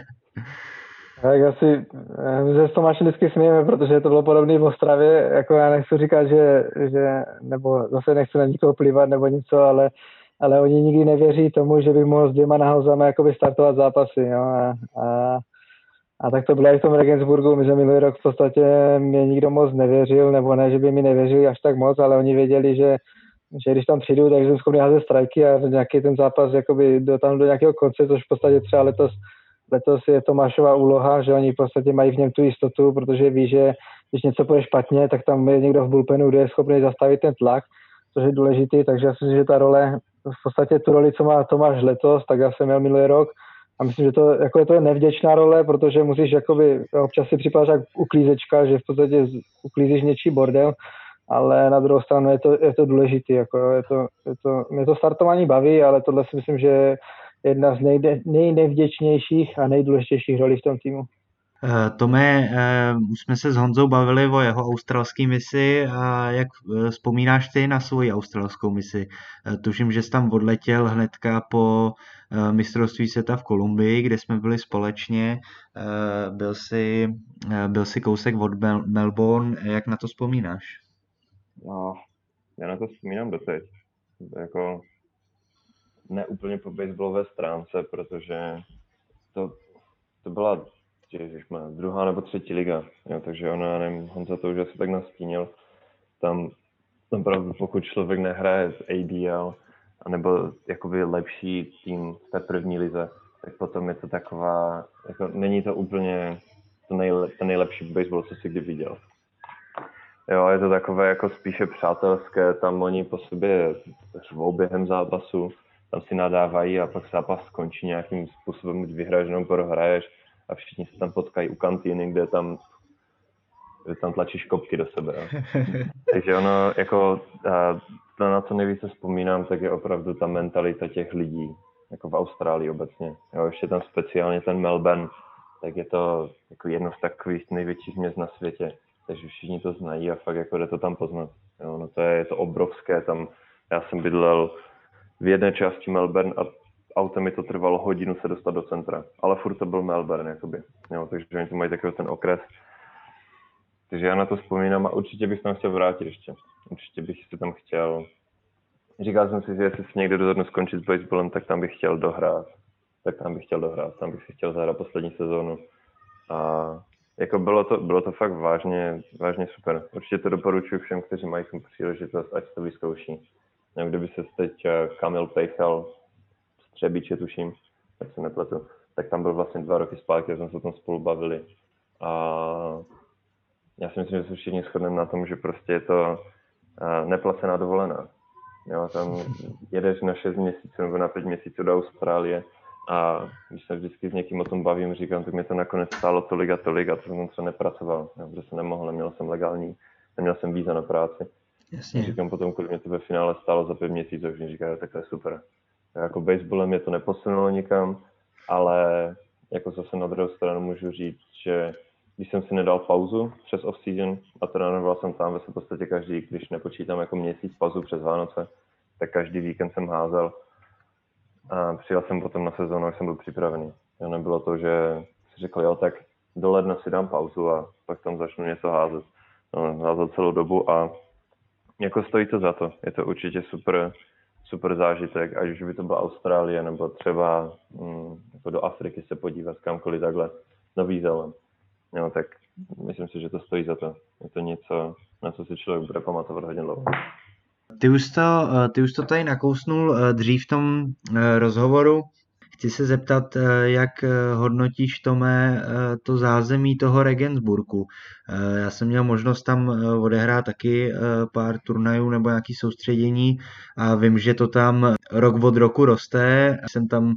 Tak asi, my se s Tomášem vždycky smějeme, protože to bylo podobné v Ostravě, jako já nechci říkat, že nebo zase nechci na nikoho plivat nebo něco, ale oni nikdy nevěří tomu, že bych mohl s 2 nahozama jakoby startovat zápasy, jo, A tak to bylo i v tom Regensburgu, my jsme minulý rok v podstatě mě nikdo moc nevěřil, nebo ne, že by mi nevěřili až tak moc, ale oni věděli, že když tam přijdu, takže jsem schopný házet strajky a nějaký ten zápas jakoby dotáhnu do nějakého konce, což v podstatě třeba letos je Tomášova úloha, že oni v podstatě mají v něm tu jistotu, protože ví, že když něco půjde špatně, tak tam je někdo v bullpenu, kdo je schopný zastavit ten tlak, což je důležitý, takže já si myslím, že ta role, v podstatě tu roli, co má Tomáš letos, tak já jsem měl minulý rok a myslím, že to je nevděčná role, protože musíš jakoby občas si připadat jak uklízečka, že v podstatě uklízíš něčí bordel, ale na druhou stranu je to důležitý, mě to startování baví, ale tohle si myslím, že je jedna z nejnevděčnějších a nejdůležitějších rolí v tom týmu. Tome, už jsme se s Honzou bavili o jeho australské misi a jak vzpomínáš ty na svoji australskou misi? Tuším, že jsi tam odletěl hnedka po mistrovství světa v Kolumbii, kde jsme byli společně. Byl jsi kousek od Melbourne, jak na to vzpomínáš? No, já na to vzpomínám doteď. Jako ne úplně po baseballové stránce, protože to byla druhá nebo třetí liga, jo, takže já nevím, Honza to už asi tak nastínil, tam pravdu, pokud člověk nehraje v ADL, anebo jakoby lepší tým v té první lize, tak potom je to taková, jako není to úplně ten nejlepší baseball, co jsi kdy viděl. Jo, je to takové jako spíše přátelské, tam oni po sobě řvou během zápasu, tam si nadávají a pak zápas skončí nějakým způsobem, když vyhraješ nebo prohraješ a všichni se tam potkají u kantýny, kde tam tlačíš kopky do sebe. Jo. Takže ono, jako to, na co nejvíce vzpomínám, tak je opravdu ta mentalita těch lidí, jako v Austrálii obecně. Jo, ještě tam speciálně ten Melbourne, tak je to jako jedno z takových největších měst na světě. Takže všichni to znají a fakt jako jde to tam poznat. Jo, no je to obrovské, tam já jsem bydlel v jedné části Melbourne a autem mi to trvalo hodinu se dostat do centra, ale furt to byl Melbourne, jakoby. Jo, takže oni tu mají takový ten okres. Takže já na to vzpomínám a určitě bych tam chtěl vrátit ještě. Určitě bych si tam chtěl. Říkal jsem si, že jestli si někde rozhodnu skončit s baseballem, tak tam bych chtěl dohrát. Tam bych si chtěl zahrát poslední sezónu. A jako bylo to fakt vážně super. Určitě to doporučuji všem, kteří mají tu příležitost, ať to vyzkouší. Kdyby se teď Kamil Pejchal z Třebíče, tuším, tak se nepletu, tak tam byl vlastně 2 roky zpátky, jsme se o tom spolu bavili. A já si myslím, že se všichni shodneme na tom, že prostě je to neplacená dovolená. Jo, tam jedeš na 6 měsíců nebo na 5 měsíců do Austrálie a když se vždycky s někým o tom bavím, říkám, tak mě to nakonec stálo tolik a to jsem třeba nepracoval, jo, protože jsem neměl jsem legální, neměl jsem víza na práci. Jasně. Říkám potom, kolik mě to ve finále stálo za 5 měsíců, že říká, tak to je super. Jako baseballem mě to neposunulo nikam, ale jako zase na druhou stranu můžu říct, že když jsem si nedal pauzu přes off-season a trénoval jsem tam v podstatě každý, když nepočítám jako měsíc pauzu přes Vánoce, tak každý víkend jsem házel a přijel jsem potom na sezónu, jak jsem byl připravený. Jo, nebylo to, že si řekl, jo, tak do ledna si dám pauzu a pak tam začnu něco házet. No, házet celou dobu a jako stojí to za to. Je to určitě super zážitek, ať už by to byla Austrálie, nebo třeba jako do Afriky se podívat kamkoliv takhle, Nový Zéland. Jo, tak myslím si, že to stojí za to. Je to něco, na co si člověk bude pamatovat hodně dlouho. Ty už to tady nakousnul dřív v tom rozhovoru. Chci se zeptat, jak hodnotíš, Tome, to zázemí toho Regensburgu. Já jsem měl možnost tam odehrát taky pár turnajů nebo nějaké soustředění a vím, že to tam rok od roku roste. Když jsem tam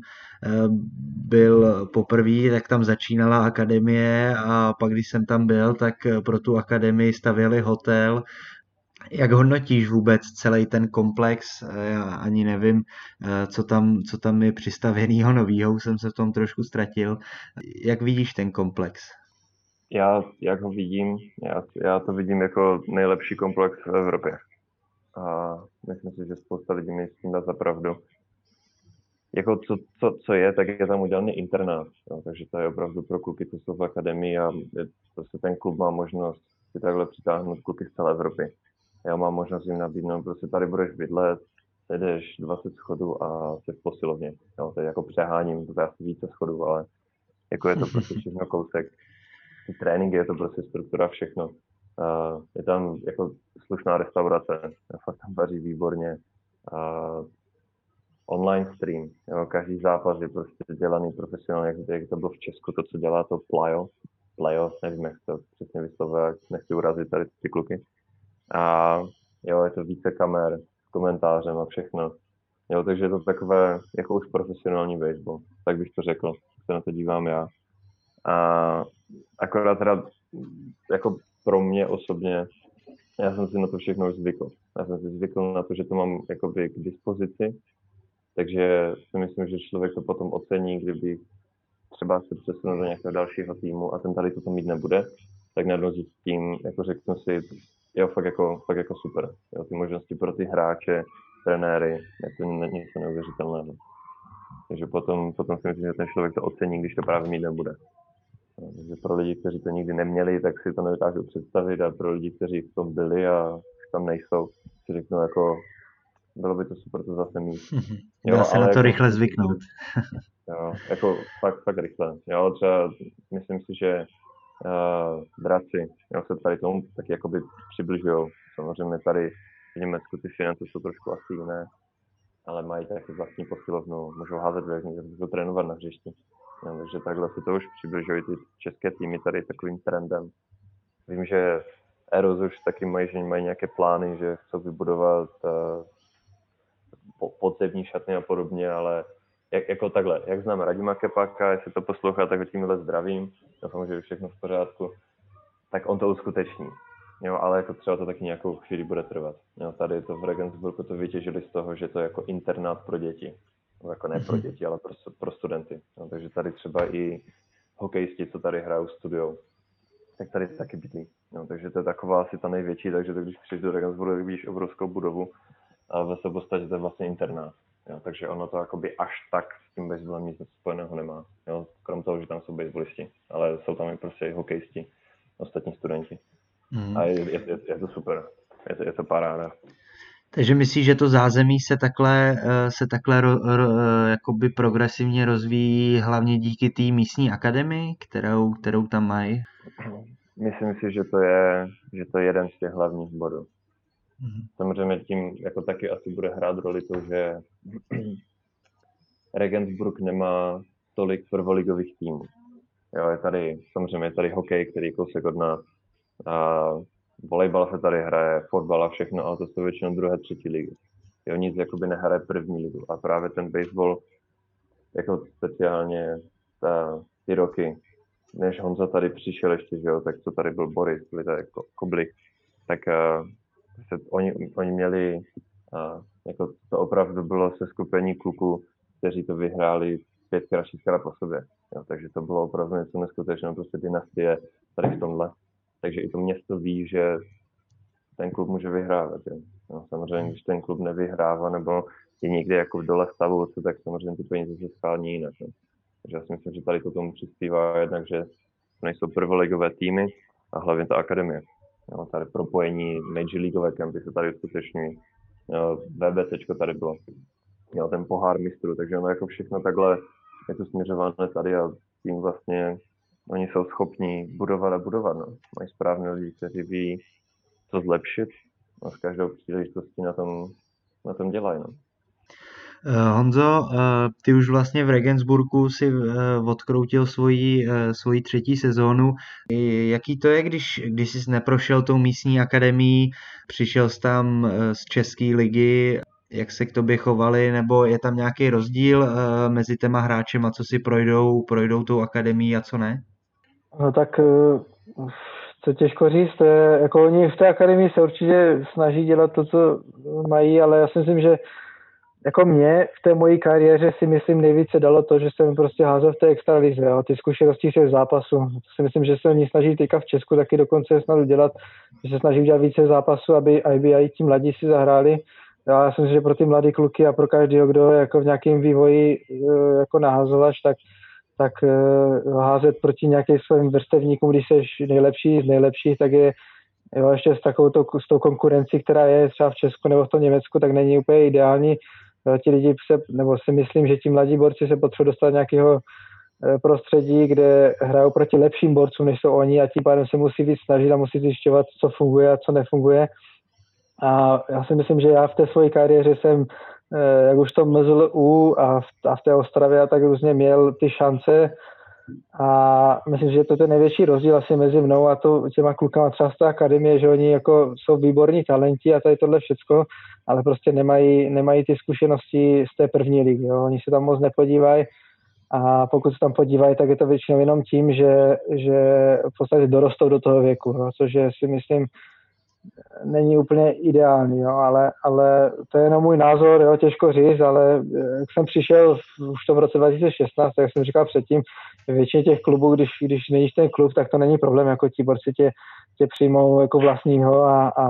byl poprvé, tak tam začínala akademie a pak, když jsem tam byl, tak pro tu akademii stavěli hotel. Jak hodnotíš vůbec celý ten komplex? Já ani nevím, co tam je přistavěnýho novýho, už jsem se v tom trošku ztratil. Jak vidíš ten komplex? Jak ho vidím? Já to vidím jako nejlepší komplex v Evropě. A myslím si, že spousta lidí mi s tím dá za pravdu. Jako co je, tak je tam udělaný internát. Jo, takže to je opravdu pro kluky, co jsou v akademii a prostě ten klub má možnost si takhle přitáhnout kluky z celé Evropy. Já mám možnost jim nabídnout, prostě tady budeš bydlet, jdeš 20 schodů a jsi v posilovně. Jo, to je jako přeháním, to je asi více schodů, ale Jako je to prostě všechno kousek. Ty tréninky, je to prostě struktura, všechno. Je tam jako slušná restaurace, fakt tam vaří výborně. Online stream, jo, každý zápas je prostě dělaný profesionálně, jak to bylo v Česku, to, co dělá to Playo, nevím, jak to přesně vyslovuje, nechci urazit tady ty kluky. A jo, je to více kamer s komentářem a všechno. Jo, takže je to takové jako už profesionální baseball, tak bych to řekl, se na to dívám já. A akorát teda jako pro mě osobně, já jsem si na to všechno už zvykl. Já jsem si zvykl na to, že to mám jakoby k dispozici, takže si myslím, že člověk to potom ocení, kdyby třeba se přesunul do nějakého dalšího týmu a ten tady toto mít nebude, tak najednou tím, jako řeknu si, jo, fakt jako super. Jo, ty možnosti pro ty hráče, trenéry, je to něco neuvěřitelného. Takže potom si myslím, že ten člověk to ocení, když to právě mít nebude. Takže pro lidi, kteří to nikdy neměli, tak si to nedokážou představit, a pro lidi, kteří v tom byli a už tam nejsou, si řeknou jako, bylo by to super to zase mít. Dá se na to jako, rychle zvyknout. Jo, jako fakt rychle. Jo, třeba myslím si, že draci, jo, se tady tomu taky jakoby přibližujou. Samozřejmě tady v Německu ty finance jsou trošku asi jiné, ale mají taky vlastní posilovnu, můžou házet vězní, můžou trénovat na hřišti. Jo, takže takhle se to už přibližují ty české týmy tady takovým trendem. Vím, že Eros už taky mají nějaké plány, že chcou vybudovat podzemní šatny a podobně, ale jako takhle, jak znám Radima Kepáka, jestli to poslouchá, tak ho tímhle zdravím, doufám, že je všechno v pořádku, tak on to uskuteční. Jo, ale jako třeba to taky nějakou chvíli bude trvat. Jo, tady to v Regensburgu to vytěžili z toho, že to je jako internát pro děti. No, jako ne pro děti, ale pro studenty. Jo, takže tady třeba i hokejisti, co tady hrajou, studujou, tak tady taky bydlí. Jo, takže to je taková asi ta největší, takže to, když přijdeš do Regensburgu, tak vidíš obrovskou budovu a ve podstatě to je vlastně internát. Jo, takže ono to jakoby až tak s tím baseballem nic spojeného nemá. Jo, krom toho, že tam jsou baseballisti, ale jsou tam i prostě i hokejisti, ostatní studenti. A je to super, je to paráda. Takže myslíš, že to zázemí se takhle jakoby progresivně rozvíjí hlavně díky té místní akademii, kterou tam mají? Myslím si, že to je jeden z těch hlavních bodů. Samozřejmě tím jako taky asi bude hrát roli to, že Regensburg nemá tolik prvoligových týmů. Jo, je tady hokej, který je kousek od nás. A volejbal se tady hraje, fotbal a všechno, ale to jsou většinou druhé, třetí ligy. Jo, nic jakoby nehraje první ligu. A právě ten baseball, jako speciálně ty roky, než Honza tady přišel ještě, že jo, tak co tady byl Boris, byli tady Koblik, tak oni měli, jako to opravdu bylo seskupení kluků, kteří to vyhráli 5krát, 6krát po sobě. Jo, takže to bylo opravdu něco neskutečného, prostě dynastie tady v tomhle. Takže i to město ví, že ten klub může vyhrávat. Jo. No, samozřejmě, když ten klub nevyhrává nebo je někde jako v dole stavu, tak samozřejmě ty peníze se schválí jinak. Jo. Takže já si myslím, že tady to tomu přispívá jednak, že nejsou prvoligové týmy a hlavně ta akademie. Jo, tady propojení Major Leagueové kampy se tady uskutečňují. VBCčko tady bylo. Jo, ten pohár mistrů, takže ono jako všechno takhle je to směřované tady a tím vlastně oni jsou schopni budovat a budovat. No. Mají správné lidi, kteří ví, co zlepšit. No, s každou příležitostí na tom dělají. No. Honzo, ty už vlastně v Regensburgu si odkroutil svoji třetí sezónu. Jaký to je, když jsi neprošel tou místní akademií, přišel jsi tam z české ligy, jak se k tobě chovali, nebo je tam nějaký rozdíl mezi těma hráčema, co si projdou tou akademií a co ne? No tak to těžko říct, jako oni v té akademii se určitě snaží dělat to, co mají, ale já si myslím, že jako mě v té mojí kariéře si myslím nejvíce dalo to, že jsem prostě házel v té extralize, jo, ty zkušenosti z zápasu. To si myslím, že se oni snaží teďka v Česku taky dokonce snad udělat, že se snaží udělat více zápasů, aby i ti mladí si zahráli. Já si myslím, že pro ty mladé kluky a pro každého, kdo je jako v nějakém vývoji jako nahazovač, tak házet proti nějakým svým vrstevníkům, když jsi nejlepší z nejlepších, tak je jo, ještě s tou konkurencí, která je třeba v Česku nebo v tom Německu, tak není úplně ideální. Jo, ti lidi nebo si myslím, že ti mladí borci se potřebují dostat nějakého prostředí, kde hrajou proti lepším borcům, než jsou oni a tím pádem se musí víc snažit a musí zjišťovat, co funguje a co nefunguje. A já si myslím, že já v té své kariéře jsem, jak už to MZLU a v té Ostravě a tak různě měl ty šance a myslím, že to je ten největší rozdíl asi mezi mnou a těma klukama třeba z té akademie, že oni jako jsou výborní talenti a tady tohle všecko, ale prostě nemají ty zkušenosti z té první ligy. Jo. Oni se tam moc nepodívají a pokud se tam podívají, tak je to většinou jenom tím, že v podstatě dorostou do toho věku, jo, což je, si myslím, není úplně ideální, jo, ale to je jenom můj názor, jo, těžko říct, ale jak jsem přišel už v tom roce 2016, tak jsem říkal předtím, většině těch klubů, když nejíš ten klub, tak to není problém, jako ti borci tě přijmou jako vlastního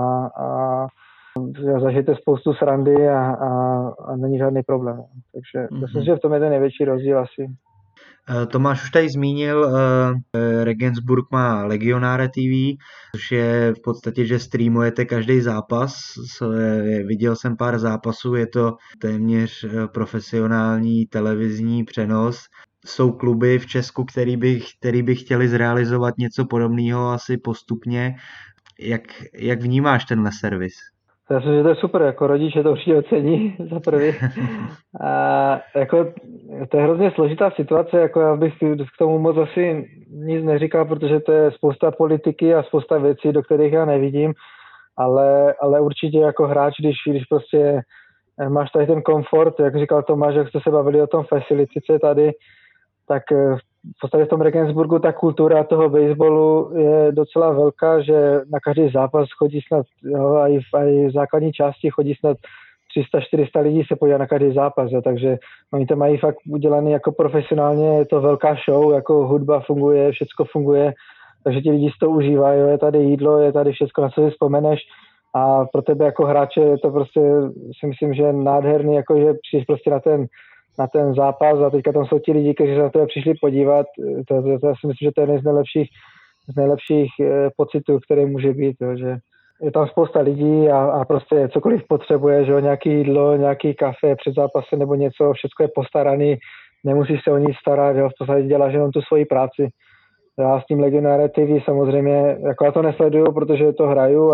a zažijete spoustu srandy a není žádný problém. Takže myslím, že v tom je ten největší rozdíl asi. Tomáš už tady zmínil, Regensburg má Legionare TV, což je v podstatě, že streamujete každý zápas. Viděl jsem pár zápasů, je to téměř profesionální televizní přenos. Jsou kluby v Česku, který by chtěli zrealizovat něco podobného asi postupně. Jak vnímáš tenhle servis? Já myslím, že to je super, jako rodiče to určitě ocení za prvý. A jako, to je hrozně složitá situace, jako já bych k tomu moc asi nic neříkal, protože to je spousta politiky a spousta věcí, do kterých já nevidím, ale určitě jako hráč, když prostě máš tady ten komfort, jak říkal Tomáš, jak jste se bavili o tom facilitice tady, tak v podstatě v tom Regensburgu ta kultura toho baseballu je docela velká, že na každý zápas chodí snad, jo, a i v základní části chodí snad 300-400 lidí se podívá na každý zápas, jo, takže oni to mají fakt udělané jako profesionálně, je to velká show, jako hudba funguje, všecko funguje, takže ti lidi si to užívají, jo, je tady jídlo, je tady všecko, na co si vzpomeneš a pro tebe jako hráče je to prostě, si myslím, že nádherný, jako že přijdeš prostě na ten zápas a teďka tam jsou ti lidi, kteří se na to přišli podívat, to si myslím, že to je jeden z nejlepších pocitů, který může být, jo, že je tam spousta lidí a prostě cokoliv potřebuje, že jo, nějaké jídlo, nějaký kafe před zápasem nebo něco, všechno je postaraný, nemusíš se o nic starat, jo, v podstatě děláš jenom tu svoji práci. Já s tím Legionare TV samozřejmě, jako já to nesleduju, protože to hraju,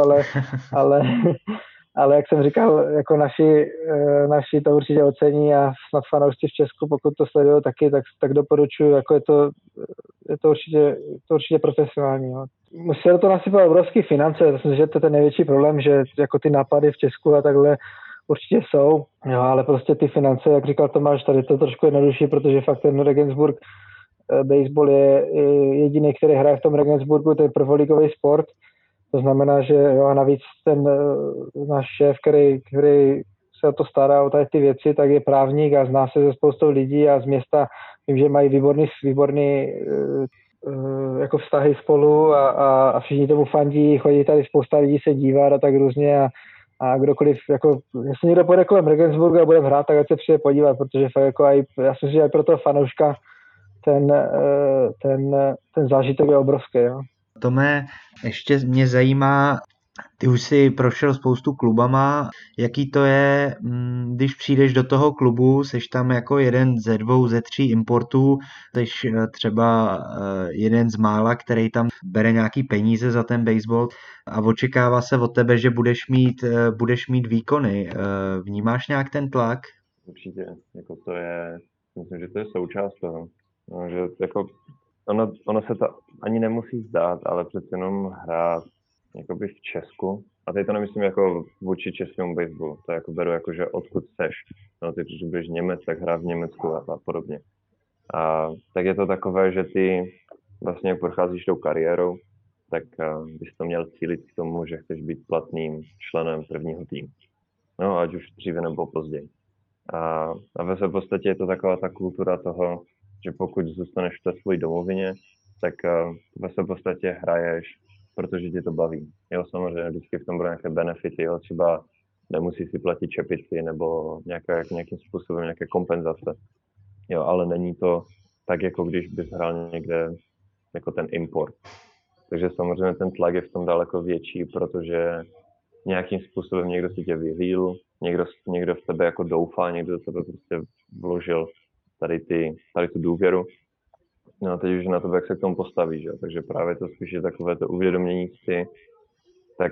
ale jak jsem říkal, jako naši to určitě ocení a snad fanoušci v Česku, pokud to sledují taky, tak doporučuji, jako je to určitě profesionální. Jo. Musí se do toho nasypat obrovský finance, myslím, že to je ten největší problém, že jako ty nápady v Česku a takhle určitě jsou, jo, ale prostě ty finance, jak říkal Tomáš, tady to trošku jednodušší, protože fakt ten Regensburg baseball je jediný, který hraje v tom Regensburgu, to je prvoligový sport. To znamená, že jo, a navíc ten náš šéf, který se o to stará, o tady ty věci, tak je právník a zná se se spoustou lidí a z města vím, že mají výborný jako vztahy spolu a všichni tomu fandí, chodí tady spousta lidí se dívat a tak různě a kdokoliv, jako, jestli někdo půjde kolem Regensburgu a budeme hrát, tak ať se přijde podívat, protože fakt jako já si myslím, že i pro toho fanouška ten zážitek je obrovský. Jo. Tome, ještě mě zajímá, ty už si prošel spoustu klubama, jaký to je, když přijdeš do toho klubu, seš tam jako jeden ze 2, ze 3 importů, seš třeba jeden z mála, který tam bere nějaký peníze za ten baseball a očekává se od tebe, že budeš mít výkony. Vnímáš nějak ten tlak? Určitě, jako to je, myslím, že to je součást toho, no, že jako ono se to ani nemusí zdát, ale přece jenom hrát jakoby v Česku. A teď to nemyslím jako vůči českému baseballu. To jako beru jako, že odkud seš. No, ty, když budeš Němec, tak hrát v Německu a podobně. A tak je to takové, že ty vlastně jak procházíš tou kariérou, tak bys to měl cílit k tomu, že chceš být platným členem prvního týmu. No, ať už dříve nebo později. A ve své podstatě je to taková ta kultura toho, že pokud zůstaneš v té své domovině, tak ve své podstatě hraješ, protože tě to baví. Jo, samozřejmě vždycky v tom budou nějaké benefity, jo, třeba nemusí si platit čepici nebo nějakým způsobem nějaké kompenzace. Jo, ale není to tak, jako když bys hrál někde jako ten import. Takže samozřejmě ten tlak je v tom daleko větší, protože nějakým způsobem někdo si tě vyhlídl, někdo v tebe jako doufá, někdo do tebe prostě vložil tady tu důvěru No a teď už na to, jak se k tomu postavíš, jo? Takže právě to spíš je takové to uvědomění si, tak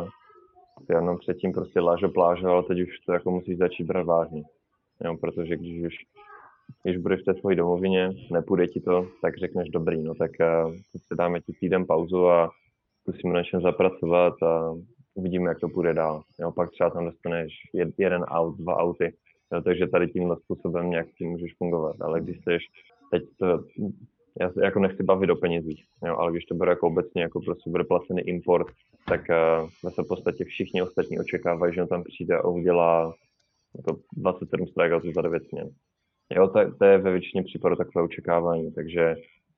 já předtím prostě lážo, ale teď už to jako musíš začít brát vážně. Jo? Protože když budeš v té tvojí domovině, nepůjde ti to, tak řekneš dobrý, no tak si dáme ti týden pauzu a zkusíme na něčem zapracovat a uvidíme, jak to půjde dál. Jo? Pak třeba tam dostaneš 1 aut, 2 auty, jo? Takže tady tímhle způsobem nějak tím můžeš fungovat. Ale když jsi teď to, já se jako nechci bavit o penězích, jo? Ale když to bude jako obecně, jako prostě bude placený import, tak v podstatě všichni ostatní očekávají, že on tam přijde a udělá jako 27 strikeoutů za 9 směn. Jo, to je ve většině případů takové očekávání, takže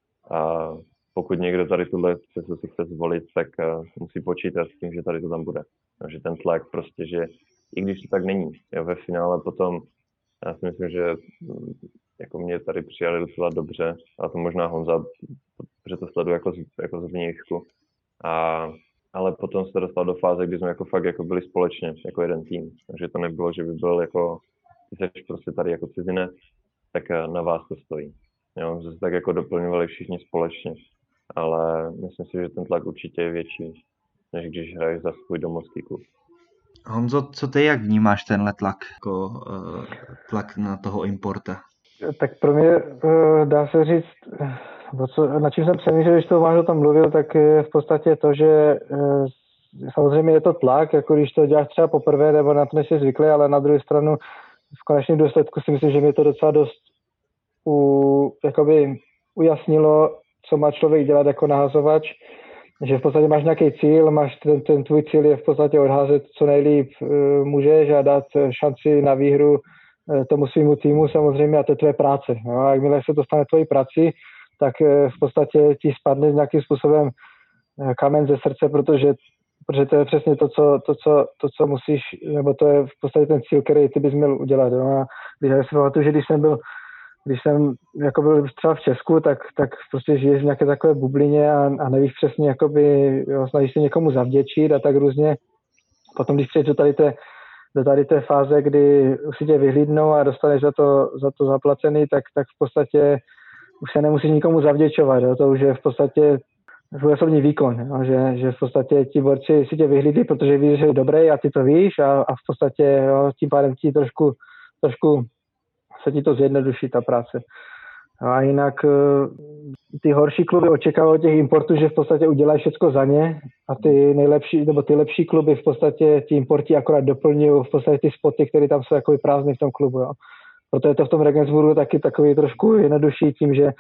pokud někdo tady tuhle cestu si chce zvolit, tak musí počítat s tím, že tady to tam bude. Že ten tlak prostě, že i když to tak není, jo, ve finále potom, já si myslím, že jako mě tady přijali docela dobře, a to možná Honza, protože to sleduje jako z vnějšku. Ale potom se dostal do fáze, kdy jsme jako fakt jako byli společně, jako jeden tým. Takže to nebylo, že by byl jako, ty jsi prostě tady jako cizinec, tak na vás to stojí. Jo, že se tak jako doplňovali všichni společně. Ale myslím si, že ten tlak určitě je větší, než když hraješ za svůj domovský klub. Honzo, co ty jak vnímáš tenhle tlak, jako tlak na toho importa? Tak pro mě dá se říct, na čím jsem přemýšlel, když to Máš tam mluvil, tak je v podstatě to, že samozřejmě je to tlak, jako když to děláš třeba poprvé, nebo na to nejsi zvyklý, ale na druhou stranu v konečném důsledku si myslím, že mě to docela dost jakoby ujasnilo, co má člověk dělat jako nahazovač, že v podstatě máš nějaký cíl, máš ten tvůj cíl je v podstatě odházet co nejlíp můžeš a dát šanci na výhru tomu svýmu týmu samozřejmě a to je tvoje práce. No, a jakmile se to stane tvojí prací, tak v podstatě ti spadne nějakým způsobem kamen ze srdce, protože to je přesně to, co musíš, nebo to je v podstatě ten cíl, který ty bys měl udělat. Jo. A když já si pamatuju, že když jsem jako byl třeba v Česku, tak prostě žiješ v nějaké takové bublině a nevíš přesně, jakoby, jo, snažíš se někomu zavděčit a tak různě. Potom, když přijdeš do tady té fáze, kdy si tě vyhlídnou a dostaneš za to zaplacený, tak v podstatě už se nemusíš nikomu zavděčovat. Jo. To už je v podstatě tvůj osobní výkon, jo. Že v podstatě ti borci si tě vyhlídli, protože víš, že je dobrý a ty to víš a v podstatě jo, tím pádem ti trošku se ti to zjednoduší, ta práce. A jinak ty horší kluby očekávají od těch importů, že v podstatě udělají všechno za ně a ty nejlepší, nebo ty lepší kluby v podstatě ti importi akorát doplňují v podstatě ty spoty, které tam jsou jako prázdné v tom klubu. Jo. Proto je to v tom Regensburgu taky takový trošku jednodušší tím, že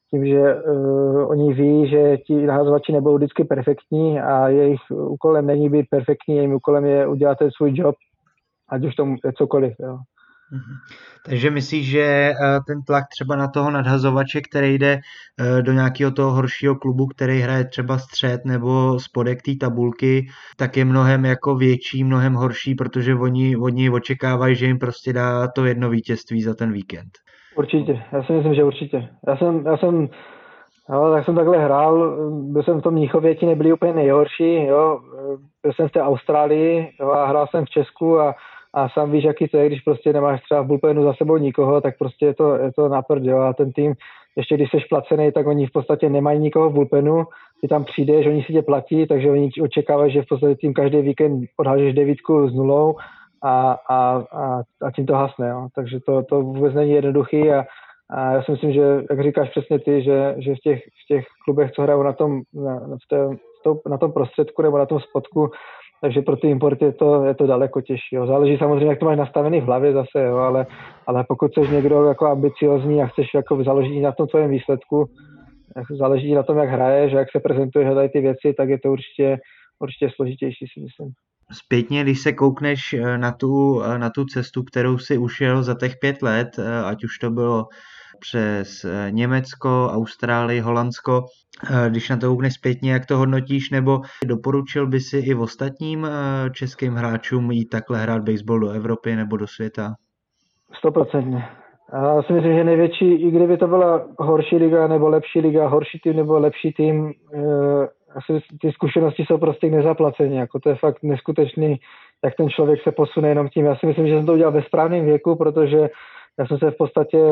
oni ví, že ti nahazovači nebudou vždycky perfektní a jejich úkolem není být perfektní, jejím úkolem je udělat ten svůj job, ať už tomu je cokoliv. Jo. Takže myslíš, že ten tlak třeba na toho nadhazovače, který jde do nějakého toho horšího klubu, který hraje třeba střed nebo spodek té tabulky, tak je mnohem jako větší, mnohem horší, protože oni očekávají, že jim prostě dá to jedno vítězství za ten víkend. Určitě, já si myslím, že určitě. Já jsem tak jsem takhle hrál, byl jsem v tom Mnichově, ti nebyli úplně nejhorší, jo. Byl jsem v té Austrálii, jo, a hrál jsem v Česku a sám víš, jaký to je, když prostě nemáš třeba v bullpenu za sebou nikoho, tak prostě je to na prd, jo. A ten tým, ještě když jsi placený, tak oni v podstatě nemají nikoho v bullpenu, ty tam přijdeš, oni si tě platí, takže oni očekávají, že v podstatě tým každý víkend odhážeš 9 s 0 a tím to hasne, jo. Takže to vůbec není jednoduchý a já si myslím, že, jak říkáš přesně ty, že v těch klubech, co hrajou na tom prostředku nebo na tom spodku, takže pro ty importy je to daleko těžší. Jo. Záleží samozřejmě, jak to máš nastavený v hlavě zase, jo, ale pokud jsi někdo jako ambiciozní a chceš jako záleží na tom tvém výsledku, záleží na tom, jak hraješ, jak se prezentuješ a tady ty věci, tak je to určitě složitější, si myslím. Zpětně, když se koukneš na tu cestu, kterou si ušel za těch 5 let, ať už to bylo přes Německo, Austrálii, Holandsko, když na to koukneš zpětně, jak to hodnotíš, nebo doporučil by si i ostatním českým hráčům jít takhle hrát baseball do Evropy nebo do světa? 100%. Já si myslím, že největší, i kdyby to byla horší liga nebo lepší liga, horší tým nebo lepší tým, asi ty zkušenosti jsou prostě k nezaplacení. Jako to je fakt neskutečný, jak ten člověk se posune jenom tím. Já si myslím, že jsem to udělal ve správném věku, protože já jsem se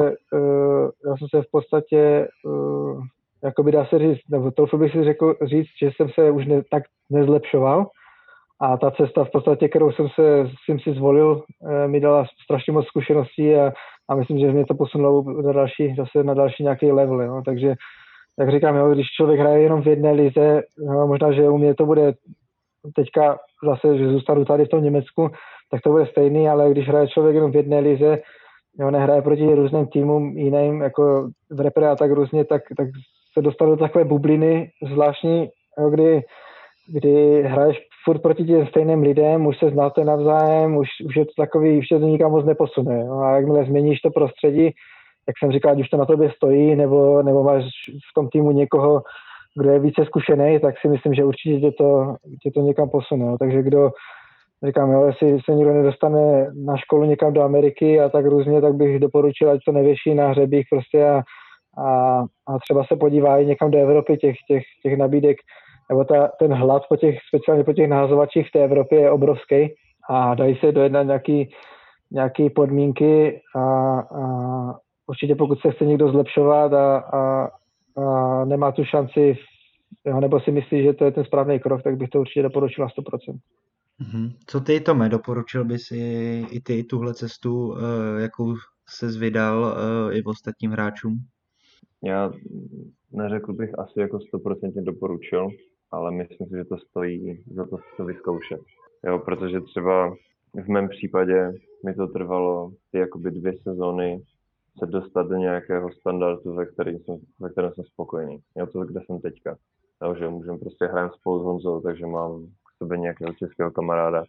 v podstatě jakoby dá se říct, nebo trochu bych si říct, že jsem se už tak nezlepšoval a ta cesta v podstatě, kterou jsem si zvolil, mi dala strašně moc zkušeností a myslím, že mě to posunulo na další nějaký level, jo. Takže jak říkám, jo, když člověk hraje jenom v jedné lize, jo, možná, že u mě to bude teďka zase, že zůstanu tady v tom Německu, tak to bude stejný, ale když hraje člověk jenom v jedné lize, jo, nehraje proti různým týmům jiným, jako v repre a tak různě, tak se dostane do takové bubliny zvláštní, jo, kdy hraješ furt proti těm stejným lidem, už se znáte navzájem, už je to takový, už se to nikam moc neposune. Jo. A jakmile změníš to prostředí, jak jsem říkal, ať už to na tobě stojí, nebo máš v tom týmu někoho, kdo je více zkušený, tak si myslím, že určitě tě to někam posune. Jo. Takže říkám, jo, jestli se někdo nedostane na školu někam do Ameriky a tak různě, tak bych doporučil, ať to nevěší na hřebík prostě a třeba se podívá i někam do Evropy těch nabídek, nebo ten hlad speciálně po těch nahazovačích v té Evropě je obrovský a dají se dojednat nějaké podmínky a určitě pokud se chce někdo zlepšovat a nemá tu šanci, nebo si myslí, že to je ten správný krok, tak bych to určitě doporučil na 100%. Co ty, Tome, doporučil bys i ty tuhle cestu, jakou ses vydal i ostatním hráčům? Já neřekl bych asi jako 100% doporučil, ale myslím si, že to stojí za to vyzkoušet. Jo, protože třeba v mém případě mi to trvalo jakoby 2 sezóny se dostat do nějakého standardu, ve kterém jsem spokojený. Jo, to, kde jsem teďka. Jo, že můžeme prostě hrát spolu s Honzou, takže mám k sobě nějakého českého kamaráda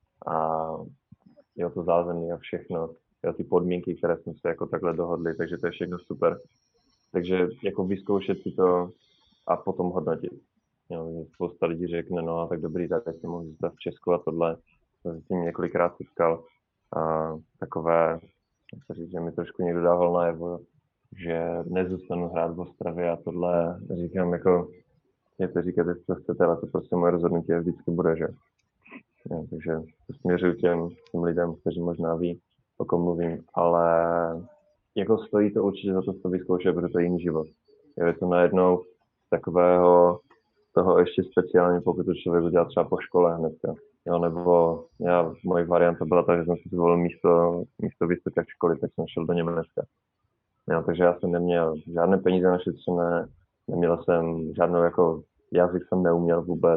a jo, to zázemí a všechno. Jo, ty podmínky, které jsme se jako takhle dohodli, takže to je všechno super. Takže jako vyzkoušet si to a potom hodnotit. Jo, spousta lidí řekne, no tak dobrý, tak jsem mohl zůstat v Česku a tohle. Jsem s tím několikrát setkal a takové, jak říct, že mi trošku někdo dával najevo, že nezůstanu hrát v Ostravě a tohle. Říkám jako, to říkáte, co chcete, ale to prostě moje rozhodnutí vždycky bude, že? Jo, takže to směřuju těm lidem, kteří možná ví, o kom mluvím, ale jako stojí to určitě za to vyzkoušet, protože to je jiný život. Je to najednou takového toho ještě speciálně, pokud to člověk udělá třeba po škole hnedka. Jo, nebo moje varianta byla tak, že jsem si zvolil místo vysoké školy, tak jsem šel do Německa. Jo, takže já jsem neměl žádné peníze našetřené, neměl jsem žádnou jako jazyk jsem neuměl vůbec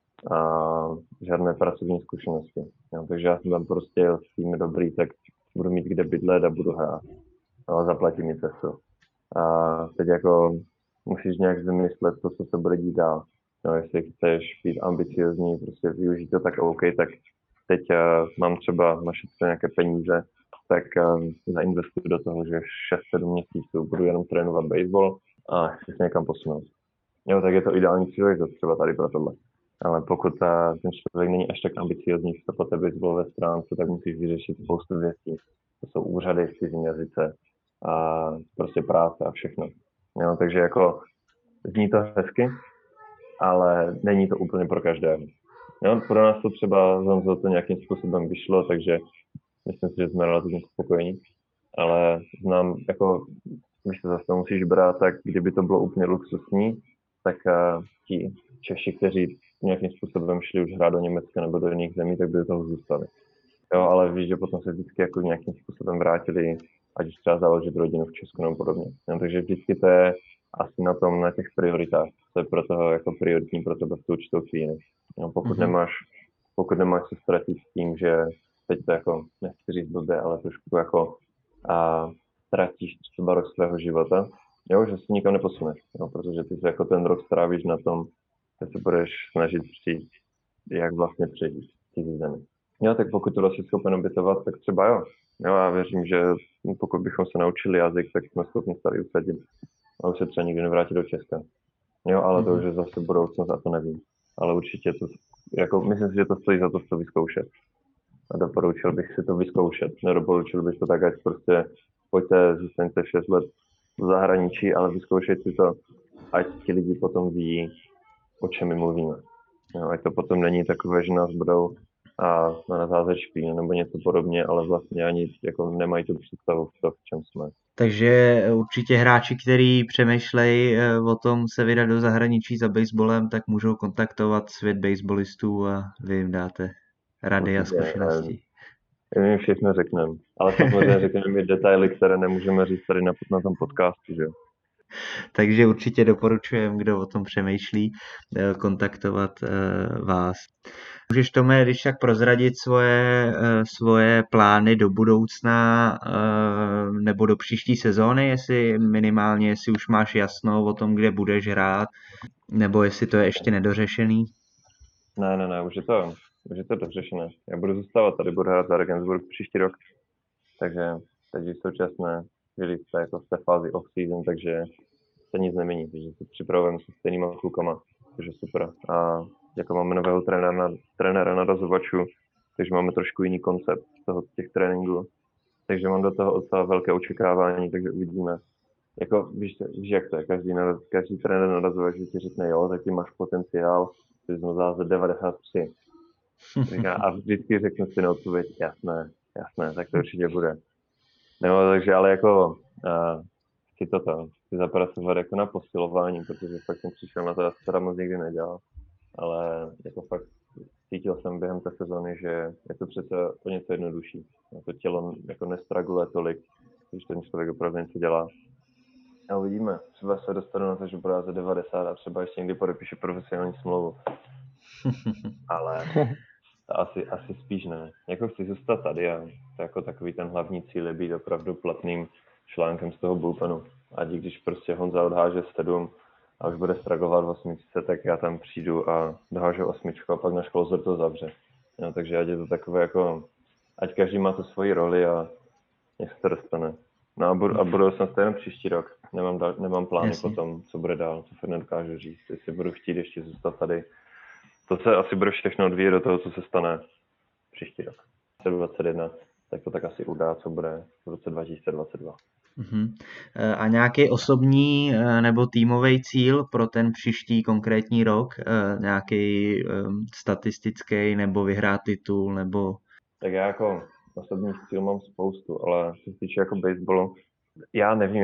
a žádné pracovní zkušenosti. Jo, takže já jsem tam prostě jel s tím dobrý, tak budu mít kde bydlet a budu hrát. No, zaplatí mi cestu. A teď jako musíš nějak vymyslet to, co se bude dít dál. No, jestli chceš být ambiciozní, prostě využít to, tak OK, tak teď mám třeba našetřené nějaké peníze, tak zainvestuji do toho, že 6-7 měsíců budu jenom trénovat baseball a chci se někam posunout. Jo, tak je to ideální příležitost třeba tady pro tohle. Ale pokud ten člověk není až tak ambiciozní, co po té baseballové stránce, tak musíš vyřešit spoustu věcí. To jsou úřady v cizím jazyce a prostě práce a všechno. Jo, takže jako zní to hezky, ale není to úplně pro každého. Jo, pro nás to třeba Honzo to nějakým způsobem vyšlo, takže myslím si, že jsme relativně spokojení. Ale znám, jako, když to zase musíš brát, tak kdyby to bylo úplně luxusní, tak ti Češi, kteří nějakým způsobem šli už hrát do Německa nebo do jiných zemí, tak by do toho zůstali. Jo, ale víš, že potom se vždycky jako nějakým způsobem vrátili, ať už třeba založit rodinu v Česku nebo podobně. Jo, takže vždycky to je asi na těch prioritách. To je pro toho jako prioritní pro tebe v tu určitou chvíli. Jo, pokud nemáš se ztratit s tím, že teď to jako, nechci říct blbě, ale trošku jako ztratíš třeba rok svého života, jo, že se nikam neposuneš, jo, protože ty se jako ten rok strávíš na tom, že se budeš snažit přijít, jak vlastně přijít v cizí zemi. Jo, tak pokud to jsi schopen obětovat, tak třeba jo. Jo, já věřím, že pokud bychom se naučili jazyk, tak jsme schopni se tady usadit a už se třeba nikdy nevrátit do Česka. Jo, ale to už je zase budoucnost a to nevím. Ale určitě to, jako myslím si, že to stojí za to vyzkoušet. A doporučil bych si to vyzkoušet. Nedoporučil bych to tak, ať prostě pojďte, zůstaňte 6 let v zahraničí, ale vyzkoušejte si to, ať ti lidi potom ví, o čem my mluvíme. Jo, ať to potom není takové, že nás budou a na zázet špín nebo něco podobně, ale vlastně ani jako nemají tu představu v čem jsme. Takže určitě hráči, kteří přemýšlejí o tom se vydat do zahraničí za baseballem, tak můžou kontaktovat svět baseballistů a vy jim dáte rady a zkušenosti. My jim všechno řekneme, ale samozřejmě řekneme i detaily, které nemůžeme říct tady na tom podcastu, že jo. Takže určitě doporučujem, kdo o tom přemýšlí, kontaktovat vás. Můžeš, Tome, když tak prozradit svoje plány do budoucna nebo do příští sezóny, jestli už máš jasno o tom, kde budeš hrát, nebo jestli to je ještě nedořešený? Ne, už je to dořešené. Já budu zůstávat tady, budu hrát za Regensburg příští rok, takže v současné chvíli jste jako v té fázi off-season, takže se nic nemění, takže se připravujeme se stejnýma klukama, takže super. A jako máme nového trenéra na rozhovačů, takže máme trošku jiný koncept těch tréninků, takže mám do toho docela velké očekávání, takže uvidíme. Jako víš jak to je, každý trenér na rozhovačů ti řekne, jo, tak ty máš potenciál, ty jsi zase 93. A vždycky řeknu si na odpověď, jasné, tak to určitě bude. Nebo takže, ale jako chci zapracovat jako na posilování, protože fakt jsem přišel na to, já se teda moc nikdy nedělal, ale jako fakt cítil jsem během té sezony, že je to přece o něco jednodušší. To tělo jako nestraguluje tolik, když ten člověk opravdu něco dělá. A uvidíme, třeba se dostanu na to, že bude za 90 a třeba ještě někdy podepíše profesionální smlouvu. Ale asi spíš ne. Jako chci zůstat tady a to jako takový ten hlavní cíl je být opravdu platným článkem z toho bullpenu. A když prostě Honza odháže 7 a už bude stragovat v 8, tak já tam přijdu a dohážu 8 a pak náš closer to zavře. No, takže ať je to takové jako, ať každý má tu svoji roli a nech se to dostane. No a budu jsem stejně příští rok. Nemám plány potom, co bude dál, co fakt nedokážu říct. Jestli budu chtít ještě zůstat tady. To se asi bude všechno odvíjet do toho, co se stane příští rok. 2021, tak to tak asi udá, co bude v roce 2022. Uh-huh. A nějaký osobní nebo týmový cíl pro ten příští konkrétní rok? Nějaký statistický nebo vyhrát titul? Nebo... Tak já jako osobní cíl mám spoustu, ale co se týče jako baseballu, já nevím,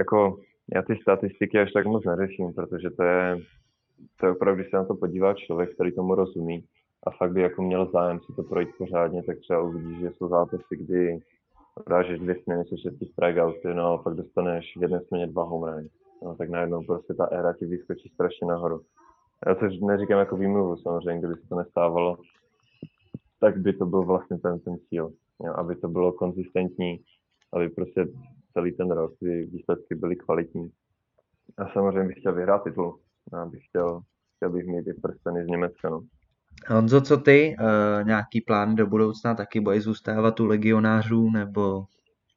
já ty statistiky až tak moc neřeším, protože to je opravdu, když se na to podívá člověk, který tomu rozumí a fakt by jako měl zájem si to projít pořádně, tak třeba uvidíš, že jsou zápasy, kdy dážeš 2 směny se 6 strikeouty, no a pak dostaneš v jedné směně 2 home runy. No, tak najednou prostě ta éra ti vyskočí strašně nahoru. Já to neříkám jako výmluvu samozřejmě, kdyby se to nestávalo, tak by to byl vlastně ten cíl. Jo, aby to bylo konzistentní, aby prostě celý ten rok ty výsledky byly kvalitní. A samozřejmě bych chtěl vyhrát titul. Já chtěl bych mít i prsteny z Německa. No. Honzo, co ty? Nějaký plán do budoucna? Taky budeš zůstávat u legionářů, nebo?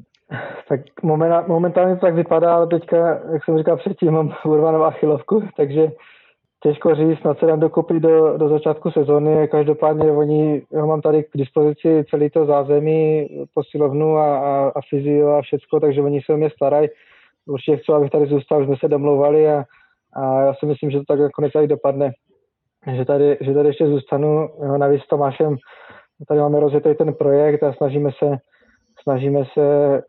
Tak momentálně to tak vypadá, ale teďka, jak jsem říkal předtím, mám urvanou achilovku, takže těžko říct, snad se dám dokopy do začátku sezóny. Každopádně ho mám tady k dispozici celý to zázemí, posilovnu a fyzio a všecko, takže oni se o mě starají. Určitě chci, abych tady zůstal, jsme se domlouvali a já si myslím, že to tak nakonec tady dopadne. Že tady ještě zůstanu. Navíc s Tomášem tady máme rozjetý ten projekt a snažíme se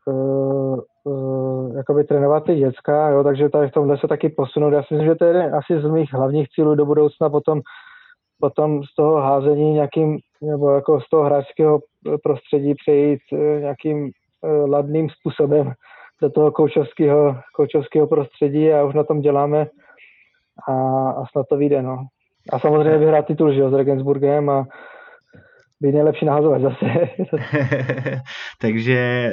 jakoby trénovat ty děcka, jo, takže tady v tomhle se taky posunout. Já si myslím, že to je asi z mých hlavních cílů do budoucna potom z toho házení nějakým, nebo jako z toho hráčského prostředí přejít nějakým ladným způsobem do toho koučovského prostředí a už na tom děláme a snad to vyjde, no. A samozřejmě vyhrát titul, že jo, s Regensburgem a být nejlepší nahazovač zase. Takže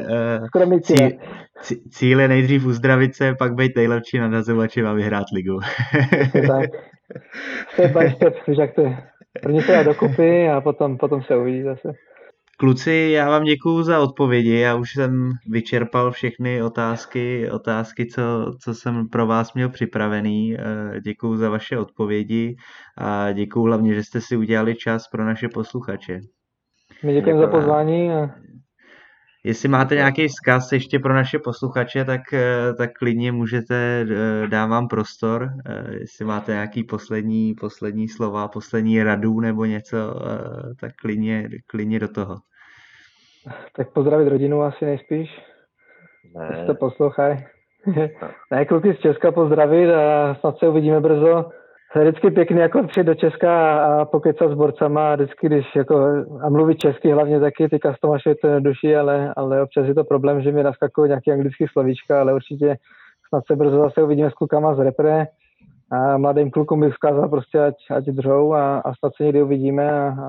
cíl je nejdřív uzdravit se, pak být nejlepší nahazovačem a vyhrát ligu. Tak. Step by step, víš jak to je. První se dá dokupy a potom se uvidí zase. Kluci, já vám děkuju za odpovědi. Já už jsem vyčerpal všechny otázky, co jsem pro vás měl připravený. Děkuju za vaše odpovědi a děkuju hlavně, že jste si udělali čas pro naše posluchače. My děkujeme za pozvání. Jestli máte nějaký vzkaz ještě pro naše posluchače, tak klidně můžete, dám vám prostor. Jestli máte nějaký poslední slova, poslední radu nebo něco, tak klidně do toho. Tak pozdravit rodinu asi nejspíš. Jestli to poslouchají. Ne, kluky z Česka pozdravit a snad se uvidíme brzo. Je vždycky pěkný jako přijet do Česka a pokecat s borcama a vždycky, když jako a mluvit česky hlavně taky, ty Kastomašovi to neduší, ale občas je to problém, že mi naskakují nějaký anglický slovíčka, ale určitě snad se brzo zase uvidíme s klukama z repre a mladým klukům bych vzkázal prostě, ať držou a snad se někdy uvidíme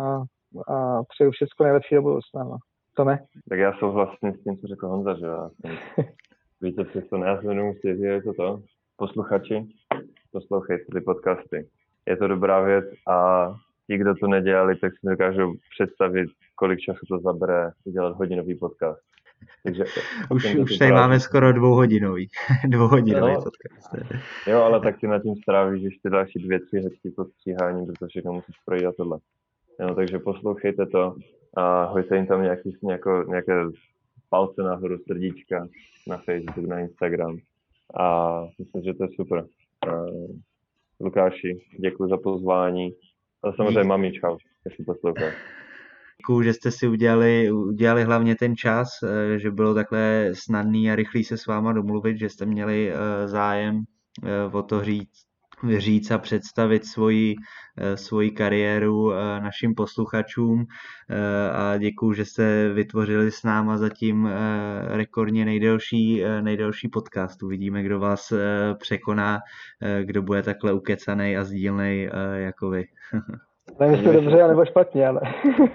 a přeju všechno nejlepší do budoucna. No. Tome? Tak já souhlasím s tím, co řekl Honza, že já jsem, víte, přesto neazvenou svět, je to posluchači, poslouchejte ty podcasty. Je to dobrá věc a ti, kdo to nedělali, tak si dokážou představit, kolik času to zabere udělat hodinový podcast. Takže už tady máme skoro dvouhodinový podcast. Jo, ale tak ty nad tím strávíš ještě další 2-3 hezký postříhání, protože všechno musíš projít a tohle. Jo, takže poslouchejte to a hojte jim tam nějaké palce nahoru, srdíčka na Facebook, na Instagram. A myslím, že to je super. Lukáši, děkuji za pozvání. A samozřejmě mami, čau, jestli posloucháš. Děkuju, že jste si udělali hlavně ten čas, že bylo takhle snadný a rychlý se s váma domluvit, že jste měli zájem o to říct a představit svoji kariéru našim posluchačům a děkuju, že jste vytvořili s náma zatím rekordně nejdelší podcast. Uvidíme, kdo vás překoná, kdo bude takhle ukecanej a sdílnej jako vy. Nevím, jestli dobře, nebo špatně, ale...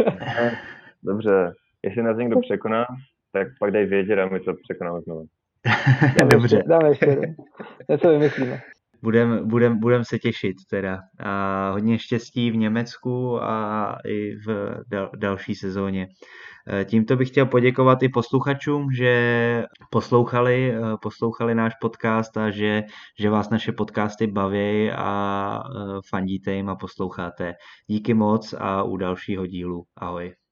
Dobře, jestli nás někdo překoná, tak pak dej vědět a my to překonáme znovu. Dobře. Dáme ještě, něco vymyslíme. Budem se těšit teda. A hodně štěstí v Německu a i v další sezóně. Tímto bych chtěl poděkovat i posluchačům, že poslouchali náš podcast a že vás naše podcasty baví a fandíte jim a posloucháte. Díky moc a u dalšího dílu. Ahoj.